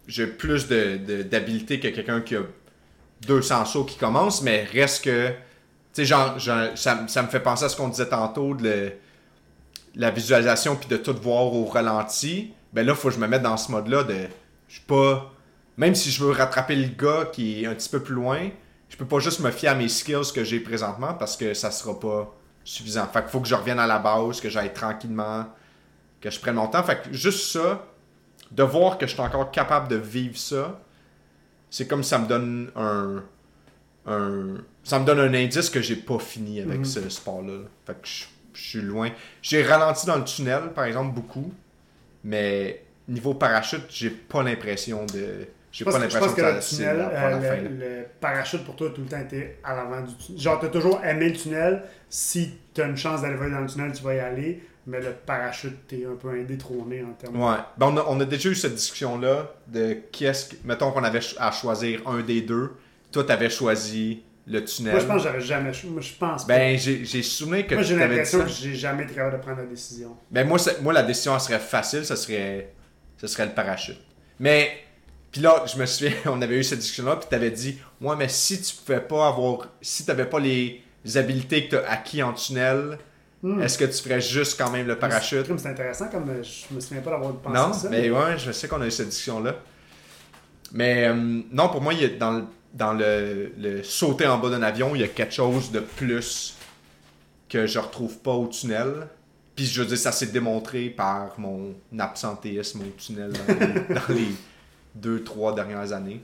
[SPEAKER 2] j'ai plus d'habilité que quelqu'un qui a 200 sauts qui commence, mais reste que, tu sais, ça me fait penser à ce qu'on disait tantôt de la visualisation puis de tout voir au ralenti. Ben là, il faut que je me mette dans ce mode-là de, je suis pas, même si je veux rattraper le gars qui est un petit peu plus loin, je peux pas juste me fier à mes skills que j'ai présentement parce que ça sera pas suffisant. Fait qu'il faut que je revienne à la base, que j'aille tranquillement, que je prenne mon temps. Fait que juste ça, de voir que je suis encore capable de vivre ça, c'est comme ça me donne ça me donne un indice que j'ai pas fini avec ce sport-là. Fait que je suis loin. J'ai ralenti dans le tunnel, par exemple, beaucoup, mais niveau parachute, j'ai pas l'impression de...
[SPEAKER 3] Je pense que le tunnel, le parachute pour toi a tout le temps été à l'avant du tunnel. Genre, t'as toujours aimé le tunnel. Si t'as une chance d'aller dans le tunnel, tu vas y aller. Mais le parachute, t'es un peu indétrôné en termes
[SPEAKER 2] Ouais. Ben, on a déjà eu cette discussion-là de mettons qu'on avait à choisir un des deux. Toi, t'avais choisi le tunnel.
[SPEAKER 3] Moi, je pense que j'avais jamais... Moi, je pense pas.
[SPEAKER 2] Ben, j'ai souvenir que
[SPEAKER 3] moi, j'ai l'impression que j'ai jamais été capable de prendre la décision.
[SPEAKER 2] Ben, moi la décision, elle serait facile. Ce serait le parachute. Mais... Puis là, je me souviens, on avait eu cette discussion-là, puis t'avais dit, ouais, mais si tu pouvais pas avoir, si t'avais pas les habilités que t'as acquis en tunnel, est-ce que tu ferais juste quand même le parachute?
[SPEAKER 3] C'est intéressant, comme je me souviens pas d'avoir pensé
[SPEAKER 2] non,
[SPEAKER 3] ça.
[SPEAKER 2] Mais ouais, je sais qu'on a eu cette discussion-là. Mais non, pour moi, il y a dans le sauter en bas d'un avion, il y a quelque chose de plus que je retrouve pas au tunnel. Puis je veux dire, ça s'est démontré par mon absentéisme au tunnel dans les 2-3 dernières années.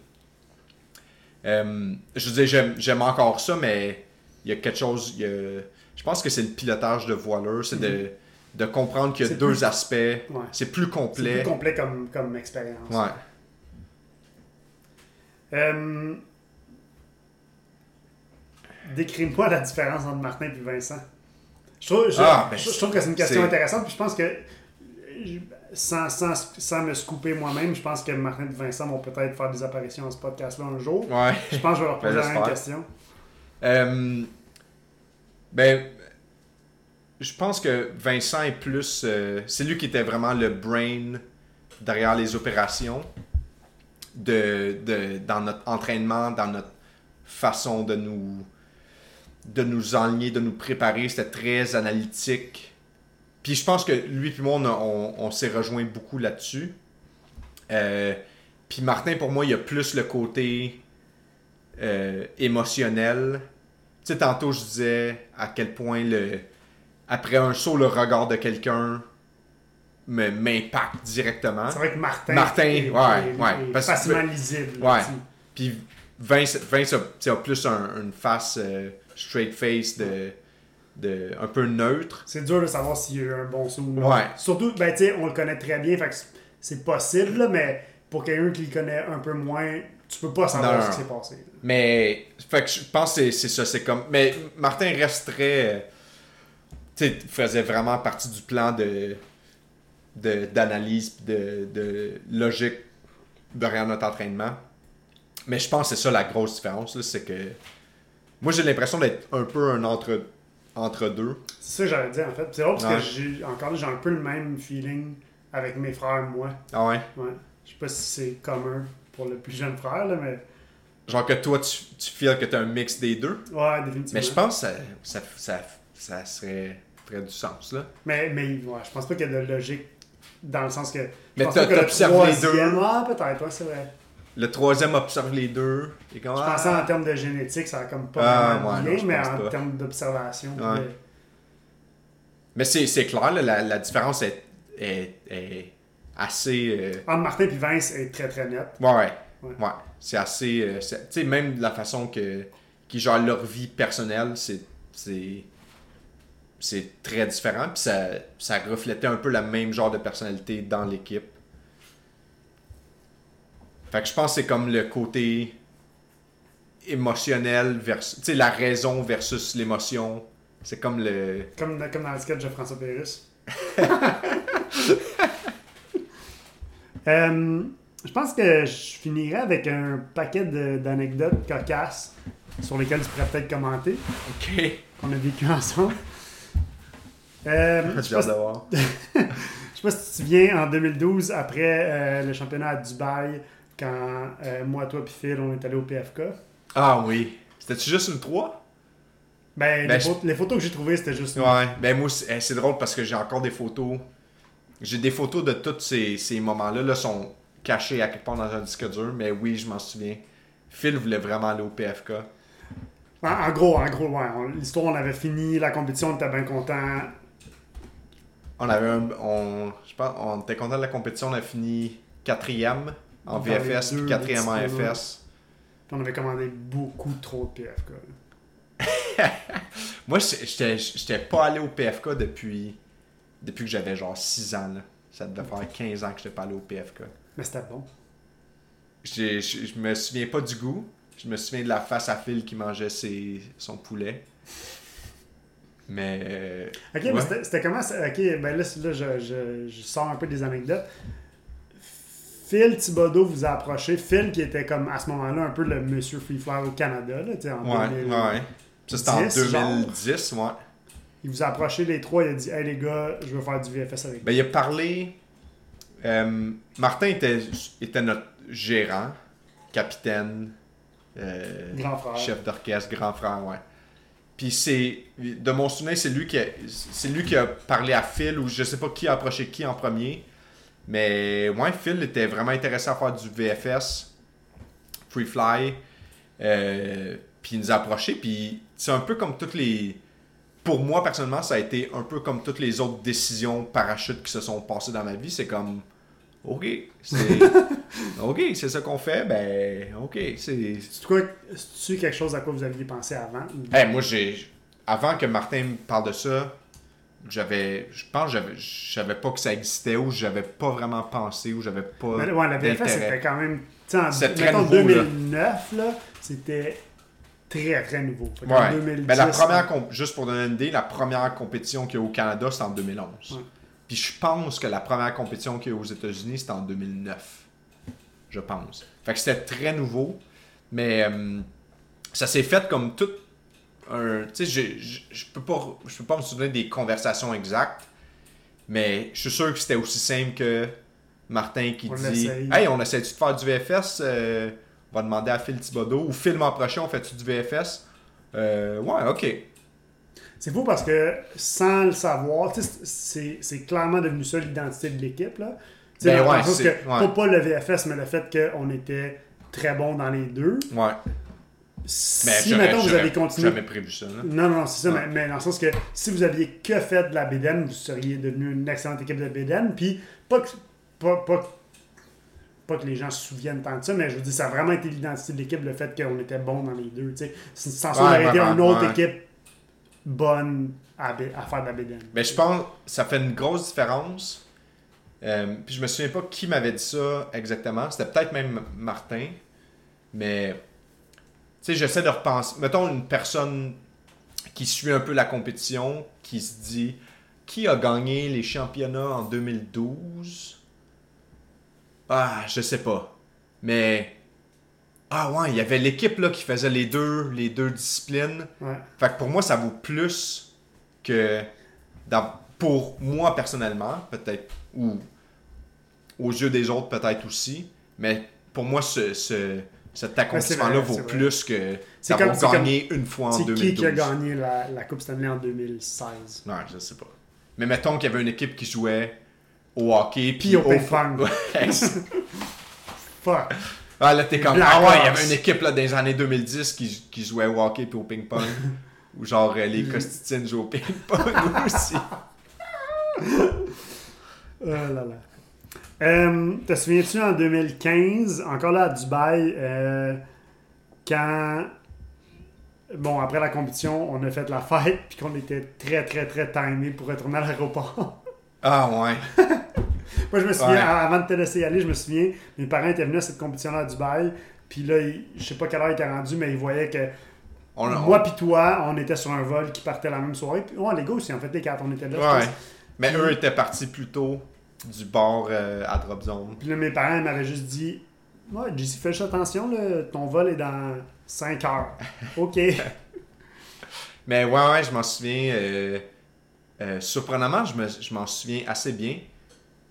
[SPEAKER 2] Je veux dire, j'aime encore ça, mais il y a quelque chose... je pense que c'est le pilotage de voileur, c'est de comprendre qu'il y a deux aspects. Ouais. C'est plus complet.
[SPEAKER 3] C'est plus complet comme expérience.
[SPEAKER 2] Ouais.
[SPEAKER 3] Décris-moi la différence entre Martin et Vincent. Je trouve que c'est une question intéressante, puis je pense que... Sans me scooper moi-même, je pense que Martin et Vincent vont peut-être faire des apparitions dans ce podcast-là un jour.
[SPEAKER 2] Ouais.
[SPEAKER 3] Je pense que je vais leur poser la même question.
[SPEAKER 2] Je pense que Vincent est plus... c'est lui qui était vraiment le brain derrière les opérations dans notre entraînement, dans notre façon de nous enligner, de nous préparer. C'était très analytique. Puis je pense que lui et moi, on s'est rejoint beaucoup là-dessus. Puis Martin, pour moi, il y a plus le côté émotionnel. Tu sais, tantôt, je disais à quel point, après un saut, le regard de quelqu'un m'impacte directement.
[SPEAKER 3] C'est vrai que Martin est facilement lisible.
[SPEAKER 2] Ouais. Puis Vince a plus une face straight face un peu neutre.
[SPEAKER 3] C'est dur de savoir s'il y a eu un bon saut ou non.
[SPEAKER 2] Ouais.
[SPEAKER 3] Surtout, tu sais, on le connaît très bien, fait que c'est possible, là, mais pour quelqu'un qui le connaît un peu moins, tu peux pas savoir ce qui s'est passé. Là.
[SPEAKER 2] Mais, fait que je pense que c'est ça, c'est comme... Mais Martin reste très... Tu sais, faisait vraiment partie du plan d'analyse, de logique derrière notre entraînement. Mais je pense que c'est ça la grosse différence, là, c'est que... Moi, j'ai l'impression d'être un peu un entre deux.
[SPEAKER 3] C'est ça que j'allais dire en fait. C'est drôle parce que j'ai un peu le même feeling avec mes frères et moi.
[SPEAKER 2] Ah ouais?
[SPEAKER 3] Ouais. Je sais pas si c'est commun pour le plus jeune frère, là, mais...
[SPEAKER 2] Genre que toi, tu feels que t'as un mix des deux?
[SPEAKER 3] Ouais, définitivement.
[SPEAKER 2] Mais je pense que ça ferait du sens, là.
[SPEAKER 3] Mais ouais, je pense pas qu'il y a de logique dans le sens que...
[SPEAKER 2] Mais t'observes les deux.
[SPEAKER 3] Ah, peut-être, ouais, c'est vrai.
[SPEAKER 2] Le troisième observe les deux. Et comme,
[SPEAKER 3] je pensais en termes de génétique, ça a comme pas vraiment bien, mais en termes d'observation.
[SPEAKER 2] Ouais. Mais c'est clair, là, la différence est assez...
[SPEAKER 3] Entre Martin et Vince est très très nette.
[SPEAKER 2] Ouais. C'est assez... tu sais, même la façon qu'ils gèrent leur vie personnelle, c'est très différent. Puis ça reflétait un peu le même genre de personnalité dans l'équipe. Fait que je pense que c'est comme le côté émotionnel versus... Tu sais, la raison versus l'émotion. C'est comme le...
[SPEAKER 3] Comme dans le sketch de François Pérusse. Je pense que je finirai avec un paquet d'anecdotes cocasses sur lesquelles tu pourrais peut-être commenter.
[SPEAKER 2] OK.
[SPEAKER 3] Qu'on a vécu ensemble.
[SPEAKER 2] J'ai hâte de voir.
[SPEAKER 3] Je sais pas si tu te souviens, en 2012, après le championnat à Dubaï, quand moi, toi puis Phil, on est allé au PFK.
[SPEAKER 2] Ah oui. C'était-tu juste une 3?
[SPEAKER 3] Ben, les photos que j'ai trouvées, c'était juste...
[SPEAKER 2] Ouais. Ben moi, c'est drôle parce que j'ai encore des photos. J'ai des photos de tous ces moments-là. Là, sont cachés à quelque part dans un disque dur. Mais oui, je m'en souviens. Phil voulait vraiment aller au PFK.
[SPEAKER 3] En gros, ouais. L'histoire, on avait fini la compétition, on était bien contents.
[SPEAKER 2] On était content de la compétition. On a fini 4e en VFS puis 4e en FS.
[SPEAKER 3] Puis on avait commandé beaucoup trop de PFK.
[SPEAKER 2] Moi, j'étais pas allé au PFK depuis que j'avais genre 6 ans. Là. Ça devait faire 15 ans que j'étais pas allé au PFK.
[SPEAKER 3] Mais c'était bon.
[SPEAKER 2] Je me souviens pas du goût. Je me souviens de la face à Phil qui mangeait son poulet. Mais...
[SPEAKER 3] Ok,
[SPEAKER 2] ouais.
[SPEAKER 3] mais c'était comment... Ok, ben là je sors un peu des anecdotes. Phil Thibodeau vous a approché. Phil qui était comme à ce moment-là un peu le monsieur Free Fly au Canada. Là, en 2000.
[SPEAKER 2] Ouais. Ça c'était en 2010, ouais.
[SPEAKER 3] Il vous a approché les trois, il a dit « Hey les gars, je veux faire du VFS avec vous. »
[SPEAKER 2] Ben, il a parlé... Martin était notre gérant, capitaine,
[SPEAKER 3] Grand frère.
[SPEAKER 2] chef d'orchestre, grand frère, ouais. Puis de mon souvenir, c'est lui qui a parlé à Phil, ou je sais pas qui a approché qui en premier. Mais ouais, Phil était vraiment intéressé à faire du VFS, Free Fly. Puis il nous a approchés, puis c'est un peu comme toutes les... Pour moi, personnellement, ça a été un peu comme toutes les autres décisions parachutes qui se sont passées dans ma vie. C'est comme, OK, c'est ça qu'on fait, ben, OK,
[SPEAKER 3] C'est-tu quelque chose à quoi vous aviez pensé avant?
[SPEAKER 2] Hey, moi, avant que Martin me parle de ça, je pense que je savais pas que ça existait, ou j'avais pas vraiment pensé, ou j'avais pas
[SPEAKER 3] Mais, ouais, la VFS,
[SPEAKER 2] d'intérêt.
[SPEAKER 3] c'était quand même...
[SPEAKER 2] C'était très
[SPEAKER 3] en
[SPEAKER 2] nouveau,
[SPEAKER 3] 2009, là, c'était très, très nouveau.
[SPEAKER 2] Ouais.
[SPEAKER 3] 2010,
[SPEAKER 2] Ben, juste pour donner une idée, la première compétition qu'il y a au Canada, c'était en 2011.
[SPEAKER 3] Ouais.
[SPEAKER 2] Puis je pense que la première compétition qu'il y a aux États-Unis, c'était en 2009. Je pense. Fait que c'était très nouveau. Mais ça s'est fait comme tout un... Tu sais, je peux pas me souvenir des conversations exactes. Mais je suis sûr que c'était aussi simple que Martin qui dit « Hey, on essaie-tu de faire du VFS? On va demander à Phil Thibodeau. Ou Phil m'en prochain, on fait-tu du VFS? Ouais, OK. »
[SPEAKER 3] C'est fou parce que sans le savoir, c'est clairement devenu ça l'identité de l'équipe. Là.
[SPEAKER 2] Ben
[SPEAKER 3] dans
[SPEAKER 2] ouais,
[SPEAKER 3] le sens
[SPEAKER 2] c'est...
[SPEAKER 3] que, pas le VFS, mais le fait qu'on était très bon dans les deux.
[SPEAKER 2] Ouais.
[SPEAKER 3] Si, mettons, vous avez continué...
[SPEAKER 2] jamais prévu ça. Là.
[SPEAKER 3] Non, c'est ça, mais dans le sens que si vous aviez que fait de la bédaine, vous seriez devenu une excellente équipe de bédaine. Puis, pas que les gens se souviennent tant de ça, mais je veux dire, ça a vraiment été l'identité de l'équipe, le fait qu'on était bon dans les deux. Sans ça, on aurait été une autre équipe bonne à faire de la bédaine.
[SPEAKER 2] Mais je pense que ça fait une grosse différence. Puis je me souviens pas qui m'avait dit ça exactement. C'était peut-être même Martin. Mais, tu sais, j'essaie de repenser. Mettons une personne qui suit un peu la compétition, qui se dit, qui a gagné les championnats en 2012? Ah, je sais pas. Mais, ah ouais, il y avait l'équipe là qui faisait les deux disciplines.
[SPEAKER 3] Ouais.
[SPEAKER 2] Fait que pour moi, ça vaut plus que pour moi personnellement, peut-être, ou aux yeux des autres peut-être aussi, mais pour moi, cet accomplissement-là vaut plus que d'avoir gagné une fois en 2012.
[SPEAKER 3] C'est qui a gagné la Coupe Stanley en 2016?
[SPEAKER 2] Non, je sais pas. Mais mettons qu'il y avait une équipe qui jouait au hockey
[SPEAKER 3] puis au ping-pong. Fuck.
[SPEAKER 2] Ah là, t'es comme, ah ouais, il y avait une équipe là, dans les années 2010 qui jouait au hockey puis au ping-pong. Ou genre les Costitines jouent au ping-pong aussi.
[SPEAKER 3] Oh là là. Te souviens-tu en 2015, encore là à Dubaï, quand, bon, après la compétition, on a fait la fête puis qu'on était très, très, très timé pour retourner à l'aéroport.
[SPEAKER 2] Ah ouais.
[SPEAKER 3] Moi, je me souviens, avant de te laisser aller, je me souviens, mes parents étaient venus à cette compétition-là à Dubaï, puis là, je sais pas quelle heure ils étaient rendus, mais ils voyaient que moi puis toi, on était sur un vol qui partait la même soirée. Puis, les gars aussi, en fait, les quatre, on était là.
[SPEAKER 2] Ouais. Mais eux étaient partis plus tôt du bord à Drop Zone.
[SPEAKER 3] Puis là, mes parents m'avaient juste dit, ouais, JC, fais juste attention, là, ton vol est dans 5 heures. OK.
[SPEAKER 2] Mais ouais, je m'en souviens. Surprenamment, je m'en souviens assez bien.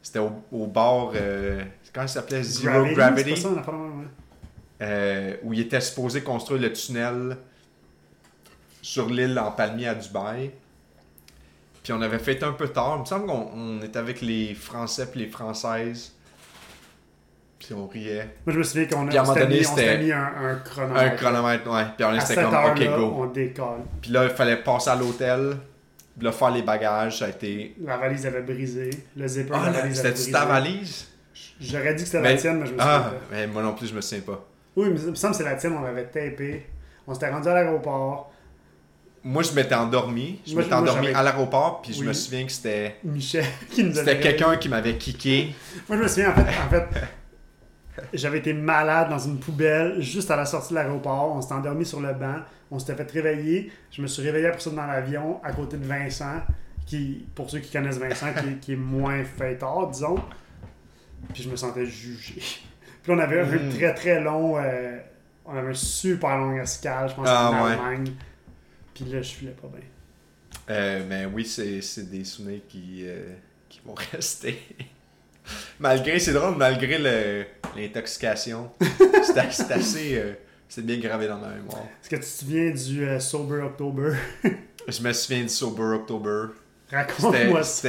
[SPEAKER 2] C'était au bar, comment ça s'appelait? Zero Gravity.
[SPEAKER 3] C'est pas ça, on a pas ouais.
[SPEAKER 2] Où il était supposé construire le tunnel sur l'île en palmier à Dubaï. Puis on avait fait un peu tard. Il me semble qu'on était avec les Français et les Françaises. Puis on riait.
[SPEAKER 3] Moi, je me souviens qu'on
[SPEAKER 2] s'était
[SPEAKER 3] mis un chronomètre.
[SPEAKER 2] Un chronomètre, ouais. Puis on
[SPEAKER 3] à
[SPEAKER 2] était
[SPEAKER 3] cette
[SPEAKER 2] comme,
[SPEAKER 3] heure-là,
[SPEAKER 2] OK, go.
[SPEAKER 3] on décolle.
[SPEAKER 2] Puis là, il fallait passer à l'hôtel. Puis là, faire les bagages, ça a été...
[SPEAKER 3] La valise avait brisé. Le zipper de la valise avait brisé.
[SPEAKER 2] C'était ta valise?
[SPEAKER 3] J'aurais dit que c'était la tienne, mais je me souviens pas.
[SPEAKER 2] Mais moi non plus, je me souviens pas.
[SPEAKER 3] Oui, mais il me semble que c'est la tienne, on l'avait tapé. On s'était rendu à l'aéroport.
[SPEAKER 2] Moi, je m'étais endormi. Je m'étais endormi à l'aéroport, puis je me souviens que c'était...
[SPEAKER 3] Michel qui nous avait...
[SPEAKER 2] C'était quelqu'un qui m'avait kické.
[SPEAKER 3] Moi, je me souviens, en fait j'avais été malade dans une poubelle juste à la sortie de l'aéroport. On s'était endormi sur le banc. On s'était fait réveiller. Je me suis réveillé après ça dans l'avion, à côté de Vincent, qui, pour ceux qui connaissent Vincent, qui est moins fêtard, disons. Puis je me sentais jugé. Puis on avait un très très long... on avait un super long escale, je pense, en Allemagne. Puis là, je filais pas bien.
[SPEAKER 2] Mais oui, c'est des souvenirs qui vont rester. C'est drôle, malgré l'intoxication. C'est assez... c'est bien gravé dans ma mémoire.
[SPEAKER 3] Est-ce que tu te souviens du Sober October?
[SPEAKER 2] Je me souviens du Sober October.
[SPEAKER 3] Raconte-moi ça.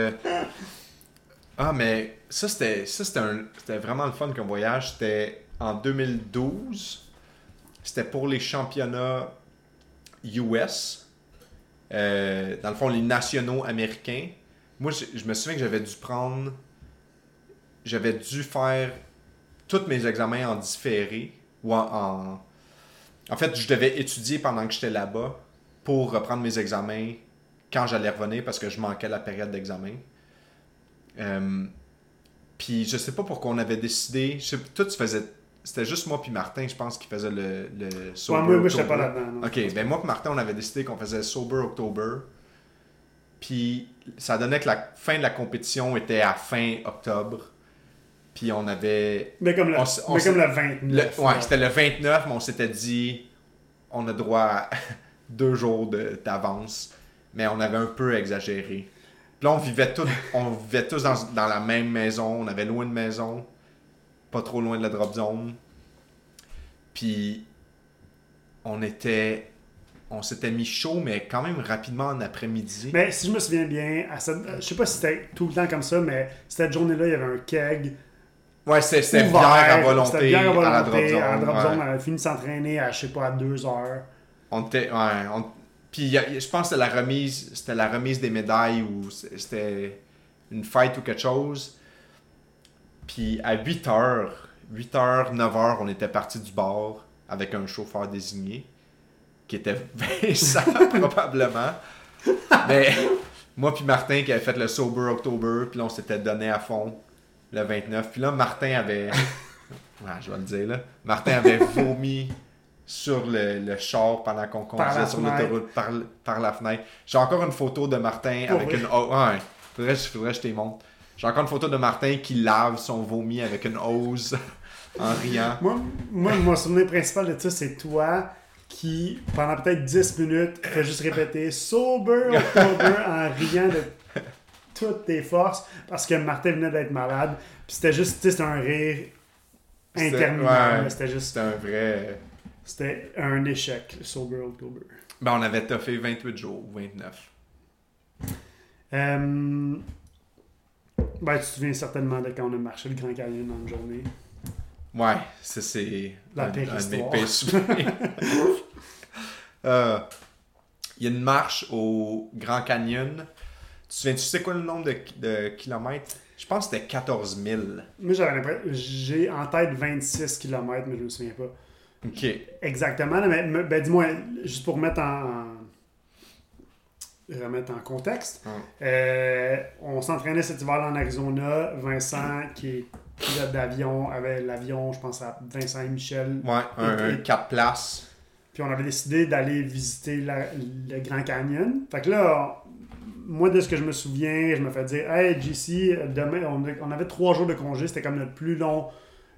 [SPEAKER 2] Mais ça, c'était vraiment le fun comme voyage. C'était en 2012. C'était pour les championnats US. Dans le fond, les nationaux américains. Moi, je me souviens que j'avais dû faire tous mes examens en différé. En fait, je devais étudier pendant que j'étais là-bas pour reprendre mes examens quand j'allais revenir parce que je manquais la période d'examen. Puis je sais pas pourquoi on avait décidé. C'était juste moi puis Martin, je pense, qui faisait le Sober October.
[SPEAKER 3] Moi, j'étais pas là-dedans. Non.
[SPEAKER 2] Ok, ben moi et Martin, on avait décidé qu'on faisait Sober October. Puis ça donnait que la fin de la compétition était à fin octobre. Puis on avait...
[SPEAKER 3] Mais comme le 29.
[SPEAKER 2] C'était le 29, mais on s'était dit on a droit à 2 jours d'avance. Mais on avait un peu exagéré. Puis là, on vivait tous dans la même maison. On avait loué une maison. Pas trop loin de la drop zone. Puis on s'était mis chaud, mais quand même rapidement en après-midi.
[SPEAKER 3] Mais si je me souviens bien, je sais pas si c'était tout le temps comme ça, mais cette journée-là, il y avait un keg.
[SPEAKER 2] Ouais, c'était bière à volonté.
[SPEAKER 3] C'était bière à volonté
[SPEAKER 2] à la drop zone.
[SPEAKER 3] À la drop zone, on avait fini de s'entraîner à, je sais pas, à 2 heures.
[SPEAKER 2] Puis je pense que c'était la remise des médailles ou c'était une fête ou quelque chose. Puis à 8h, 9h, on était parti du bar avec un chauffeur désigné, qui était Vincent probablement. Mais moi puis Martin qui avait fait le Sober October, puis là on s'était donné à fond le 29. Puis là Martin avait... je vais le dire là. Martin avait vomi sur le char pendant qu'on conduisait sur l'autoroute par la fenêtre. J'ai encore une photo de Martin avec une... faudrait que je te montre. J'ai encore une photo de Martin qui lave son vomi avec une hose en riant.
[SPEAKER 3] Moi, mon souvenir principal de ça, c'est toi qui, pendant peut-être 10 minutes, fait juste répéter « Sober October » en riant de toutes tes forces parce que Martin venait d'être malade. Puis c'était juste, c'était un rire interminable. C'était
[SPEAKER 2] un vrai...
[SPEAKER 3] C'était un échec, le Sober October.
[SPEAKER 2] On avait toffé 28 jours, 29.
[SPEAKER 3] Tu te souviens certainement de quand on a marché le Grand Canyon dans une journée.
[SPEAKER 2] Ouais, ça c'est
[SPEAKER 3] un de mes
[SPEAKER 2] pires souvenirs. Il y a une marche au Grand Canyon. Tu sais quoi le nombre de kilomètres? Je pense que c'était 14 000.
[SPEAKER 3] Moi, j'ai en tête 26 km, mais je me souviens pas.
[SPEAKER 2] OK.
[SPEAKER 3] Exactement. Mais dis-moi, juste pour remettre en contexte, on s'entraînait cet hiver en Arizona. Vincent, qui est pilote d'avion, avait l'avion, je pense, à Vincent et Michel.
[SPEAKER 2] Ouais, un 4 places.
[SPEAKER 3] Puis on avait décidé d'aller visiter le Grand Canyon. Fait que là, moi, de ce que je me souviens, je me fais dire « Hey, JC, demain, on avait 3 jours de congé. C'était comme notre plus long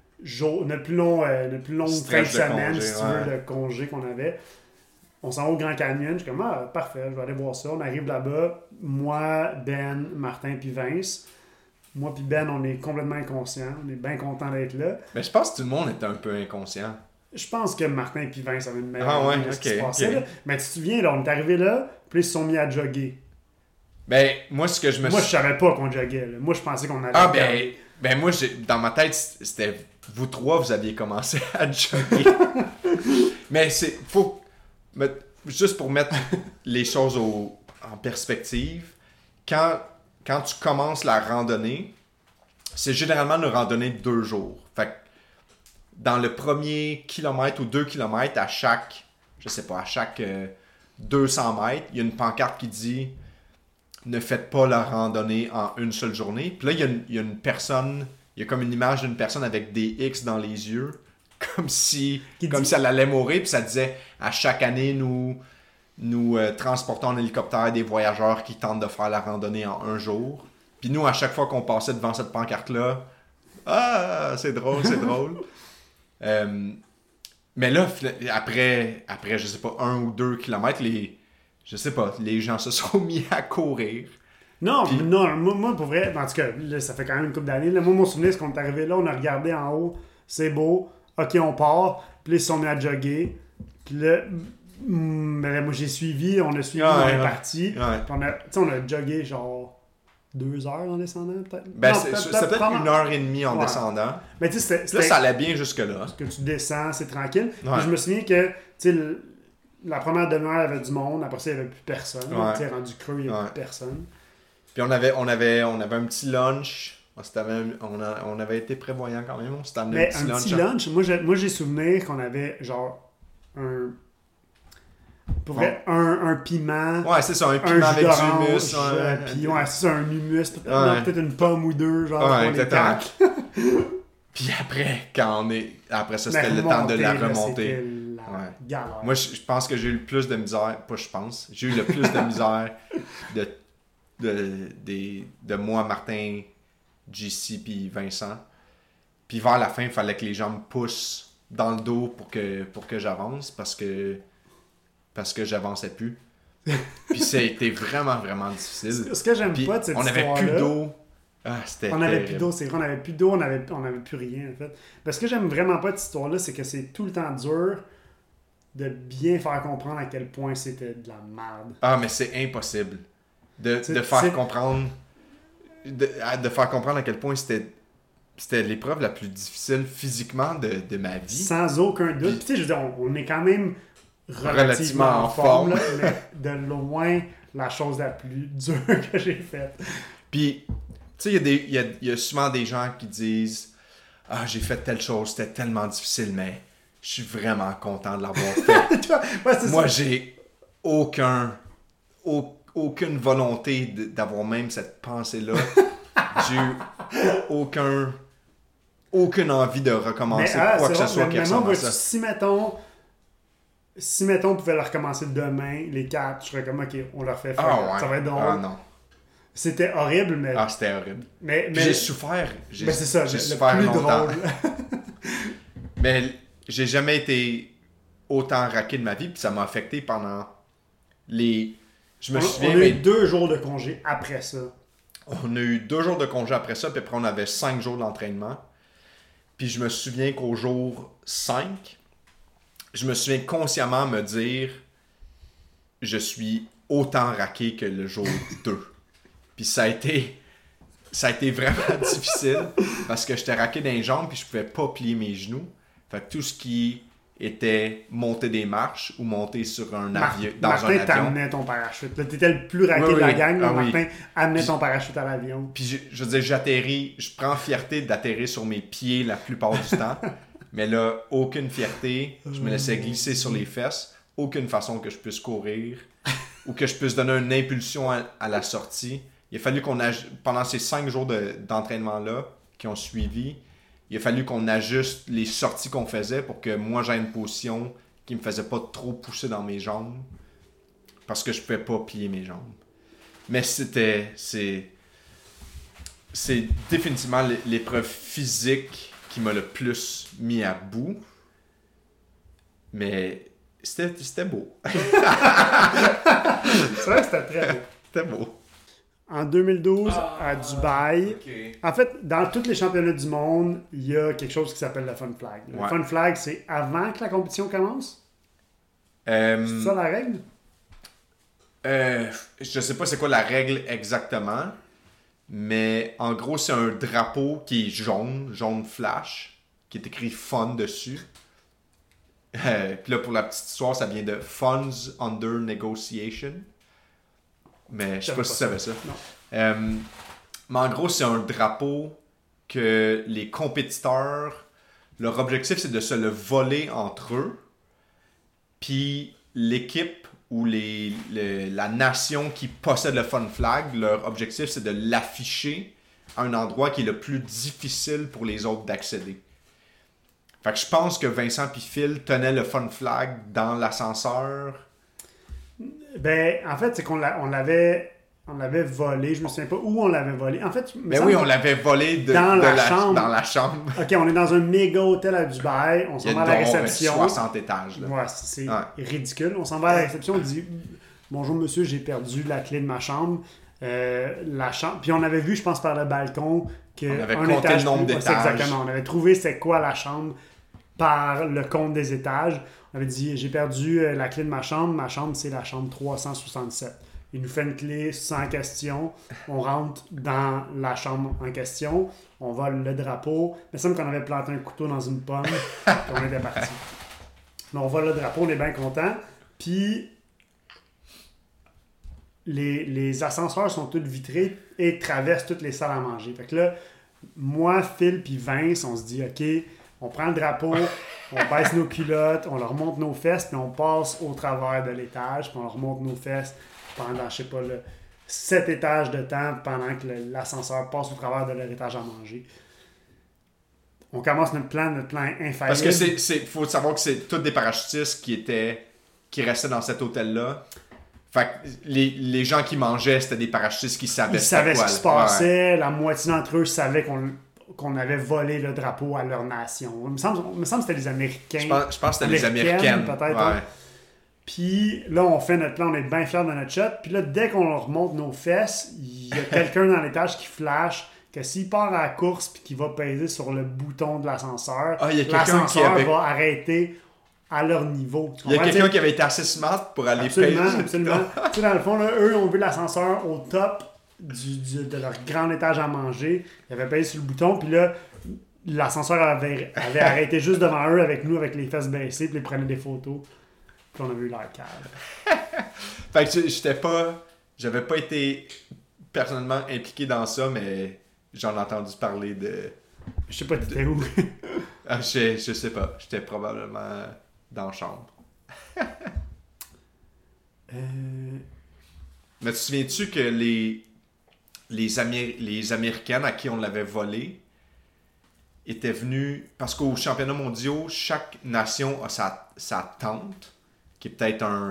[SPEAKER 3] fin de semaine,
[SPEAKER 2] congé,
[SPEAKER 3] si tu veux, de congé qu'on avait. On s'en va au Grand Canyon. Je suis comme, parfait, je vais aller voir ça. On arrive là-bas. Moi, Ben, Martin puis Vince. moi puis Ben, on est complètement inconscients. On est bien contents d'être là.
[SPEAKER 2] Mais je pense que tout le monde est un peu inconscient.
[SPEAKER 3] Je pense que Martin et Vince avaient une meilleure
[SPEAKER 2] Ah ouais,
[SPEAKER 3] idée de ce qui se
[SPEAKER 2] ok,
[SPEAKER 3] passait.
[SPEAKER 2] ok.
[SPEAKER 3] Là. Mais tu te souviens, là, on est arrivé là, puis ils se sont mis à jogger.
[SPEAKER 2] Ben, moi, ce que je me
[SPEAKER 3] Moi, je savais pas qu'on joguait. Là. Moi, je pensais qu'on allait...
[SPEAKER 2] Ah, ben moi, dans ma tête, c'était vous trois, vous aviez commencé à jogger. Mais faut... Juste pour mettre les choses en perspective, quand tu commences la randonnée, c'est généralement une randonnée de 2 jours. Fait que dans le premier kilomètre ou 2 kilomètres, à chaque 200 mètres, il y a une pancarte qui dit « Ne faites pas la randonnée en une seule journée ». Puis là, il y a une personne, il y a comme une image d'une personne avec des X dans les yeux, comme si elle allait mourir. Puis ça disait « À chaque année, nous transportons en hélicoptère des voyageurs qui tentent de faire la randonnée en un jour. » Puis nous, à chaque fois qu'on passait devant cette pancarte-là, « Ah, c'est drôle, c'est drôle. » Mais là, après, je sais pas, 1 ou 2 kilomètres, les gens se sont mis à courir.
[SPEAKER 3] Non, moi, pour vrai, en tout cas, là, ça fait quand même une couple d'années. Là, moi, mon souvenir, c'est qu'on est arrivé là, on a regardé en haut, c'est beau, ok, on part, puis là, ils se sont mis à jogger. Puis là, moi, j'ai suivi, on a suivi, on est parti.
[SPEAKER 2] Ouais.
[SPEAKER 3] Puis on a jogué genre 2 heures en descendant, peut-être.
[SPEAKER 2] Ben,
[SPEAKER 3] Non,
[SPEAKER 2] c'est peut-être 1h30 en descendant.
[SPEAKER 3] Mais tu sais,
[SPEAKER 2] Là, ça allait bien jusque-là.
[SPEAKER 3] que tu descends, c'est tranquille.
[SPEAKER 2] Ouais.
[SPEAKER 3] Puis je me souviens que, tu sais, la première demi-heure, il y avait du monde. Après ça, il n'y avait plus personne.
[SPEAKER 2] Ouais.
[SPEAKER 3] Tu sais, rendu creux, il n'y avait plus personne.
[SPEAKER 2] Puis on avait un petit lunch. On avait été prévoyant quand même. On s'était amené
[SPEAKER 3] Mais un petit lunch, moi j'ai souvenir qu'on avait genre un... Pour vrai, un piment.
[SPEAKER 2] Ouais, c'est ça, un piment avec du humus.
[SPEAKER 3] Puis ouais, c'est ça, un humus. Peut-être une pomme ou deux, genre, pour les quatre.
[SPEAKER 2] Puis après ça, c'était le temps de la remontée.
[SPEAKER 3] C'était la galère.
[SPEAKER 2] Moi, je pense que j'ai eu le plus de misère. Pas je pense. J'ai eu le plus de misère de moi, Martin, JC puis Vincent. Puis vers la fin, il fallait que les gens me poussent dans le dos pour que j'avance parce que j'avançais plus. Puis ça a été vraiment, vraiment difficile.
[SPEAKER 3] Ce que j'aime pas de cette
[SPEAKER 2] on
[SPEAKER 3] histoire-là...
[SPEAKER 2] avait plus d'eau. Ah, c'était
[SPEAKER 3] on avait
[SPEAKER 2] terrible.
[SPEAKER 3] plus d'eau, c'est vrai, on avait plus d'eau, on avait plus rien, en fait. Parce que ce que j'aime vraiment pas de cette histoire-là, c'est que c'est tout le temps dur de bien faire comprendre à quel point c'était de la merde.
[SPEAKER 2] Ah, mais c'est impossible de faire comprendre à quel point c'était l'épreuve la plus difficile physiquement de ma vie.
[SPEAKER 3] Sans aucun doute. Puis tu sais, je veux dire, on est quand même relativement en forme, là, mais de loin, la chose la plus dure que j'ai faite.
[SPEAKER 2] Puis, tu sais, il y a souvent des gens qui disent « Ah, j'ai fait telle chose, c'était tellement difficile, mais je suis vraiment content de l'avoir fait. » Moi, j'ai aucune volonté d'avoir même cette pensée-là. J'ai eu aucune envie de recommencer quoi que ce soit qui ressemble à ça.
[SPEAKER 3] Si mettons on pouvait le recommencer demain, les 4, je serais comme ok, on leur fait faire.
[SPEAKER 2] Ouais.
[SPEAKER 3] Ça va être drôle.
[SPEAKER 2] Ah non.
[SPEAKER 3] C'était horrible, mais.
[SPEAKER 2] Ah, c'était horrible.
[SPEAKER 3] Mais
[SPEAKER 2] j'ai souffert.
[SPEAKER 3] Mais c'est ça,
[SPEAKER 2] j'ai
[SPEAKER 3] le
[SPEAKER 2] souffert
[SPEAKER 3] plus
[SPEAKER 2] longtemps.
[SPEAKER 3] drôle.
[SPEAKER 2] Mais j'ai jamais été autant raqué de ma vie, puis ça m'a affecté pendant les. Je me souviens.
[SPEAKER 3] On a eu 2 jours de congé après ça.
[SPEAKER 2] On a eu 2 jours de congé après ça, puis après on avait 5 jours d'entraînement. Puis je me souviens qu'au jour 5, je me souviens consciemment me dire je suis autant raqué que le jour 2. Puis ça a été vraiment difficile parce que j'étais raqué dans les jambes puis je pouvais pas plier mes genoux. Fait que tout ce qui était monter des marches ou monter sur un avion dans
[SPEAKER 3] Martin
[SPEAKER 2] un avion.
[SPEAKER 3] t'amenait ton parachute. Là, t'étais le plus raqué de la gang. Là, Martin amenait ton parachute à l'avion.
[SPEAKER 2] Puis je veux dire, je prends fierté d'atterrir sur mes pieds la plupart du temps. Mais là, aucune fierté. Je me laissais glisser sur les fesses. Aucune façon que je puisse courir ou que je puisse donner une impulsion à la sortie. Il a fallu pendant ces 5 jours d'entraînement-là qui ont suivi, il a fallu qu'on ajuste les sorties qu'on faisait pour que moi j'aie une position qui me faisait pas trop pousser dans mes jambes parce que je pouvais pas plier mes jambes. Mais c'est définitivement l'épreuve physique qui m'a le plus mis à bout. Mais c'était beau.
[SPEAKER 3] C'est vrai que c'était très beau.
[SPEAKER 2] C'était beau.
[SPEAKER 3] En 2012, à Dubaï.
[SPEAKER 2] Ok.
[SPEAKER 3] En fait, dans tous les championnats du monde, il y a quelque chose qui s'appelle le Fun Flag. Le
[SPEAKER 2] Ouais.
[SPEAKER 3] Fun Flag, c'est avant que la compétition commence? C'est ça la règle?
[SPEAKER 2] Je sais pas c'est quoi la règle exactement, mais en gros, c'est un drapeau qui est jaune flash, qui est écrit Fun dessus. Puis là, pour la petite histoire, ça vient de Funds Under Negotiation. Mais je sais pas si tu savais ça. Mais en gros, c'est un drapeau que les compétiteurs, leur objectif, c'est de se le voler entre eux. Puis l'équipe ou la nation qui possède le Fun Flag, leur objectif, c'est de l'afficher à un endroit qui est le plus difficile pour les autres d'accéder. Fait que je pense que Vincent puis Phil tenaient le Fun Flag dans l'ascenseur.
[SPEAKER 3] Ben, en fait, c'est qu'on l'avait volé. Je me souviens pas où on l'avait volé. En fait,
[SPEAKER 2] Mais oui, on l'avait volé
[SPEAKER 3] dans la chambre.
[SPEAKER 2] dans la chambre.
[SPEAKER 3] OK, on est dans un méga hôtel à Dubaï. On s'en
[SPEAKER 2] Il y
[SPEAKER 3] va
[SPEAKER 2] a
[SPEAKER 3] à la
[SPEAKER 2] donc
[SPEAKER 3] réception.
[SPEAKER 2] 60 étages. Là.
[SPEAKER 3] Ouais, c'est ridicule. On s'en va à la réception. On dit bonjour monsieur, j'ai perdu la clé de ma chambre. La chambre. Puis on avait vu, je pense, par le balcon que
[SPEAKER 2] On avait
[SPEAKER 3] un
[SPEAKER 2] compté
[SPEAKER 3] étage
[SPEAKER 2] le nombre
[SPEAKER 3] plus- ouais, c'est
[SPEAKER 2] d'étages.
[SPEAKER 3] exactement. On avait trouvé c'est quoi la chambre par le compte des étages. On avait dit j'ai perdu la clé de ma chambre. Ma chambre, c'est la chambre 367. Il nous fait une clé sans question. On rentre dans la chambre en question. On vole le drapeau. Il me semble qu'on avait planté un couteau dans une pomme. Puis on était parti. Mais on vole le drapeau, on est bien content. Puis les ascenseurs sont tous vitrés et traversent toutes les salles à manger. Fait que là, moi, Phil puis Vince, on se dit OK, on prend le drapeau, on baisse nos culottes, on leur monte nos fesses, puis on passe au travers de l'étage, puis on leur monte nos fesses pendant, je sais pas, 7 étages de temps pendant que l'ascenseur passe au travers de leur étage à manger. On commence notre plan infaillible.
[SPEAKER 2] Parce que faut savoir que c'est tous des parachutistes qui restaient dans cet hôtel-là. Fait que les gens qui mangeaient, c'était des parachutistes qui savaient
[SPEAKER 3] Ils savaient ce
[SPEAKER 2] quoi,
[SPEAKER 3] qui se
[SPEAKER 2] là.
[SPEAKER 3] passait. La moitié d'entre eux savaient qu'on avait volé le drapeau à leur nation. Il me semble que c'était les Américains.
[SPEAKER 2] Je pense que c'était les Américaines.
[SPEAKER 3] Peut-être.
[SPEAKER 2] Ouais.
[SPEAKER 3] Hein. Puis là, on fait notre plan, on est bien fiers de notre shot. Puis là, dès qu'on leur remonte nos fesses, il y a quelqu'un dans l'étage qui flash que s'il part à la course puis qu'il va peser sur le bouton de l'ascenseur,
[SPEAKER 2] Il y a quelqu'un
[SPEAKER 3] l'ascenseur
[SPEAKER 2] qui avait...
[SPEAKER 3] va arrêter à leur niveau.
[SPEAKER 2] Il y a quelqu'un qui avait été assez smart pour aller
[SPEAKER 3] Absolument,
[SPEAKER 2] peser.
[SPEAKER 3] absolument. Tu sais, dans le fond, là, eux ont vu l'ascenseur au top de leur grand étage à manger. Ils avaient payé sur le bouton, puis là, l'ascenseur avait arrêté juste devant eux avec nous, avec les fesses baissées, puis ils prenaient des photos. Puis on avait eu l'air calme.
[SPEAKER 2] Fait que j'avais pas été personnellement impliqué dans ça, mais j'en ai entendu parler de...
[SPEAKER 3] Je sais pas, t'étais où?
[SPEAKER 2] Je sais pas. J'étais probablement dans la chambre. Mais te souviens-tu que les Américaines à qui on l'avait volé étaient venus... Parce qu'aux championnats mondiaux, chaque nation a sa tente, qui est peut-être un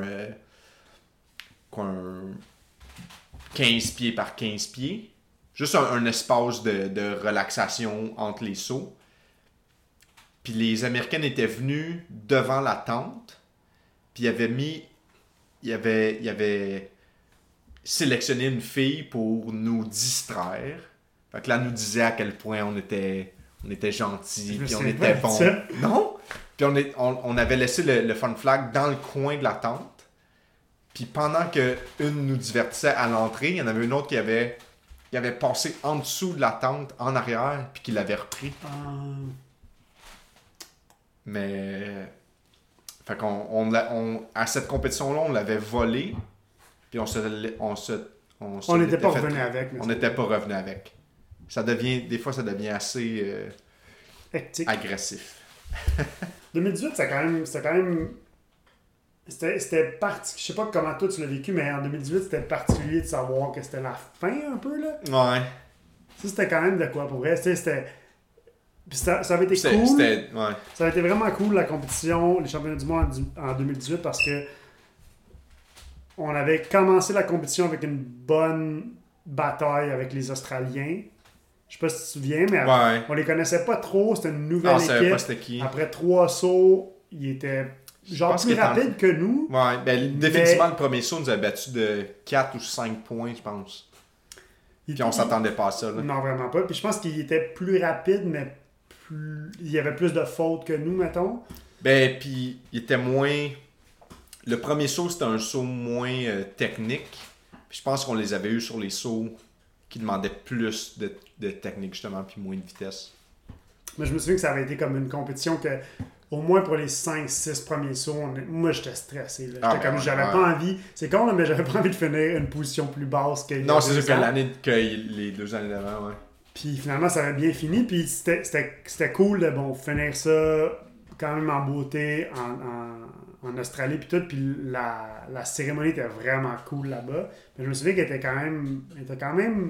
[SPEAKER 2] 15 pieds par 15 pieds. Juste un espace de relaxation entre les sauts. Puis les Américaines étaient venues devant la tente. Puis ils avaient sélectionné une fille pour nous distraire. Fait que là, elle nous disait à quel point on était gentils, puis on était bons. Non! Puis on avait laissé le Fun Flag dans le coin de la tente. Puis pendant qu'une nous divertissait à l'entrée, il y en avait une autre qui avait passé en dessous de la tente, en arrière, puis qui l'avait repris. Mais... Fait qu'on à cette compétition-là, on l'avait volé, puis on
[SPEAKER 3] n'était pas revenu avec.
[SPEAKER 2] On n'était pas revenu avec. Des fois, ça devient assez
[SPEAKER 3] hectique.
[SPEAKER 2] Agressif.
[SPEAKER 3] 2018, c'était quand même... C'était particulier. Je sais pas comment toi tu l'as vécu, mais en 2018, c'était particulier de savoir que c'était la fin un peu, là.
[SPEAKER 2] Ouais.
[SPEAKER 3] Ça, c'était quand même de quoi, pour vrai. C'était... Puis ça avait été cool.
[SPEAKER 2] Ouais.
[SPEAKER 3] Ça avait été vraiment cool, la compétition, les championnats du monde en 2018, parce que on avait commencé la compétition avec une bonne bataille avec les Australiens. Je sais pas si tu te souviens, mais on les connaissait pas trop. C'était une nouvelle équipe.
[SPEAKER 2] Pas c'était qui.
[SPEAKER 3] Après 3 sauts, ils étaient plus rapides que nous.
[SPEAKER 2] Ouais, définitivement, le premier saut nous a battu de 4 ou 5 points, je pense. Puis on s'attendait pas à ça. Là.
[SPEAKER 3] Non, vraiment pas. Puis je pense qu'il était plus rapide, mais il y avait plus de fautes que nous, mettons.
[SPEAKER 2] Ben, puis il était moins... Le premier saut, c'était un saut moins technique. Puis je pense qu'on les avait eu sur les sauts qui demandaient plus de technique, justement, puis moins de vitesse.
[SPEAKER 3] Mais je me souviens que ça avait été comme une compétition que, au moins pour les 5-6 premiers sauts, moi j'étais stressé. Là. J'étais comme, j'avais pas envie, c'est con, là, mais j'avais pas envie de finir une position plus basse que.
[SPEAKER 2] Non, c'est sûr que les 2 années d'avant, ouais.
[SPEAKER 3] Puis finalement, ça avait bien fini, puis c'était cool de finir ça quand même en beauté, en Australie, puis tout, puis la cérémonie était vraiment cool là-bas. Mais je me souviens qu'elle était quand même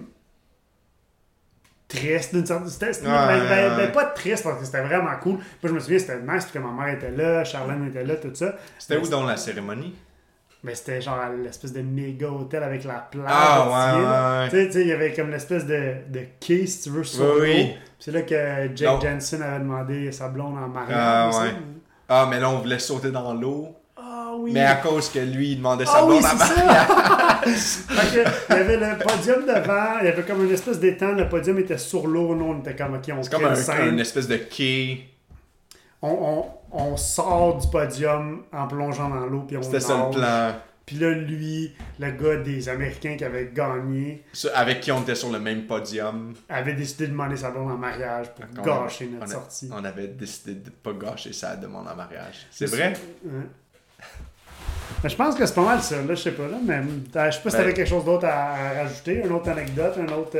[SPEAKER 3] triste d'une certaine... Ben, pas triste parce que c'était vraiment cool. Moi, je me souviens, c'était nice parce que ma mère était là, Charlène était là, tout ça.
[SPEAKER 2] C'était où dans la cérémonie?
[SPEAKER 3] Ben, c'était genre l'espèce de méga hôtel avec la plage.
[SPEAKER 2] Ah, ouais.
[SPEAKER 3] Tu sais, il y avait comme l'espèce de quai, si tu veux, sur l'eau.
[SPEAKER 2] Oui.
[SPEAKER 3] C'est là que Jake Jensen avait demandé sa blonde en mariage.
[SPEAKER 2] Ah, ouais. Ah, mais là, on voulait sauter dans l'eau.
[SPEAKER 3] Ah, oui.
[SPEAKER 2] Mais à cause que lui, il demandait sa blonde en mariage.
[SPEAKER 3] Fait que, il y avait le podium devant, il y avait comme une espèce d'étang, le podium était sur l'eau, nous on était comme, ok, on
[SPEAKER 2] c'est comme une espèce de quai.
[SPEAKER 3] On sort du podium en plongeant dans l'eau, puis on
[SPEAKER 2] C'était ça le plan.
[SPEAKER 3] Puis là, lui, le gars des Américains qui avait gagné,
[SPEAKER 2] avec qui on était sur le même podium,
[SPEAKER 3] avait décidé de demander sa blonde en mariage pour gâcher notre sortie.
[SPEAKER 2] On avait décidé de pas gâcher sa demande en mariage. C'est vrai?
[SPEAKER 3] Ouais. Mais je pense que c'est pas mal ça, là, je sais pas, là, mais je sais pas si t'avais quelque chose d'autre à rajouter, une autre anecdote, un autre...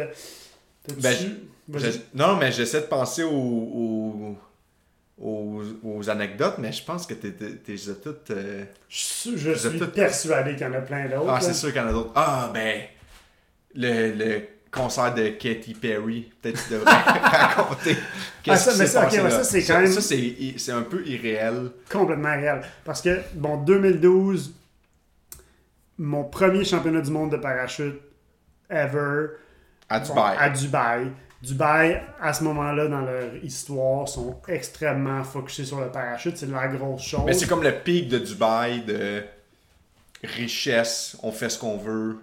[SPEAKER 2] Non, mais j'essaie de penser aux anecdotes, mais je pense que t'es toutes...
[SPEAKER 3] Je suis persuadé qu'il y en a plein d'autres.
[SPEAKER 2] Ah, c'est sûr qu'il y en a d'autres. Ah, ben... Le concert de Katy Perry. Peut-être que tu devrais raconter qu'est-ce qui s'est passé là. Ça, c'est quand même... Ça, c'est un peu irréel.
[SPEAKER 3] Complètement irréel. Parce que, 2012, mon premier championnat du monde de parachute ever...
[SPEAKER 2] À Dubaï.
[SPEAKER 3] À Dubaï. Dubaï, à ce moment-là, dans leur histoire, sont extrêmement focusés sur le parachute. C'est la grosse chose.
[SPEAKER 2] Mais c'est comme le pic de Dubaï, de richesse, on fait ce qu'on veut.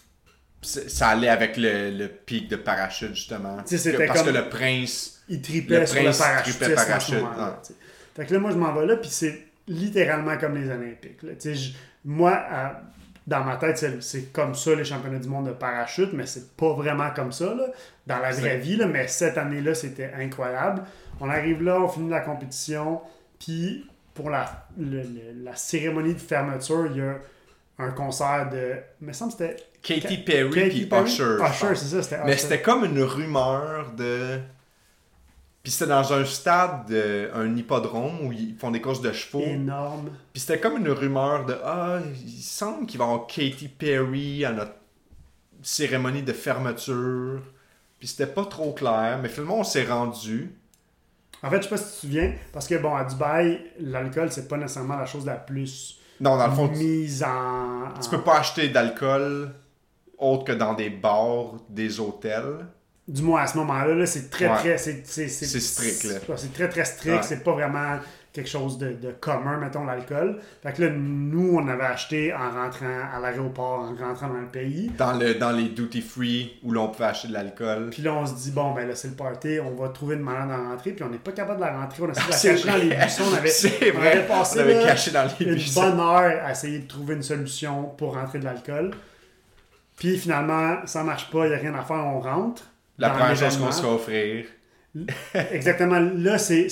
[SPEAKER 2] Ça allait avec le pic de parachute, justement. Parce que le prince...
[SPEAKER 3] Il tripait sur le parachute. Fait que là, moi, je m'en vais là, puis c'est littéralement comme les Olympiques. Là. Moi, dans ma tête, c'est comme ça les championnats du monde de parachute, mais c'est pas vraiment comme ça, là, dans la vraie vie. Là, mais cette année-là, c'était incroyable. On arrive là, on finit la compétition, puis pour la cérémonie de fermeture, il y a un concert de... Il me semble que c'était...
[SPEAKER 2] Katy Perry puis Usher.
[SPEAKER 3] Usher, c'est ça, c'était Usher.
[SPEAKER 2] Mais c'était comme une rumeur de... Puis c'était dans un stade, un hippodrome où ils font des courses de chevaux.
[SPEAKER 3] Énorme.
[SPEAKER 2] Puis c'était comme une rumeur de il semble qu'il va y avoir Katy Perry à notre cérémonie de fermeture. Puis c'était pas trop clair, mais finalement on s'est rendu.
[SPEAKER 3] En fait, je sais pas si tu te souviens, parce que à Dubaï, l'alcool, c'est pas nécessairement la chose la plus
[SPEAKER 2] non, dans le fond,
[SPEAKER 3] mise en...
[SPEAKER 2] Tu peux pas acheter d'alcool autre que dans des bars, des hôtels.
[SPEAKER 3] Du moins, à ce moment-là, là, c'est très, très... C'est
[SPEAKER 2] strict, là.
[SPEAKER 3] C'est très, très strict. Ouais. C'est pas vraiment quelque chose de commun, mettons, l'alcool. Fait que là, nous, on avait acheté en rentrant à l'aéroport, en rentrant dans le pays.
[SPEAKER 2] Dans les duty-free, où l'on pouvait acheter de l'alcool.
[SPEAKER 3] Puis là, on se dit, bon, ben là, c'est le party, on va trouver une manière d'en rentrer. Puis on n'est pas capable de la rentrer. On a essayé de la cacher dans les buissons. On avait passé
[SPEAKER 2] caché dans les buissons.
[SPEAKER 3] Une bonne heure à essayer de trouver une solution pour rentrer de l'alcool. Puis finalement, ça marche pas, il n'y a rien à faire, on rentre.
[SPEAKER 2] La première chose qu'on se fait offrir.
[SPEAKER 3] Exactement. Là, c'est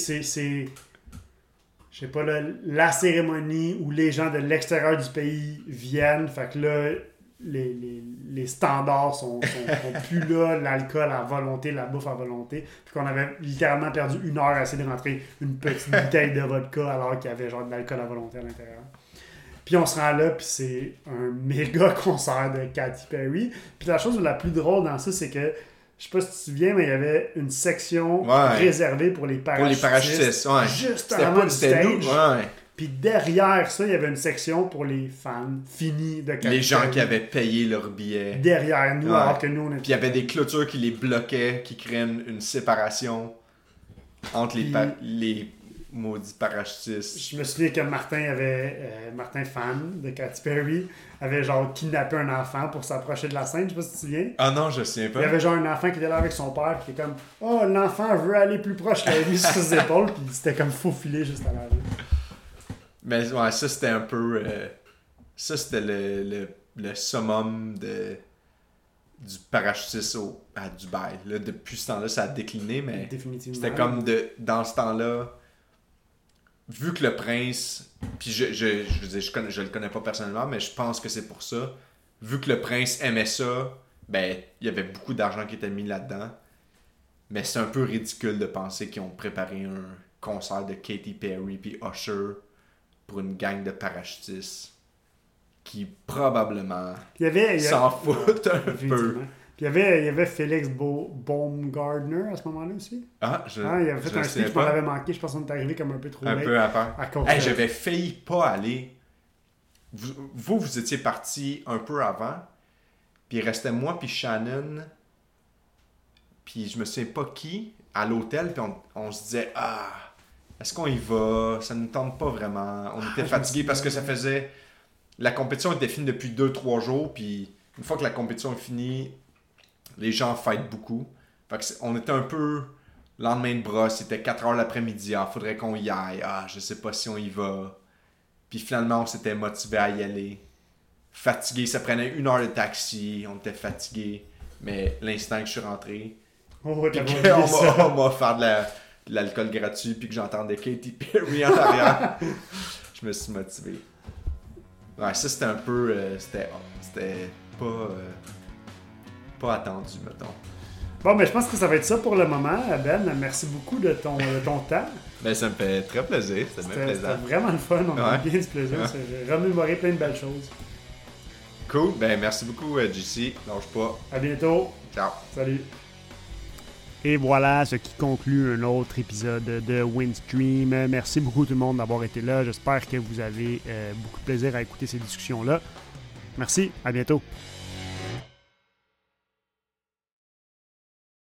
[SPEAKER 3] je sais pas, là, la cérémonie où les gens de l'extérieur du pays viennent. Fait que là, les standards sont plus là. L'alcool à volonté, la bouffe à volonté. Puis qu'on avait littéralement perdu 1 heure à essayer de rentrer une petite bouteille de vodka alors qu'il y avait genre de l'alcool à volonté à l'intérieur. Puis on se rend là, puis c'est un méga concert de Katy Perry. Puis la chose la plus drôle dans ça, c'est que je sais pas si tu te souviens, mais il y avait une section réservée pour les parachutistes.
[SPEAKER 2] Pour les parachutistes, ouais.
[SPEAKER 3] Juste avant le stage.
[SPEAKER 2] Ouais.
[SPEAKER 3] Puis derrière ça, il y avait une section pour les fans finis de Katy Perry.
[SPEAKER 2] Les gens qui avaient payé leur billet.
[SPEAKER 3] Derrière nous, alors que nous, on était...
[SPEAKER 2] Puis il y avait des clôtures qui les bloquaient, qui créaient une séparation entre maudit parachutiste.
[SPEAKER 3] Je me souviens que Martin fan de Katy Perry avait genre kidnappé un enfant pour s'approcher de la scène, je sais pas si tu te souviens.
[SPEAKER 2] Ah non, je me souviens pas.
[SPEAKER 3] Il y avait genre un enfant qui était là avec son père, qui était comme « Oh, l'enfant veut aller plus proche », il l'avait mis sur ses épaules, puis c'était comme faufilé juste à l'arrière.
[SPEAKER 2] Mais ouais, ça c'était un peu... ça c'était le summum du parachutisme à Dubaï. Là, depuis ce temps-là, ça a décliné, mais c'était comme dans ce temps-là, vu que le prince, puis je veux dire, je le connais pas personnellement, mais je pense que c'est pour ça, vu que le prince aimait ça, ben, il y avait beaucoup d'argent qui était mis là-dedans, mais c'est un peu ridicule de penser qu'ils ont préparé un concert de Katy Perry puis Usher pour une gang de parachutistes qui probablement s'en foutent un peu.
[SPEAKER 3] Puis il y avait Félix Baumgartner à ce moment-là aussi.
[SPEAKER 2] Il
[SPEAKER 3] avait fait un speech qui m'en avait manqué. Je pense qu'on est arrivé comme un peu trop
[SPEAKER 2] un
[SPEAKER 3] late.
[SPEAKER 2] Peu à part.
[SPEAKER 3] Hey,
[SPEAKER 2] j'avais failli pas aller. Vous étiez partis un peu avant. Puis il restait moi puis Shannon. Puis je me souviens pas qui à l'hôtel. Puis on se disait est-ce qu'on y va? Ça ne nous tente pas vraiment. On était fatigués parce que ça faisait... La compétition était finie depuis 2-3 jours. Puis une fois que la compétition est finie, les gens fêtent beaucoup. Fait que on était un peu lendemain de brosse. C'était 4h l'après-midi. Faudrait qu'on y aille. Je sais pas si on y va. Puis finalement, on s'était motivé à y aller. Fatigué. Ça prenait 1 heure de taxi. On était fatigués. Mais l'instant que je suis rentré, puis qu'on m'a offert de l'alcool gratuit, puis que j'entendais Katy Perry en arrière, je me suis motivé. Ouais, ça c'était un peu... c'était pas attendu, mettons.
[SPEAKER 3] Bon, mais je pense que ça va être ça pour le moment, Ben. Merci beaucoup de ton temps.
[SPEAKER 2] Ben, ça me fait très plaisir. C'était
[SPEAKER 3] vraiment le fun. On a bien du plaisir. J'ai remémoré plein de belles choses.
[SPEAKER 2] Cool. Ben, merci beaucoup, JC. Lâche pas.
[SPEAKER 3] À bientôt.
[SPEAKER 2] Ciao.
[SPEAKER 3] Salut.
[SPEAKER 1] Et voilà ce qui conclut un autre épisode de Windstream. Merci beaucoup tout le monde d'avoir été là. J'espère que vous avez beaucoup de plaisir à écouter ces discussions-là. Merci, à bientôt.